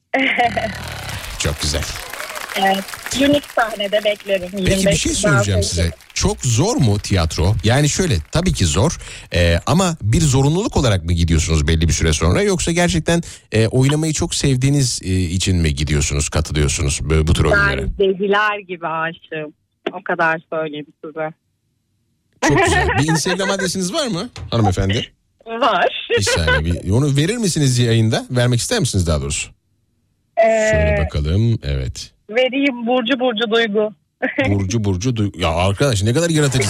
Çok güzel. Evet. Unique sahnede beklerim. Peki bir şey söyleyeceğim size. Çok zor mu tiyatro? Yani şöyle, tabii ki zor ama bir zorunluluk olarak mı gidiyorsunuz belli bir süre sonra, yoksa gerçekten oynamayı çok sevdiğiniz için mi gidiyorsunuz, katılıyorsunuz bu tür oyunlara? Ben deliler gibi aşığım. O kadar söyleyeyim size. Çok güzel. Bir Instagram adresiniz var mı hanımefendi? Var. Bir saniye, onu verir misiniz yayında? Vermek ister misiniz daha doğrusu? Şöyle bakalım, evet. Vereyim, Burcu Duygu. Burcu Duygu. Ya arkadaş ne kadar yaratıcı.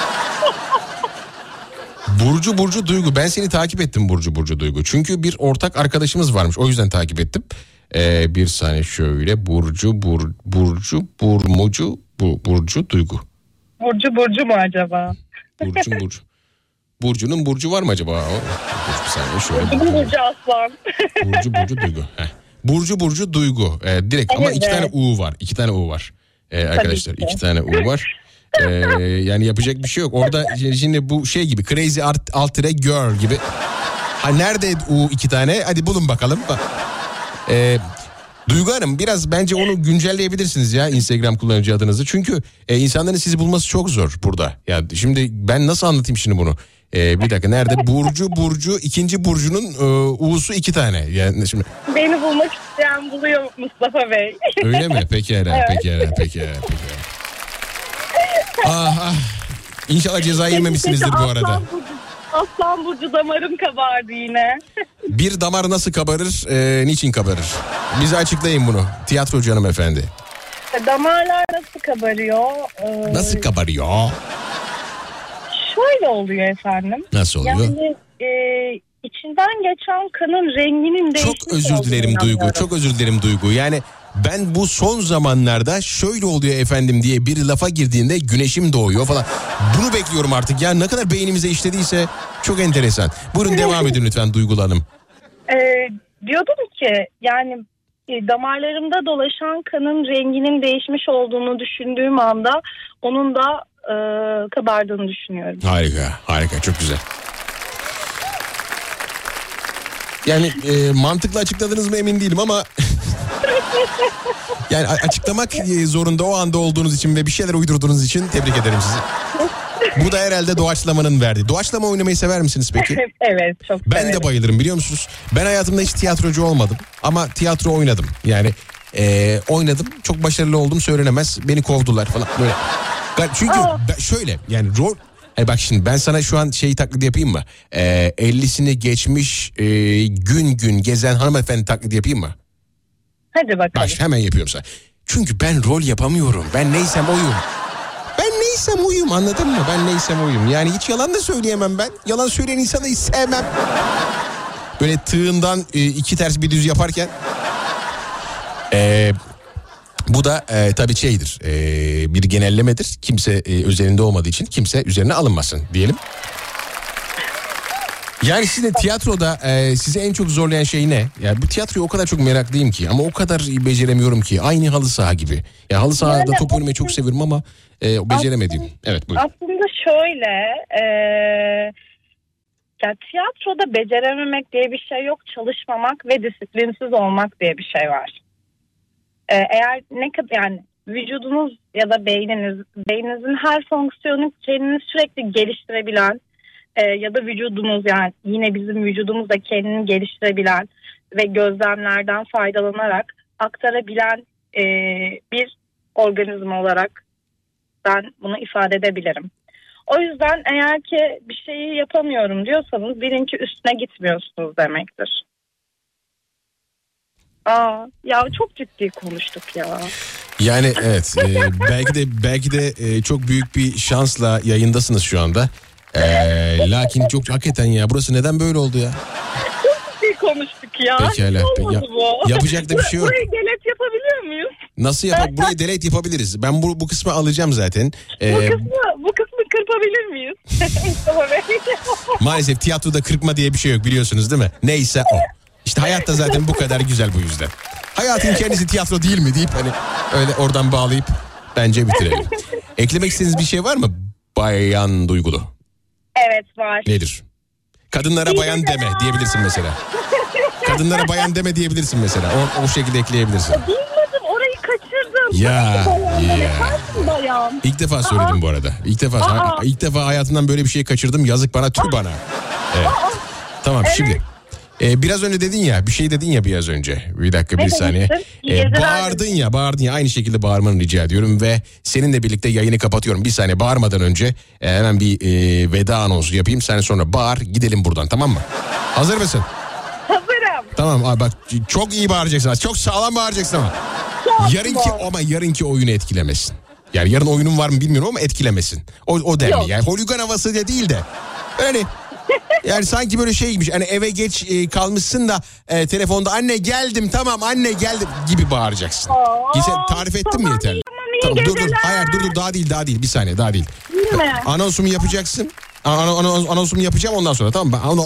Burcu Duygu. Ben seni takip ettim Burcu Duygu. Çünkü bir ortak arkadaşımız varmış. O yüzden takip ettim. Bir saniye şöyle. Burcu Duygu. Burcu mu acaba? Burcu. Burcu'nun burcu var mı acaba? Bir saniye şöyle. Burcu Aslan. Burcu Duygu. Burcu Duygu. Direkt ama evet. 2 tane U var. 2 tane U var. Arkadaşlar 2 tane U var. Yani yapacak bir şey yok. Orada şimdi bu şey gibi, Crazy Alter Girl gibi. Nerede U 2 tane? Hadi bulun bakalım. Duygu Hanım, biraz bence onu güncelleyebilirsiniz ya, Instagram kullanıcı adınızı. Çünkü insanların sizi bulması çok zor burada. Ya şimdi ben nasıl anlatayım şimdi bunu? Bir dakika, nerede? Burcu, ikinci Burcu'nun U'su 2 tane. Yani şimdi... Beni bulmak isteyen buluyor Mustafa Bey. Öyle mi? Pekala. İnşallah ceza yememişsinizdir bu arada. Aslan Burcu damarım kabardı yine. Bir damar nasıl kabarır? Niçin kabarır? Bize açıklayın bunu. Tiyatrocu hanımefendi. Damarlar nasıl kabarıyor? Nasıl kabarıyor? Şöyle oluyor efendim. Nasıl oluyor? Yani içinden geçen kanın renginin değişmesi. Çok özür dilerim Duygu. Çok özür dilerim Duygu. Yani ben bu son zamanlarda şöyle oluyor efendim diye bir lafa girdiğinde güneşim doğuyor falan. Bunu bekliyorum artık. Ya ne kadar beynimize işlediyse çok enteresan. Buyurun devam edin lütfen Duygu Hanım. Diyordum ki yani damarlarımda dolaşan kanın renginin değişmiş olduğunu düşündüğüm anda onun da kabardığını düşünüyorum. Harika, çok güzel. Yani mantıklı açıkladınız mı emin değilim ama yani açıklamak zorunda o anda olduğunuz için ve bir şeyler uydurduğunuz için tebrik ederim sizi. Bu da herhalde doğaçlamanın verdiği. Doğaçlama oynamayı sever misiniz peki? Evet, çok Ben de bayılırım, biliyor musunuz? Ben hayatımda hiç tiyatrocu olmadım ama tiyatro oynadım. Yani oynadım. Çok başarılı oldum söylenemez. Beni kovdular falan böyle. Çünkü şöyle yani rol... bak şimdi ben sana şu an taklidi yapayım mı? 50'sini geçmiş gün gün gezen hanımefendi taklidi yapayım mı? Hadi bakalım. Bak hemen yapıyorum sana. Çünkü ben rol yapamıyorum. Ben neysem oyum. Ben neysem oyum, anladın mı? Ben neysem oyum. Yani hiç yalan da söyleyemem ben. Yalan söyleyen insanı hiç sevmem. Böyle tığından iki ters bir düz yaparken. Bu da tabii bir genellemedir. Kimse üzerinde olmadığı için kimse üzerine alınmasın diyelim. Yani sizin tiyatroda sizi en çok zorlayan şey ne? Yani bu tiyatroya o kadar çok meraklıyım ki ama o kadar beceremiyorum ki. Aynı halı saha gibi. Ya halı sahada top oynamayı çok seviyorum ama beceremediğim. Evet buyurun. Aslında şöyle tiyatroda becerememek diye bir şey yok. Çalışmamak ve disiplinsiz olmak diye bir şey var. Eğer ne kadar yani vücudunuz ya da beyninizin her fonksiyonu kendini sürekli geliştirebilen ya da vücudumuz yani yine bizim vücudumuz da kendini geliştirebilen ve gözlemlerden faydalanarak aktarabilen bir organizma olarak ben bunu ifade edebilirim. O yüzden eğer ki bir şeyi yapamıyorum diyorsanız bilin ki üstüne gitmiyorsunuz demektir. Ya çok ciddi konuştuk ya. Yani evet belki de çok büyük bir şansla yayındasınız şu anda. Lakin çok hakikaten ya burası neden böyle oldu ya? Çok ciddi konuştuk ya. Pekala. Yapacak da bir şey yok. Burayı delete yapabiliyor muyuz? Nasıl burayı delete yapabiliriz. Ben bu kısmı alacağım zaten. Bu kısmı kırpabilir miyiz? Maalesef tiyatroda kırpma diye bir şey yok biliyorsunuz değil mi? Neyse o. İşte hayat da zaten bu kadar güzel bu yüzden. Hayatın kendisi tiyatro değil mi deyip hani öyle oradan bağlayıp bence bitirelim. Eklemek istediğiniz bir şey var mı Bayan Duygulu? Evet var. Nedir? Kadınlara bayan deme diyebilirsin mesela. Kadınlara bayan deme diyebilirsin mesela. O şekilde ekleyebilirsin. Bilmedim orayı kaçırdım. Ya. Bayan. İlk defa söyledim bu arada. İlk defa hayatımdan böyle bir şey kaçırdım. Yazık bana, tüh bana. Evet. Tamam evet. Şimdi. Biraz önce dedin ya, bir şey dedin ya biraz önce. Bir dakika bir saniye. Bağırdın ya aynı şekilde bağırmanı rica ediyorum ve seninle birlikte yayını kapatıyorum. Bir saniye bağırmadan önce hemen bir veda anonsu yapayım. Sen sonra bağır gidelim buradan, tamam mı? Hazır mısın? Hazırım. Tamam bak çok iyi bağıracaksın. Çok sağlam bağıracaksın ama. Yarınki oyunu etkilemesin. Yani yarın oyunun var mı bilmiyorum ama etkilemesin. O denli. Yok. Yani holigan havası da değil de. Öyle. Yani sanki böyle şeymiş hani eve geç kalmışsın da telefonda anne geldim tamam anne geldim gibi bağıracaksın. Tarif ettim mi yeterli? Tamam dur hayır dur daha değil bir saniye daha değil. Anonsumu yapacaksın. Anonsumu yapacağım ondan sonra tamam mı?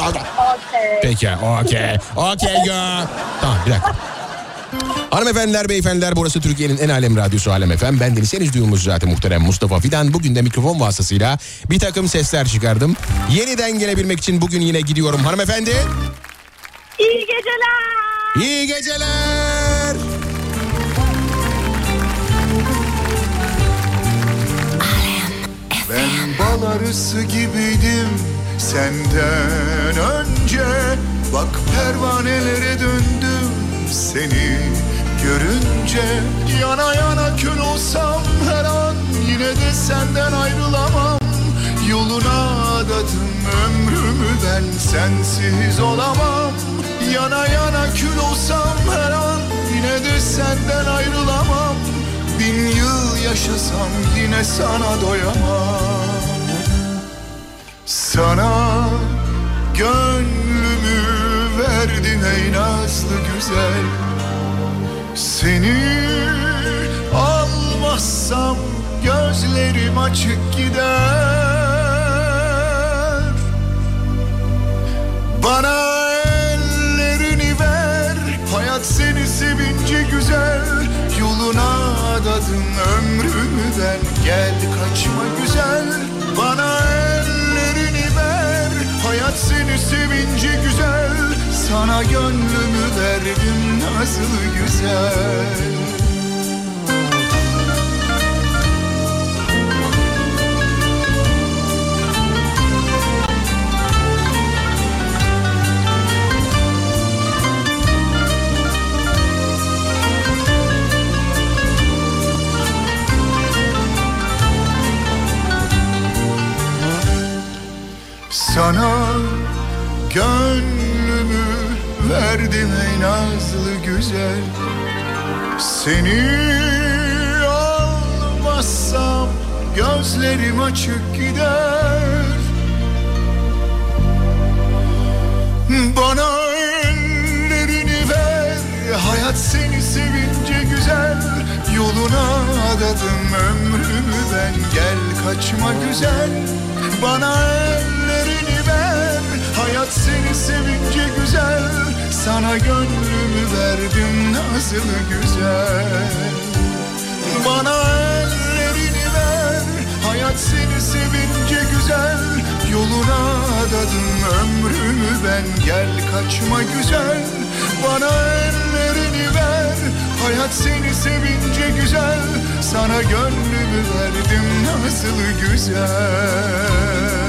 Peki okey ya. Tamam bir dakika. Hanımefendiler, beyefendiler burası Türkiye'nin en alem radyosu Alem FM. Ben Deniz henüz duyulmuş zaten muhterem Mustafa Fidan. Bugün de mikrofon vasıtasıyla bir takım sesler çıkardım. Yeniden gelebilmek için bugün yine gidiyorum hanımefendi. İyi geceler. İyi geceler. Ben bal arısı gibiydim senden önce. Bak pervanelere döndüm seni görünce. Yana yana kül olsam her an yine de senden ayrılamam. Yoluna adadım ömrümü ben sensiz olamam. Yana yana kül olsam her an yine de senden ayrılamam. 1000 yıl yaşasam yine sana doyamam. Sana gönlümü verdim ey nazlı güzel. Seni almazsam gözlerim açık gider. Bana ellerini ver, hayat seni sevince güzel. Yoluna adadım ömrümü ben, gel kaçma güzel. Bana ellerini ver, hayat seni sevince güzel. Sana gönlümü verdim nazlı güzel. Sana gönlümü verdim ey nazlı güzel. Seni almazsam gözlerim açık gider. Bana ellerini ver, hayat seni sevince güzel. Yoluna adadım ömrümü ben, gel kaçma güzel. Bana ellerini ver, hayat seni sevince güzel. Sana gönlümü verdim nazlı güzel. Bana ellerini ver, hayat seni sevince güzel. Yoluna adadım ömrümü ben, gel kaçma güzel. Bana ellerini ver, hayat seni sevince güzel. Sana gönlümü verdim nazlı güzel.